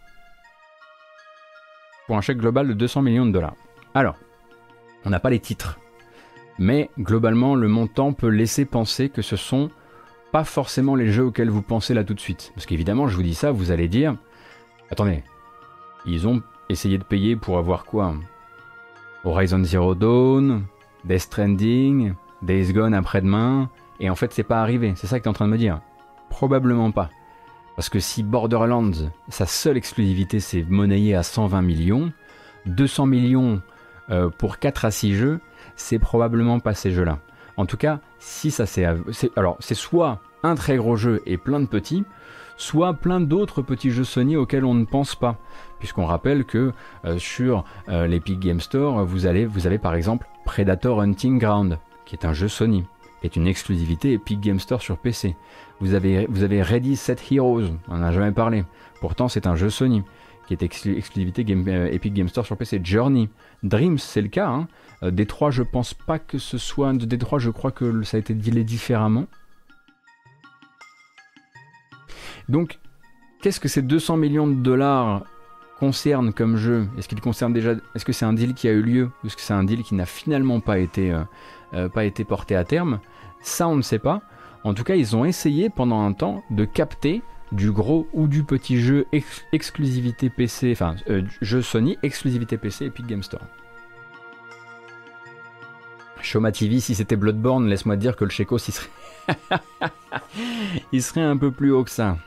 pour un chèque global de 200 millions de dollars. Alors, on n'a pas les titres, mais globalement, le montant peut laisser penser que ce sont pas forcément les jeux auxquels vous pensez là tout de suite. Parce qu'évidemment, je vous dis ça, vous allez dire, attendez, ils ont essayé de payer pour avoir quoi ? Horizon Zero Dawn, Death Stranding, Days Gone après-demain... Et en fait, c'est pas arrivé. C'est ça que tu es en train de me dire. Probablement pas. Parce que si Borderlands, sa seule exclusivité, c'est monnayé à 120 millions, 200 millions pour 4 à 6 jeux, c'est probablement pas ces jeux-là. En tout cas, si ça alors, c'est soit un très gros jeu et plein de petits, soit plein d'autres petits jeux Sony auxquels on ne pense pas. Puisqu'on rappelle que sur l'Epic Game Store, vous avez par exemple Predator Hunting Ground, qui est un jeu Sony, qui est une exclusivité Epic Game Store sur PC. Vous avez Ready Set Heroes, on n'en a jamais parlé. Pourtant, c'est un jeu Sony, qui est exclusivité Epic Game Store sur PC. Journey, Dreams, c'est le cas. Hein. Détroit, je pense pas que ce soit de Détroit, je crois que ça a été dealé différemment. Donc, qu'est-ce que ces 200 millions de dollars concernent comme jeu? Est-ce qu'il concerne déjà? Est-ce que c'est un deal qui a eu lieu? Ou est-ce que c'est un deal qui n'a finalement pas été porté à terme? Ça, on ne sait pas. En tout cas, ils ont essayé pendant un temps de capter du gros ou du petit jeu exclusivité PC, enfin, jeu Sony, exclusivité PC Epic Game Store. Shoma TV, si c'était Bloodborne, laisse-moi te dire que le Chekos, il serait un peu plus haut que ça.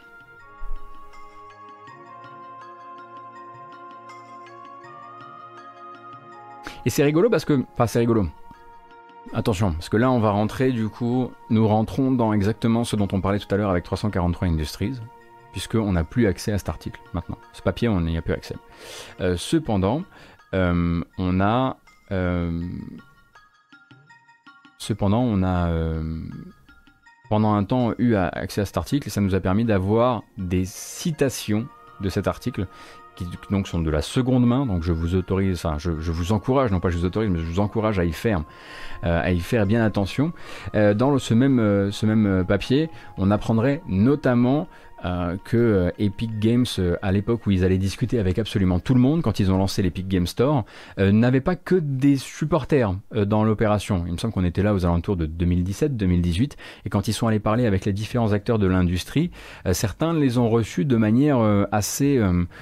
Et c'est rigolo parce que... Enfin, c'est rigolo. Attention, parce que là, on va rentrer, du coup... Nous rentrons dans exactement ce dont on parlait tout à l'heure avec 343 Industries, puisqu'on n'a plus accès à cet article, maintenant. Ce papier, on n'y a plus accès. Cependant, on a... pendant un temps eu accès à cet article, et ça nous a permis d'avoir des citations de cet article qui donc sont de la seconde main. Donc je vous autorise, enfin je vous encourage, non pas je vous autorise, mais je vous encourage à y faire bien attention. Dans ce même papier, on apprendrait notamment que Epic Games, à l'époque où ils allaient discuter avec absolument tout le monde, quand ils ont lancé l'Epic Game Store, n'avait pas que des supporters dans l'opération. Il me semble qu'on était là aux alentours de 2017-2018, et quand ils sont allés parler avec les différents acteurs de l'industrie, certains les ont reçus de manière assez,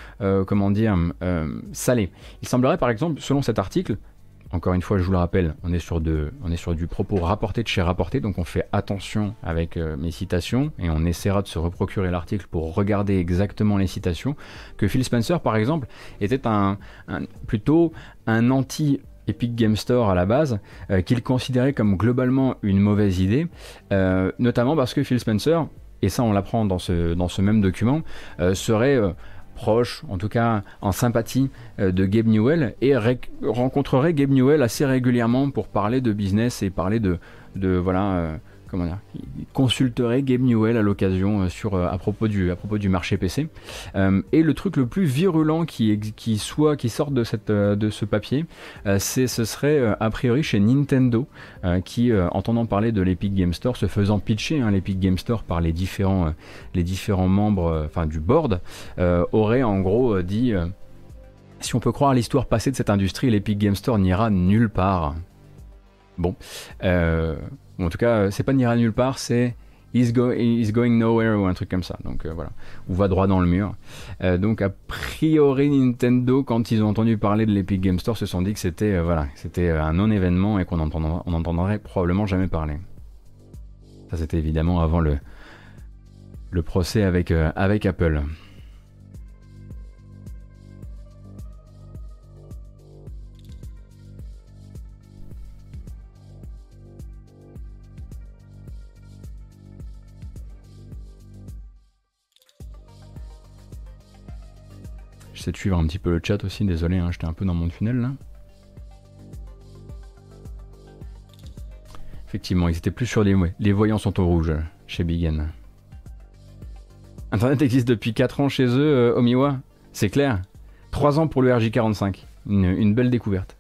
salée. Il semblerait par exemple, selon cet article, encore une fois, je vous le rappelle, on est sur du propos rapporté de chez rapporté, donc on fait attention avec mes citations et on essaiera de se reprocurer l'article pour regarder exactement les citations. Que Phil Spencer, par exemple, était plutôt un anti-Epic Game Store à la base, qu'il considérait comme globalement une mauvaise idée, notamment parce que Phil Spencer, et ça on l'apprend dans ce même document, serait... proche, en tout cas en sympathie de Gabe Newell, et rencontrerait Gabe Newell assez régulièrement pour parler de business et parler il consulterait Gabe Newell à l'occasion à propos du marché PC. Et le truc le plus virulent qui sort de ce papier, ce serait a priori chez Nintendo, qui entendant parler de l'Epic Game Store, se faisant pitcher l'Epic Game Store par les différents membres du board, aurait en gros dit si on peut croire l'histoire passée de cette industrie, l'Epic Game Store n'ira nulle part. Bon, en tout cas, c'est pas n'ira nulle part, c'est He's going nowhere ou un truc comme ça. Donc voilà, ou va droit dans le mur. Donc a priori Nintendo, quand ils ont entendu parler de l'Epic Game Store, se sont dit que c'était un non-événement et qu'on n'entendrait probablement jamais parler. Ça c'était évidemment avant le procès avec Apple. J'essaie de suivre un petit peu le chat aussi, désolé, j'étais un peu dans mon tunnel là. Effectivement, ils étaient plus sur les voyants sont au rouge chez Big N. Internet existe depuis 4 ans chez eux, Omiwa, c'est clair. 3 ans pour le RJ45, une belle découverte.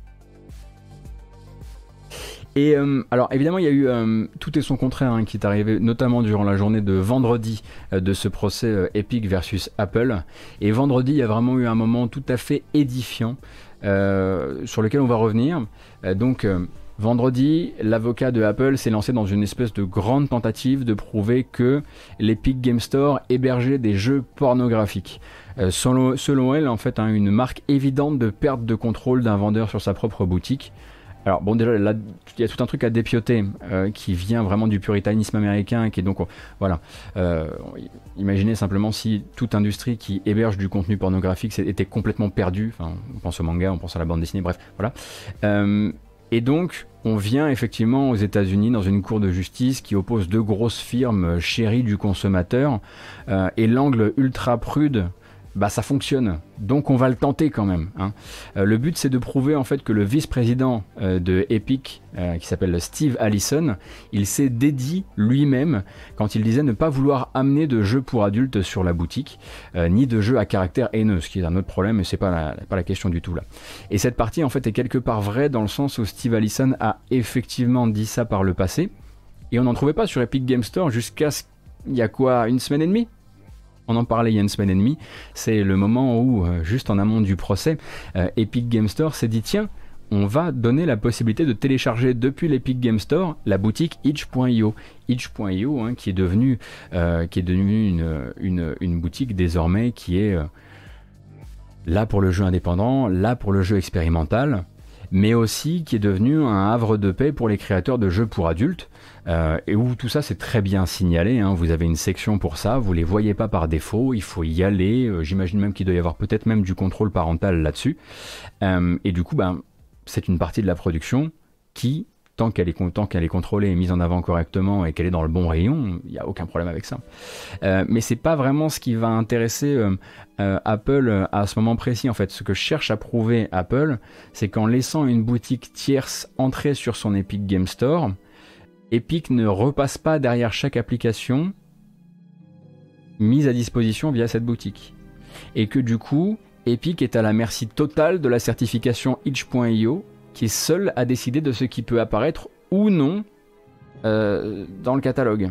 Et alors évidemment il y a eu tout et son contraire qui est arrivé notamment durant la journée de vendredi de ce procès Epic versus Apple, et vendredi il y a vraiment eu un moment tout à fait édifiant sur lequel on va revenir. Vendredi, l'avocat de Apple s'est lancé dans une espèce de grande tentative de prouver que l'Epic Game Store hébergeait des jeux pornographiques. Selon elle, en fait, une marque évidente de perte de contrôle d'un vendeur sur sa propre boutique. Alors bon, déjà là il y a tout un truc à dépioter qui vient vraiment du puritanisme américain, qui est donc imaginez simplement si toute industrie qui héberge du contenu pornographique était complètement perdue. Enfin, on pense au manga, on pense à la bande dessinée, bref, voilà. Et donc on vient effectivement aux États-Unis dans une cour de justice qui oppose deux grosses firmes chéries du consommateur, et l'angle ultra prude bah ça fonctionne, donc on va le tenter quand même. Hein. Le but c'est de prouver en fait que le vice-président de Epic, qui s'appelle Steve Allison, il s'est dédié lui-même quand il disait ne pas vouloir amener de jeux pour adultes sur la boutique, ni de jeux à caractère haineux, ce qui est un autre problème, mais c'est pas la question du tout là. Et cette partie en fait est quelque part vraie dans le sens où Steve Allison a effectivement dit ça par le passé, et on n'en trouvait pas sur Epic Game Store jusqu'à il y a quoi, une semaine et demie ? On en parlait il y a une semaine et demie, c'est le moment où, juste en amont du procès, Epic Game Store s'est dit tiens, on va donner la possibilité de télécharger depuis l'Epic Game Store la boutique itch.io. Itch.io hein, qui est devenu une boutique désormais qui est là pour le jeu indépendant, là pour le jeu expérimental, mais aussi qui est devenu un havre de paix pour les créateurs de jeux pour adultes, et où tout ça c'est très bien signalé, hein. Vous avez une section pour ça, vous les voyez pas par défaut, il faut y aller, j'imagine même qu'il doit y avoir peut-être même du contrôle parental là-dessus, et du coup c'est une partie de la production qui, tant qu'elle est contrôlée et mise en avant correctement et qu'elle est dans le bon rayon, il n'y a aucun problème avec ça. Mais c'est pas vraiment ce qui va intéresser Apple à ce moment précis. En fait, ce que cherche à prouver Apple, c'est qu'en laissant une boutique tierce entrer sur son Epic Game Store, Epic ne repasse pas derrière chaque application mise à disposition via cette boutique. Et que du coup, Epic est à la merci totale de la certification itch.io, qui est seul à décider de ce qui peut apparaître ou non dans le catalogue.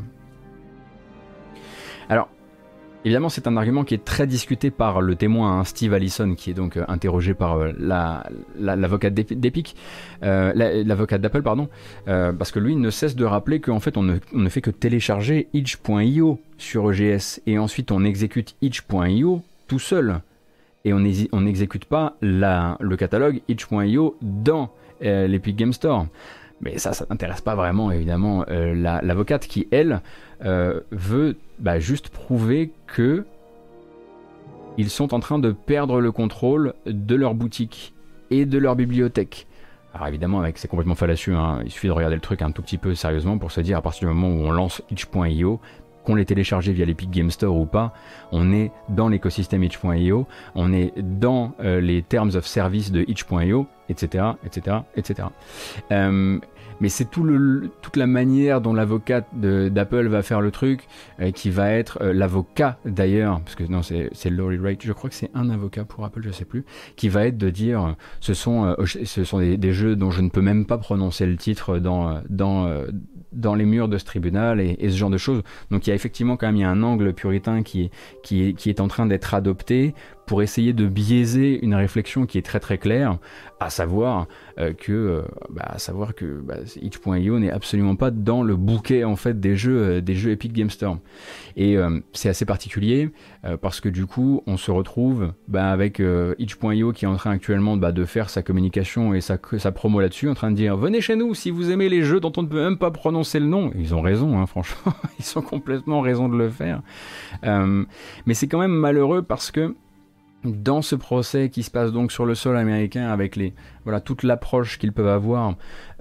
Alors, évidemment, c'est un argument qui est très discuté par le témoin, hein, Steve Allison, qui est donc interrogé par l'avocate d'Epic, l'avocate d'Apple, pardon, parce que lui ne cesse de rappeler qu'en fait on ne fait que télécharger itch.io sur EGS, et ensuite on exécute itch.io tout seul. Et on n'exécute pas le catalogue itch.io dans l'Epic Game Store. Mais ça n'intéresse pas vraiment, évidemment, l'avocate qui, elle, veut juste prouver que ils sont en train de perdre le contrôle de leur boutique et de leur bibliothèque. Alors évidemment, c'est complètement fallacieux, hein. Il suffit de regarder le truc un tout petit peu sérieusement pour se dire, à partir du moment où on lance itch.io, qu'on l'ait téléchargé via l'Epic Game Store ou pas, on est dans l'écosystème itch.io, on est dans les terms of service de itch.io, etc., etc., etc. Mais c'est toute la manière dont l'avocate d'Apple va faire le truc, qui va être l'avocat d'ailleurs, parce que non, c'est Lori Wright, je crois que c'est un avocat pour Apple, je sais plus, qui va être de dire ce sont des jeux dont je ne peux même pas prononcer le titre dans les murs de ce tribunal et ce genre de choses. Donc il y a effectivement quand même un angle puritain qui est en train d'être adopté pour essayer de biaiser une réflexion qui est très très claire, à savoir que itch.io n'est absolument pas dans le bouquet en fait des jeux Epic Game Store. Et c'est assez particulier parce que du coup on se retrouve avec itch.io qui est en train actuellement de faire sa communication et sa promo là-dessus, en train de dire venez chez nous si vous aimez les jeux dont on ne peut même pas prononcer le nom. Ils ont raison, hein, franchement, ils ont complètement raison de le faire. Mais c'est quand même malheureux parce que dans ce procès qui se passe donc sur le sol américain avec toute l'approche qu'ils peuvent avoir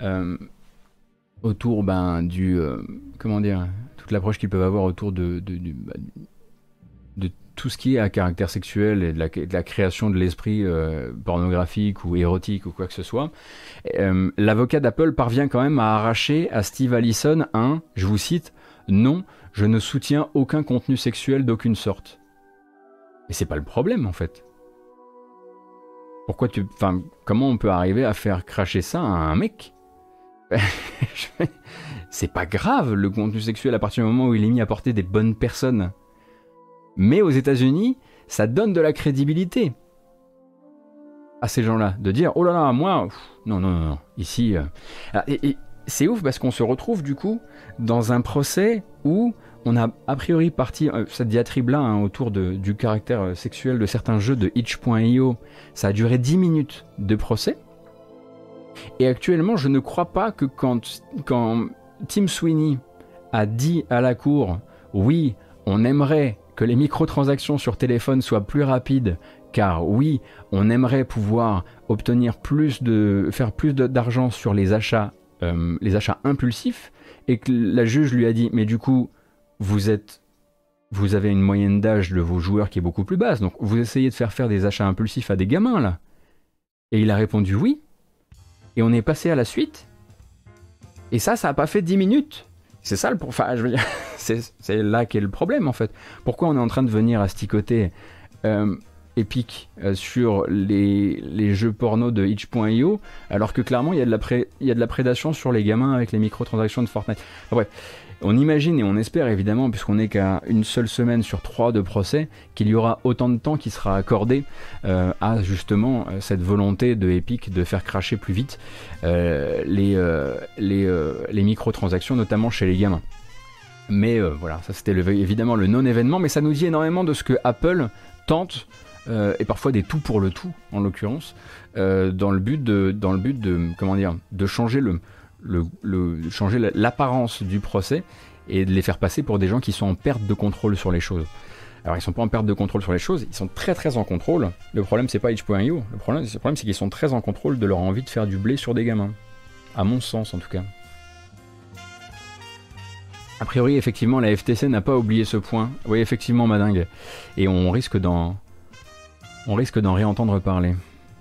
autour toute l'approche qu'ils peuvent avoir autour de tout ce qui est à caractère sexuel et de la création de l'esprit pornographique ou érotique ou quoi que ce soit, l'avocat d'Apple parvient quand même à arracher à Steve Allison je vous cite, non, je ne soutiens aucun contenu sexuel d'aucune sorte. Mais c'est pas le problème en fait. Comment on peut arriver à faire cracher ça à un mec? C'est pas grave le contenu sexuel à partir du moment où il est mis à portée des bonnes personnes. Mais aux États-Unis, ça donne de la crédibilité à ces gens-là de dire oh là là, moi, non, ici. Et c'est ouf parce qu'on se retrouve du coup dans un procès où on a a priori parti cette diatribe-là autour du caractère sexuel de certains jeux de itch.io. Ça a duré 10 minutes de procès. Et actuellement, je ne crois pas que quand Tim Sweeney a dit à la cour oui, on aimerait que les microtransactions sur téléphone soient plus rapides, car oui, on aimerait pouvoir faire plus d'argent sur les achats impulsifs, et que la juge lui a dit mais du coup vous êtes vous avez une moyenne d'âge de vos joueurs qui est beaucoup plus basse. Donc vous essayez de faire des achats impulsifs à des gamins là. Et il a répondu oui. Et on est passé à la suite. Et ça n'a pas fait 10 minutes. C'est ça enfin, je veux dire, c'est là qu'est le problème en fait. Pourquoi on est en train de venir asticoter Epic sur les jeux porno de itch.io alors que clairement il y a de la prédation sur les gamins avec les microtransactions de Fortnite. Enfin, bref, on imagine et on espère évidemment, puisqu'on n'est qu'à une seule semaine sur 3 de procès, qu'il y aura autant de temps qui sera accordé à justement cette volonté de Epic de faire cracher plus vite les microtransactions, notamment chez les gamins. Mais voilà, ça c'était évidemment le non-événement, mais ça nous dit énormément de ce que Apple tente, et parfois des tout pour le tout en l'occurrence, dans le but de comment dire, de changer changer l'apparence du procès et de les faire passer pour des gens qui sont en perte de contrôle sur les choses. Alors ils sont pas en perte de contrôle sur les choses, ils sont très très en contrôle. Le problème c'est pas itch.io, le problème c'est qu'ils sont très en contrôle de leur envie de faire du blé sur des gamins. À mon sens en tout cas. A priori effectivement la FTC n'a pas oublié ce point. Oui effectivement madingue. Et on risque d'en réentendre parler.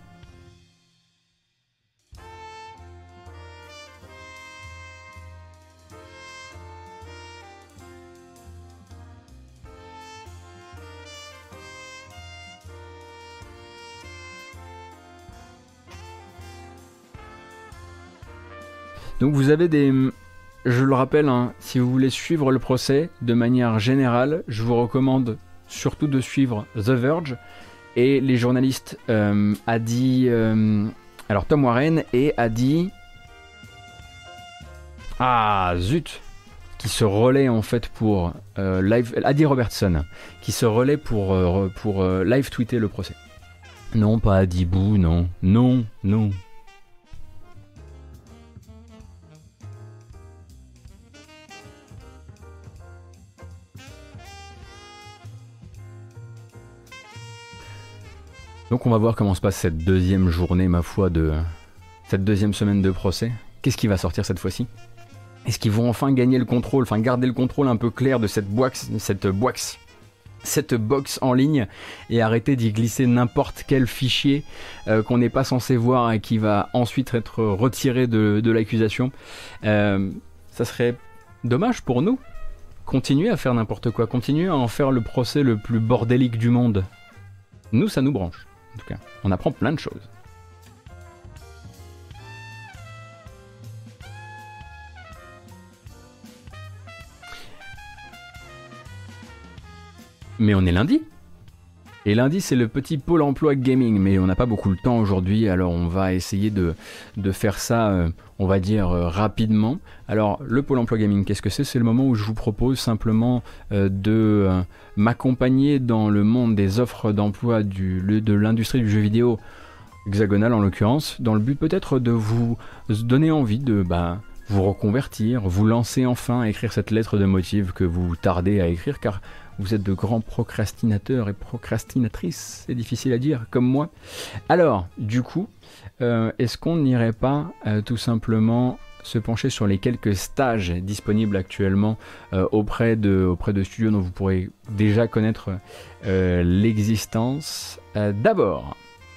Donc vous avez je le rappelle, hein, si vous voulez suivre le procès de manière générale, je vous recommande surtout de suivre The Verge et les journalistes Adi... alors Tom Warren et Adi... Ah zut, qui se relaient en fait pour Adi Robertson, qui se relaient pour live tweeter le procès. Non, pas Adi Boo, non. Donc on va voir comment se passe cette deuxième journée, ma foi, cette deuxième semaine de procès. Qu'est-ce qui va sortir cette fois-ci? Est-ce qu'ils vont enfin gagner le contrôle, enfin garder le contrôle un peu clair de cette box en ligne et arrêter d'y glisser n'importe quel fichier qu'on n'est pas censé voir et qui va ensuite être retiré de l'accusation? Ça serait dommage pour nous. Continuer à faire n'importe quoi, continuer à en faire le procès le plus bordélique du monde. Nous, ça nous branche. En tout cas, on apprend plein de choses. Mais on est lundi. Et lundi, c'est le petit pôle emploi gaming. Mais on n'a pas beaucoup le temps aujourd'hui, alors on va essayer de faire ça, on va dire, rapidement. Alors, le pôle emploi gaming, qu'est-ce que c'est? C'est le moment où je vous propose simplement de m'accompagner dans le monde des offres d'emploi de l'industrie du jeu vidéo hexagonale en l'occurrence, dans le but peut-être de vous donner envie de vous reconvertir, vous lancer enfin à écrire cette lettre de motive que vous tardez à écrire, car vous êtes de grands procrastinateurs et procrastinatrices, c'est difficile à dire, comme moi. Alors, du coup, est-ce qu'on n'irait pas tout simplement se pencher sur les quelques stages disponibles actuellement auprès de studios dont vous pourrez déjà connaître l'existence? D'abord,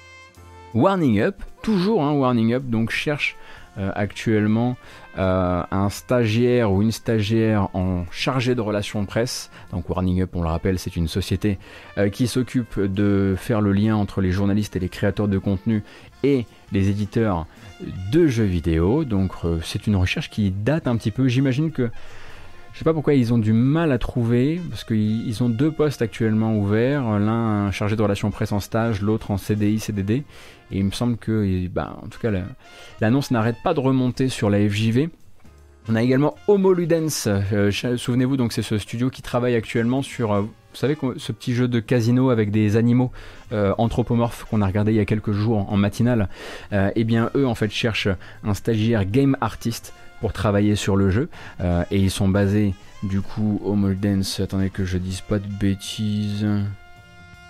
Warning Up, toujours Warning Up, donc cherche actuellement un stagiaire ou une stagiaire en chargé de relations presse. Donc Warning Up, on le rappelle, c'est une société qui s'occupe de faire le lien entre les journalistes et les créateurs de contenu et les éditeurs de jeux vidéo. Donc c'est une recherche qui date un petit peu. J'imagine que, je sais pas pourquoi ils ont du mal à trouver, parce qu'ils ont 2 postes actuellement ouverts, l'un chargé de relations presse en stage, l'autre en CDI, CDD, et il me semble que, en tout cas, l'annonce n'arrête pas de remonter sur la FJV. On a également Homo Ludens, souvenez-vous, donc c'est ce studio qui travaille actuellement sur, vous savez, ce petit jeu de casino avec des animaux anthropomorphes qu'on a regardé il y a quelques jours en matinale. Eh bien, eux, en fait, cherchent un stagiaire game artiste pour travailler sur le jeu, et ils sont basés du coup au Moldens. Attendez que je dise pas de bêtises.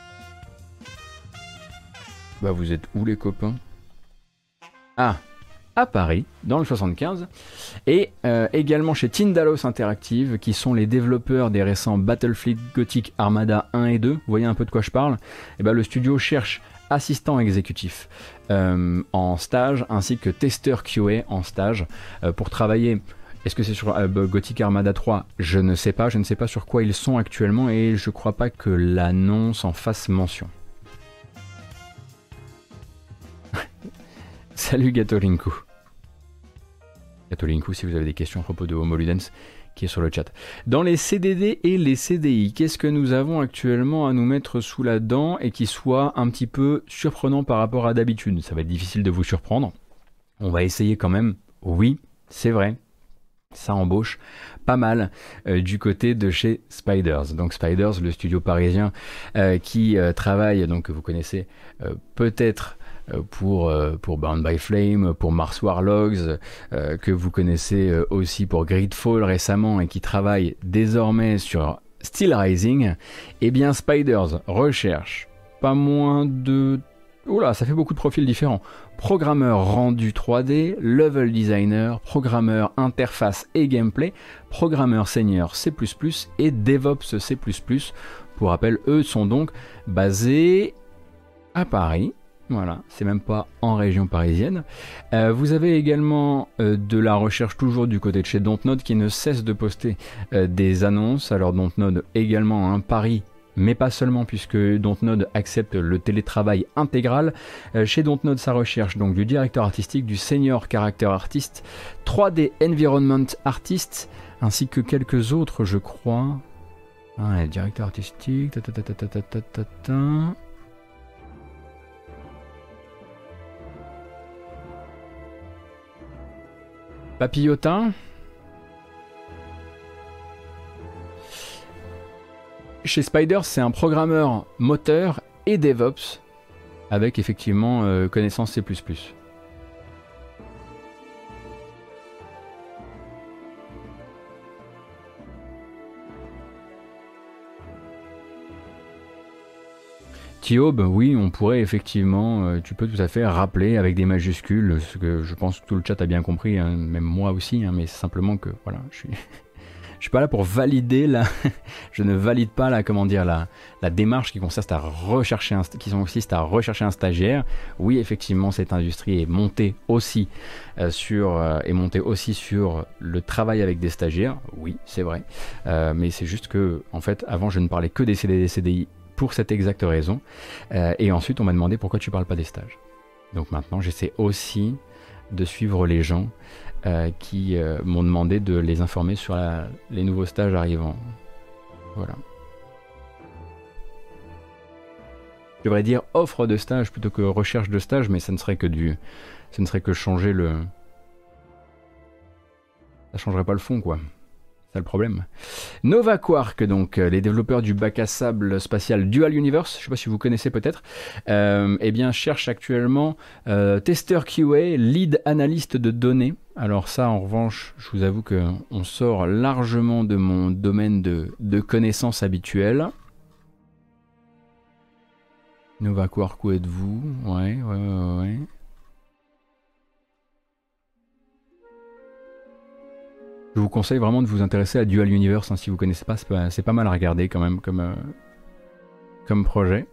Bah vous êtes où les copains? Ah, à Paris, dans le 75, et également chez Tindalos Interactive, qui sont les développeurs des récents Battlefleet Gothic Armada 1 et 2. Vous voyez un peu de quoi je parle? Et ben, le studio cherche assistant exécutif en stage, ainsi que testeur QA en stage, pour travailler. Est-ce que c'est sur Gothic Armada 3? Je ne sais pas sur quoi ils sont actuellement, et je crois pas que l'annonce en fasse mention. Salut Gatolinku. Gatolinku, si vous avez des questions à propos de Homo Ludens, qui est sur le chat. Dans les CDD et les CDI, qu'est-ce que nous avons actuellement à nous mettre sous la dent et qui soit un petit peu surprenant par rapport à d'habitude? Ça va être difficile de vous surprendre. On va essayer quand même. Oui, c'est vrai. Ça embauche pas mal du côté de chez Spiders. Donc Spiders, le studio parisien qui travaille, donc que vous connaissez peut-être pour Bound by Flame, pour Mars Warlogs, que vous connaissez aussi pour Gridfall récemment et qui travaille désormais sur Steel Rising. Eh bien Spiders recherche pas moins de... Oula, ça fait beaucoup de profils différents. Programmeur rendu 3D, level designer, programmeur interface et gameplay, programmeur senior C++ et DevOps C++. Pour rappel, eux sont donc basés à Paris. Voilà, c'est même pas en région parisienne. Vous avez également de la recherche toujours du côté de chez Dontnod qui ne cesse de poster des annonces. Alors Dontnod également un Paris, mais pas seulement, puisque Dontnod accepte le télétravail intégral. Chez Dontnod, ça recherche donc du directeur artistique, du senior character artist, 3D environment artist, ainsi que quelques autres, je crois. Ah, directeur artistique, Papillotin. Chez Spiders, c'est un programmeur moteur et DevOps avec effectivement connaissance C++. Thiob, oui, on pourrait effectivement, tu peux tout à fait rappeler avec des majuscules, ce que je pense que tout le chat a bien compris, hein, même moi aussi, hein, mais c'est simplement que, voilà, je suis pas là pour valider je ne valide pas la démarche qui consiste à rechercher un stagiaire. Oui, effectivement, cette industrie est montée aussi sur le travail avec des stagiaires. Oui, c'est vrai, mais c'est juste que, en fait, avant, je ne parlais que des CDD, CDI pour cette exacte raison. Et ensuite, on m'a demandé pourquoi tu parles pas des stages. Donc maintenant, j'essaie aussi de suivre les gens qui m'ont demandé de les informer sur les nouveaux stages arrivants. Voilà. Je devrais dire offre de stage plutôt que recherche de stage, mais ça ne serait que changer le... Ça changerait pas le fond, quoi. C'est le problème. Nova Quark, donc les développeurs du bac à sable spatial Dual Universe, je ne sais pas si vous connaissez peut-être, eh bien cherche actuellement testeur QA, lead analyste de données. Alors ça, en revanche, je vous avoue qu'on sort largement de mon domaine de connaissances habituelles. Nova Quark, où êtes-vous? Ouais. Je vous conseille vraiment de vous intéresser à Dual Universe, hein, si vous ne connaissez pas, c'est pas mal à regarder quand même comme projet.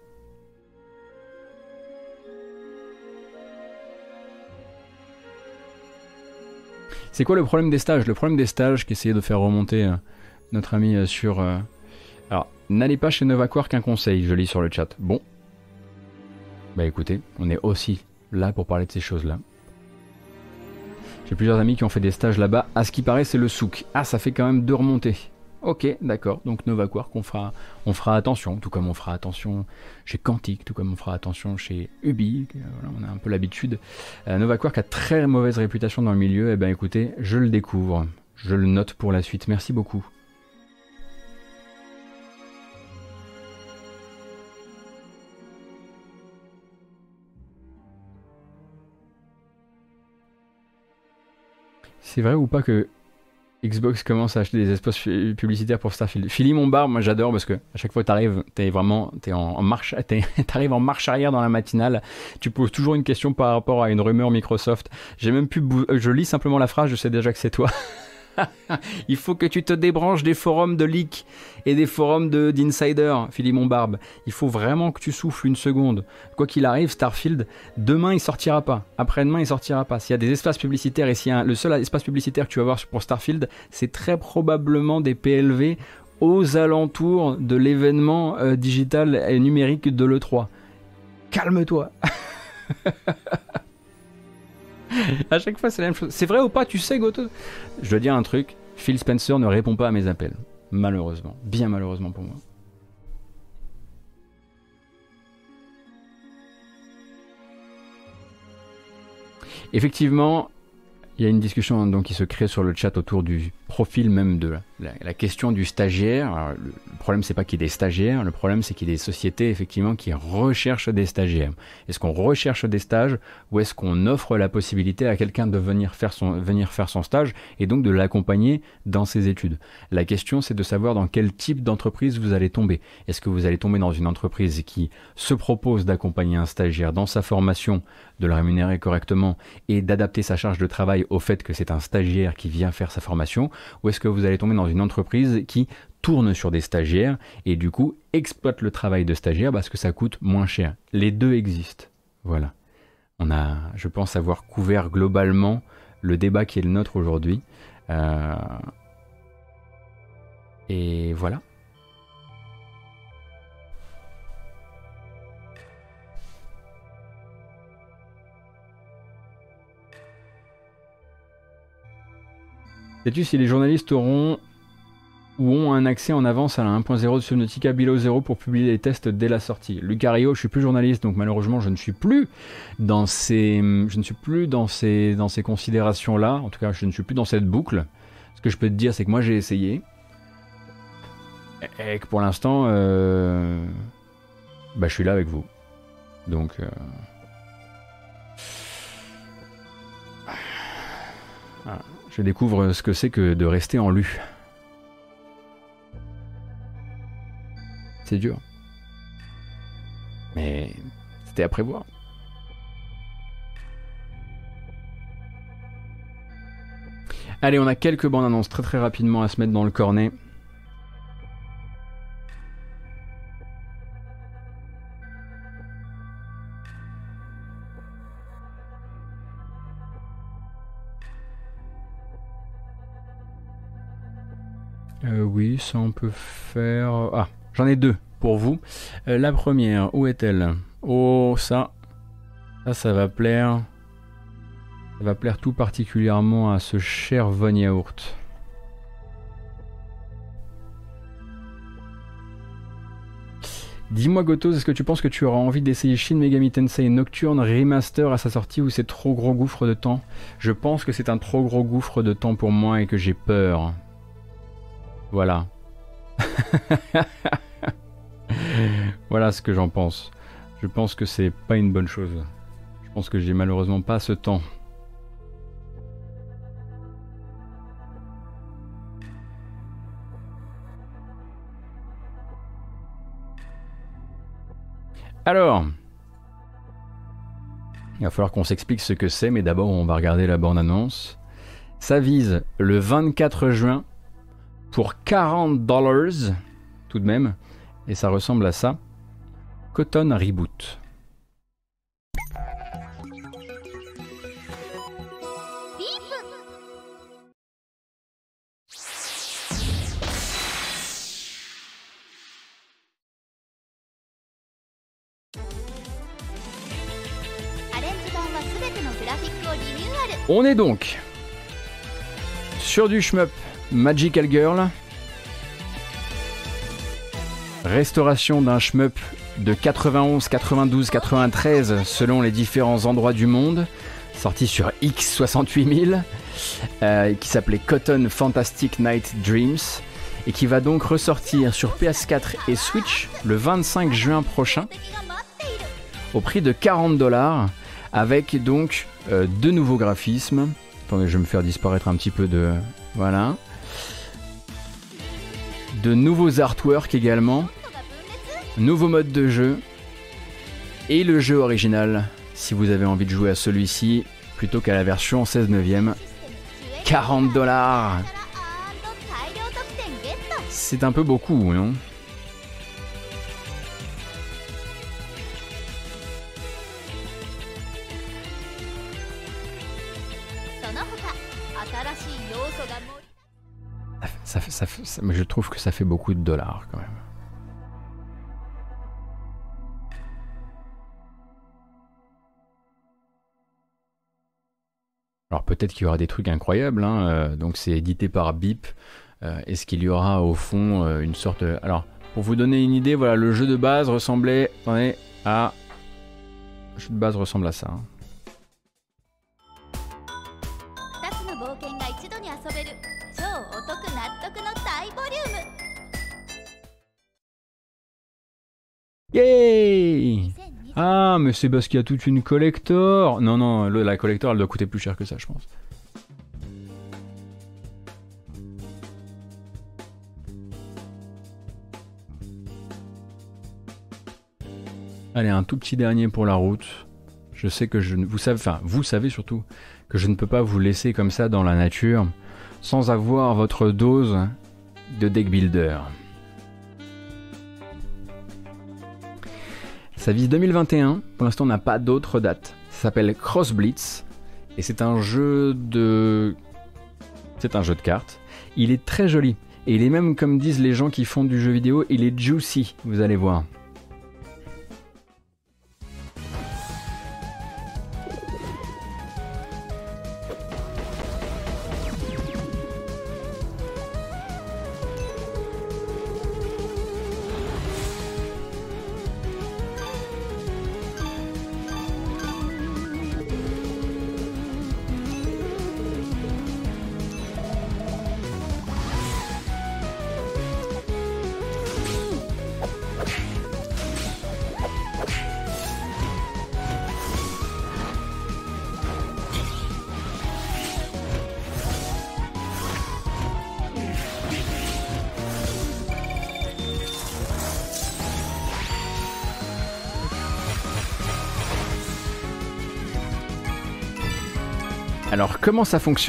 C'est quoi le problème des stages? Le problème des stages qu'essayait de faire remonter notre ami sur... Alors, n'allez pas chez Nova Quark, un conseil, je lis sur le chat. Bon. Bah écoutez, on est aussi là pour parler de ces choses-là. J'ai plusieurs amis qui ont fait des stages là-bas. À ce qui paraît, c'est le souk. Ah, ça fait quand même 2 remontées. Ok, d'accord. Donc Nova Quark, on fera attention, tout comme on fera attention chez Quantic, tout comme on fera attention chez Ubi. Voilà, on a un peu l'habitude. Nova Quark a très mauvaise réputation dans le milieu. Eh bien écoutez, je le découvre. Je le note pour la suite. Merci beaucoup. C'est vrai ou pas que Xbox commence à acheter des espaces publicitaires pour Starfield. Philly mon bar, moi j'adore parce que à chaque fois que t'arrives, t'arrives en marche arrière dans la matinale. Tu poses toujours une question par rapport à une rumeur Microsoft. J'ai même pu, je lis simplement la phrase, je sais déjà que c'est toi. Il faut que tu te débranches des forums de leak et des forums d'insider, Philly Monbarbe. Il faut vraiment que tu souffles une seconde. Quoi qu'il arrive, Starfield, demain il sortira pas. Après-demain il sortira pas. S'il y a des espaces publicitaires et le seul espace publicitaire que tu vas voir pour Starfield, c'est très probablement des PLV aux alentours de l'événement digital et numérique de l'E3. Calme-toi. À chaque fois c'est la même chose. C'est vrai ou pas, tu sais Goto? Je dois dire un truc, Phil Spencer ne répond pas à mes appels. Malheureusement. Bien malheureusement pour moi. Effectivement, il y a une discussion donc, qui se crée sur le chat autour du profil même de la question du stagiaire. Alors, le problème, c'est pas qu'il y ait des stagiaires, le problème, c'est qu'il y ait des sociétés effectivement qui recherchent des stagiaires. Est-ce qu'on recherche des stages ou est-ce qu'on offre la possibilité à quelqu'un de venir faire son stage et donc de l'accompagner dans ses études? La question, c'est de savoir dans quel type d'entreprise vous allez tomber. Est-ce que vous allez tomber dans une entreprise qui se propose d'accompagner un stagiaire dans sa formation, de le rémunérer correctement et d'adapter sa charge de travail au fait que c'est un stagiaire qui vient faire sa formation, ou est-ce que vous allez tomber dans une entreprise qui tourne sur des stagiaires et du coup exploite le travail de stagiaire parce que ça coûte moins cher? Les deux existent. Voilà. On a, je pense, avoir couvert globalement le débat qui est le nôtre aujourd'hui. Et voilà. Sais-tu si les journalistes auront ou ont un accès en avance à la 1.0 de Subnautica Below Zero pour publier les tests dès la sortie? Lucario, je suis plus journaliste, donc malheureusement je ne suis plus dans ces considérations-là. En tout cas, je ne suis plus dans cette boucle. Ce que je peux te dire, c'est que moi j'ai essayé et que pour l'instant, je suis là avec vous. Donc voilà. Je découvre ce que c'est que de rester en lu. C'est dur. Mais c'était à prévoir. Allez, on a quelques bandes annonces très très rapidement à se mettre dans le cornet. Oui, ça on peut faire... Ah, j'en ai deux pour vous. La première, où est-elle? Oh, ça va plaire. Ça va plaire tout particulièrement à ce cher Von Yaourt. Dis-moi Gotos, est-ce que tu penses que tu auras envie d'essayer Shin Megami Tensei Nocturne Remaster à sa sortie ou c'est trop gros gouffre de temps? Je pense que c'est un trop gros gouffre de temps pour moi et que j'ai peur. Voilà. Voilà ce que j'en pense. Je pense que c'est pas une bonne chose. Je pense que j'ai malheureusement pas ce temps. Alors, il va falloir qu'on s'explique ce que c'est, mais d'abord on va regarder la bande-annonce. Ça vise le 24 juin pour $40 tout de même, et ça ressemble à ça. Cotton Reboot. On est donc sur du shmup Magical Girl. Restauration d'un shmup de 91, 92, 93 selon les différents endroits du monde, sorti sur X68000, qui s'appelait Cotton Fantastic Night Dreams et qui va donc ressortir sur PS4 et Switch le 25 juin prochain au prix de $40 avec donc deux nouveaux graphismes. Attendez, je vais me faire disparaître un petit peu de... Voilà. de nouveaux artworks également, nouveau mode de jeu et le jeu original si vous avez envie de jouer à celui-ci plutôt qu'à la version 16 neuvième. $40. C'est un peu beaucoup, non? Mais je trouve que ça fait beaucoup de dollars quand même. Alors peut-être qu'il y aura des trucs incroyables, hein. Donc c'est édité par Beep. Est-ce qu'il y aura au fond une sorte... Alors pour vous donner une idée, voilà, le jeu de base ressemblait à... Le jeu de base ressemble à ça. Hein. Yay! Ah, mais c'est parce qu'il y a toute une collector. Non, non, la collector, elle doit coûter plus cher que ça, je pense. Allez, un tout petit dernier pour la route. Je sais que vous savez surtout que je ne peux pas vous laisser comme ça dans la nature sans avoir votre dose de deck builder. Ça vise 2021, pour l'instant on n'a pas d'autres dates. Ça s'appelle Cross Blitz et c'est un jeu de cartes. Il est très joli et il est même, comme disent les gens qui font du jeu vidéo, il est juicy, vous allez voir. Alors comment ça fonctionne ?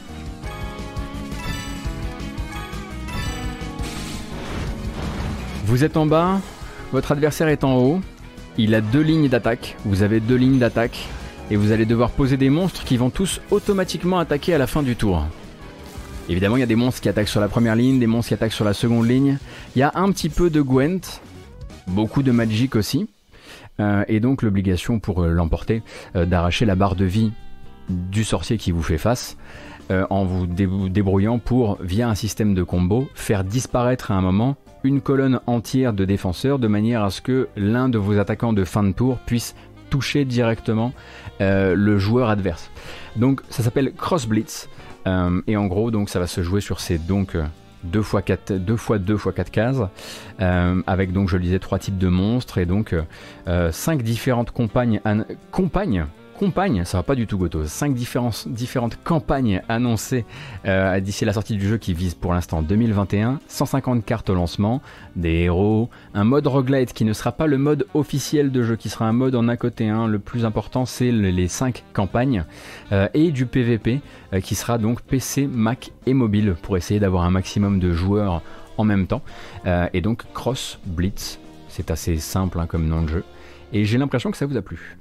Vous êtes en bas, votre adversaire est en haut, il a 2 lignes d'attaque, vous avez 2 lignes d'attaque et vous allez devoir poser des monstres qui vont tous automatiquement attaquer à la fin du tour. Évidemment il y a des monstres qui attaquent sur la première ligne, des monstres qui attaquent sur la seconde ligne, il y a un petit peu de Gwent, beaucoup de Magic aussi, et donc l'obligation pour l'emporter d'arracher la barre de vie du sorcier qui vous fait face en vous débrouillant pour, via un système de combo, faire disparaître à un moment une colonne entière de défenseurs de manière à ce que l'un de vos attaquants de fin de tour puisse toucher directement le joueur adverse. Donc ça s'appelle Cross Blitz et en gros donc ça va se jouer sur ces 2 x 4 cases avec donc je le disais 3 types de monstres et donc 5 différentes compagnes, ça va pas du tout Goto, 5 différentes campagnes annoncées d'ici la sortie du jeu qui visent pour l'instant 2021, 150 cartes au lancement, des héros, un mode roguelite qui ne sera pas le mode officiel de jeu, qui sera un mode en à côté, hein. Le plus important c'est les 5 campagnes et du PVP qui sera donc PC, Mac et mobile pour essayer d'avoir un maximum de joueurs en même temps et donc Cross Blitz, c'est assez simple hein, comme nom de jeu et j'ai l'impression que ça vous a plu.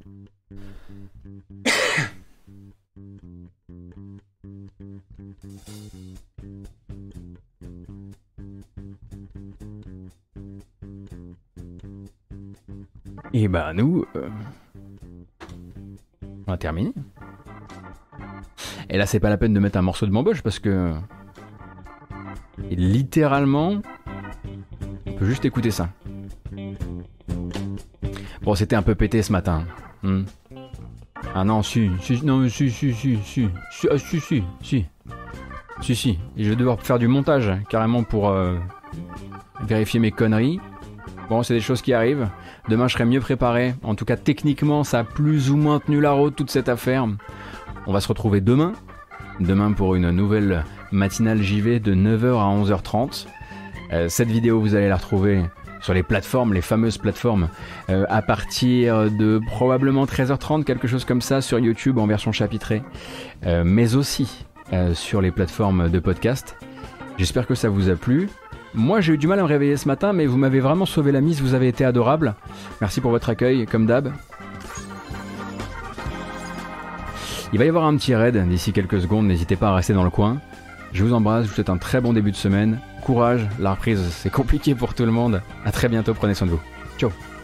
Et bah nous, on a terminé. Et là c'est pas la peine de mettre un morceau de bamboche parce que littéralement on peut juste écouter ça. Bon c'était un peu pété ce matin. Ah non si. Et je vais devoir faire du montage carrément pour vérifier mes conneries. Bon c'est des choses qui arrivent. Demain je serai mieux préparé. En tout cas techniquement ça a plus ou moins tenu la route toute cette affaire. On va se retrouver demain pour une nouvelle matinale JV de 9h à 11h30. Cette vidéo, vous allez la retrouver sur les plateformes, les fameuses plateformes, à partir de probablement 13h30, quelque chose comme ça, sur YouTube en version chapitrée, mais aussi sur les plateformes de podcast. J'espère que ça vous a plu. Moi, j'ai eu du mal à me réveiller ce matin, mais vous m'avez vraiment sauvé la mise, vous avez été adorable. Merci pour votre accueil, comme d'hab. Il va y avoir un petit raid d'ici quelques secondes, n'hésitez pas à rester dans le coin. Je vous embrasse, je vous souhaite un très bon début de semaine. Courage, la reprise c'est compliqué pour tout le monde. A très bientôt, prenez soin de vous. Ciao.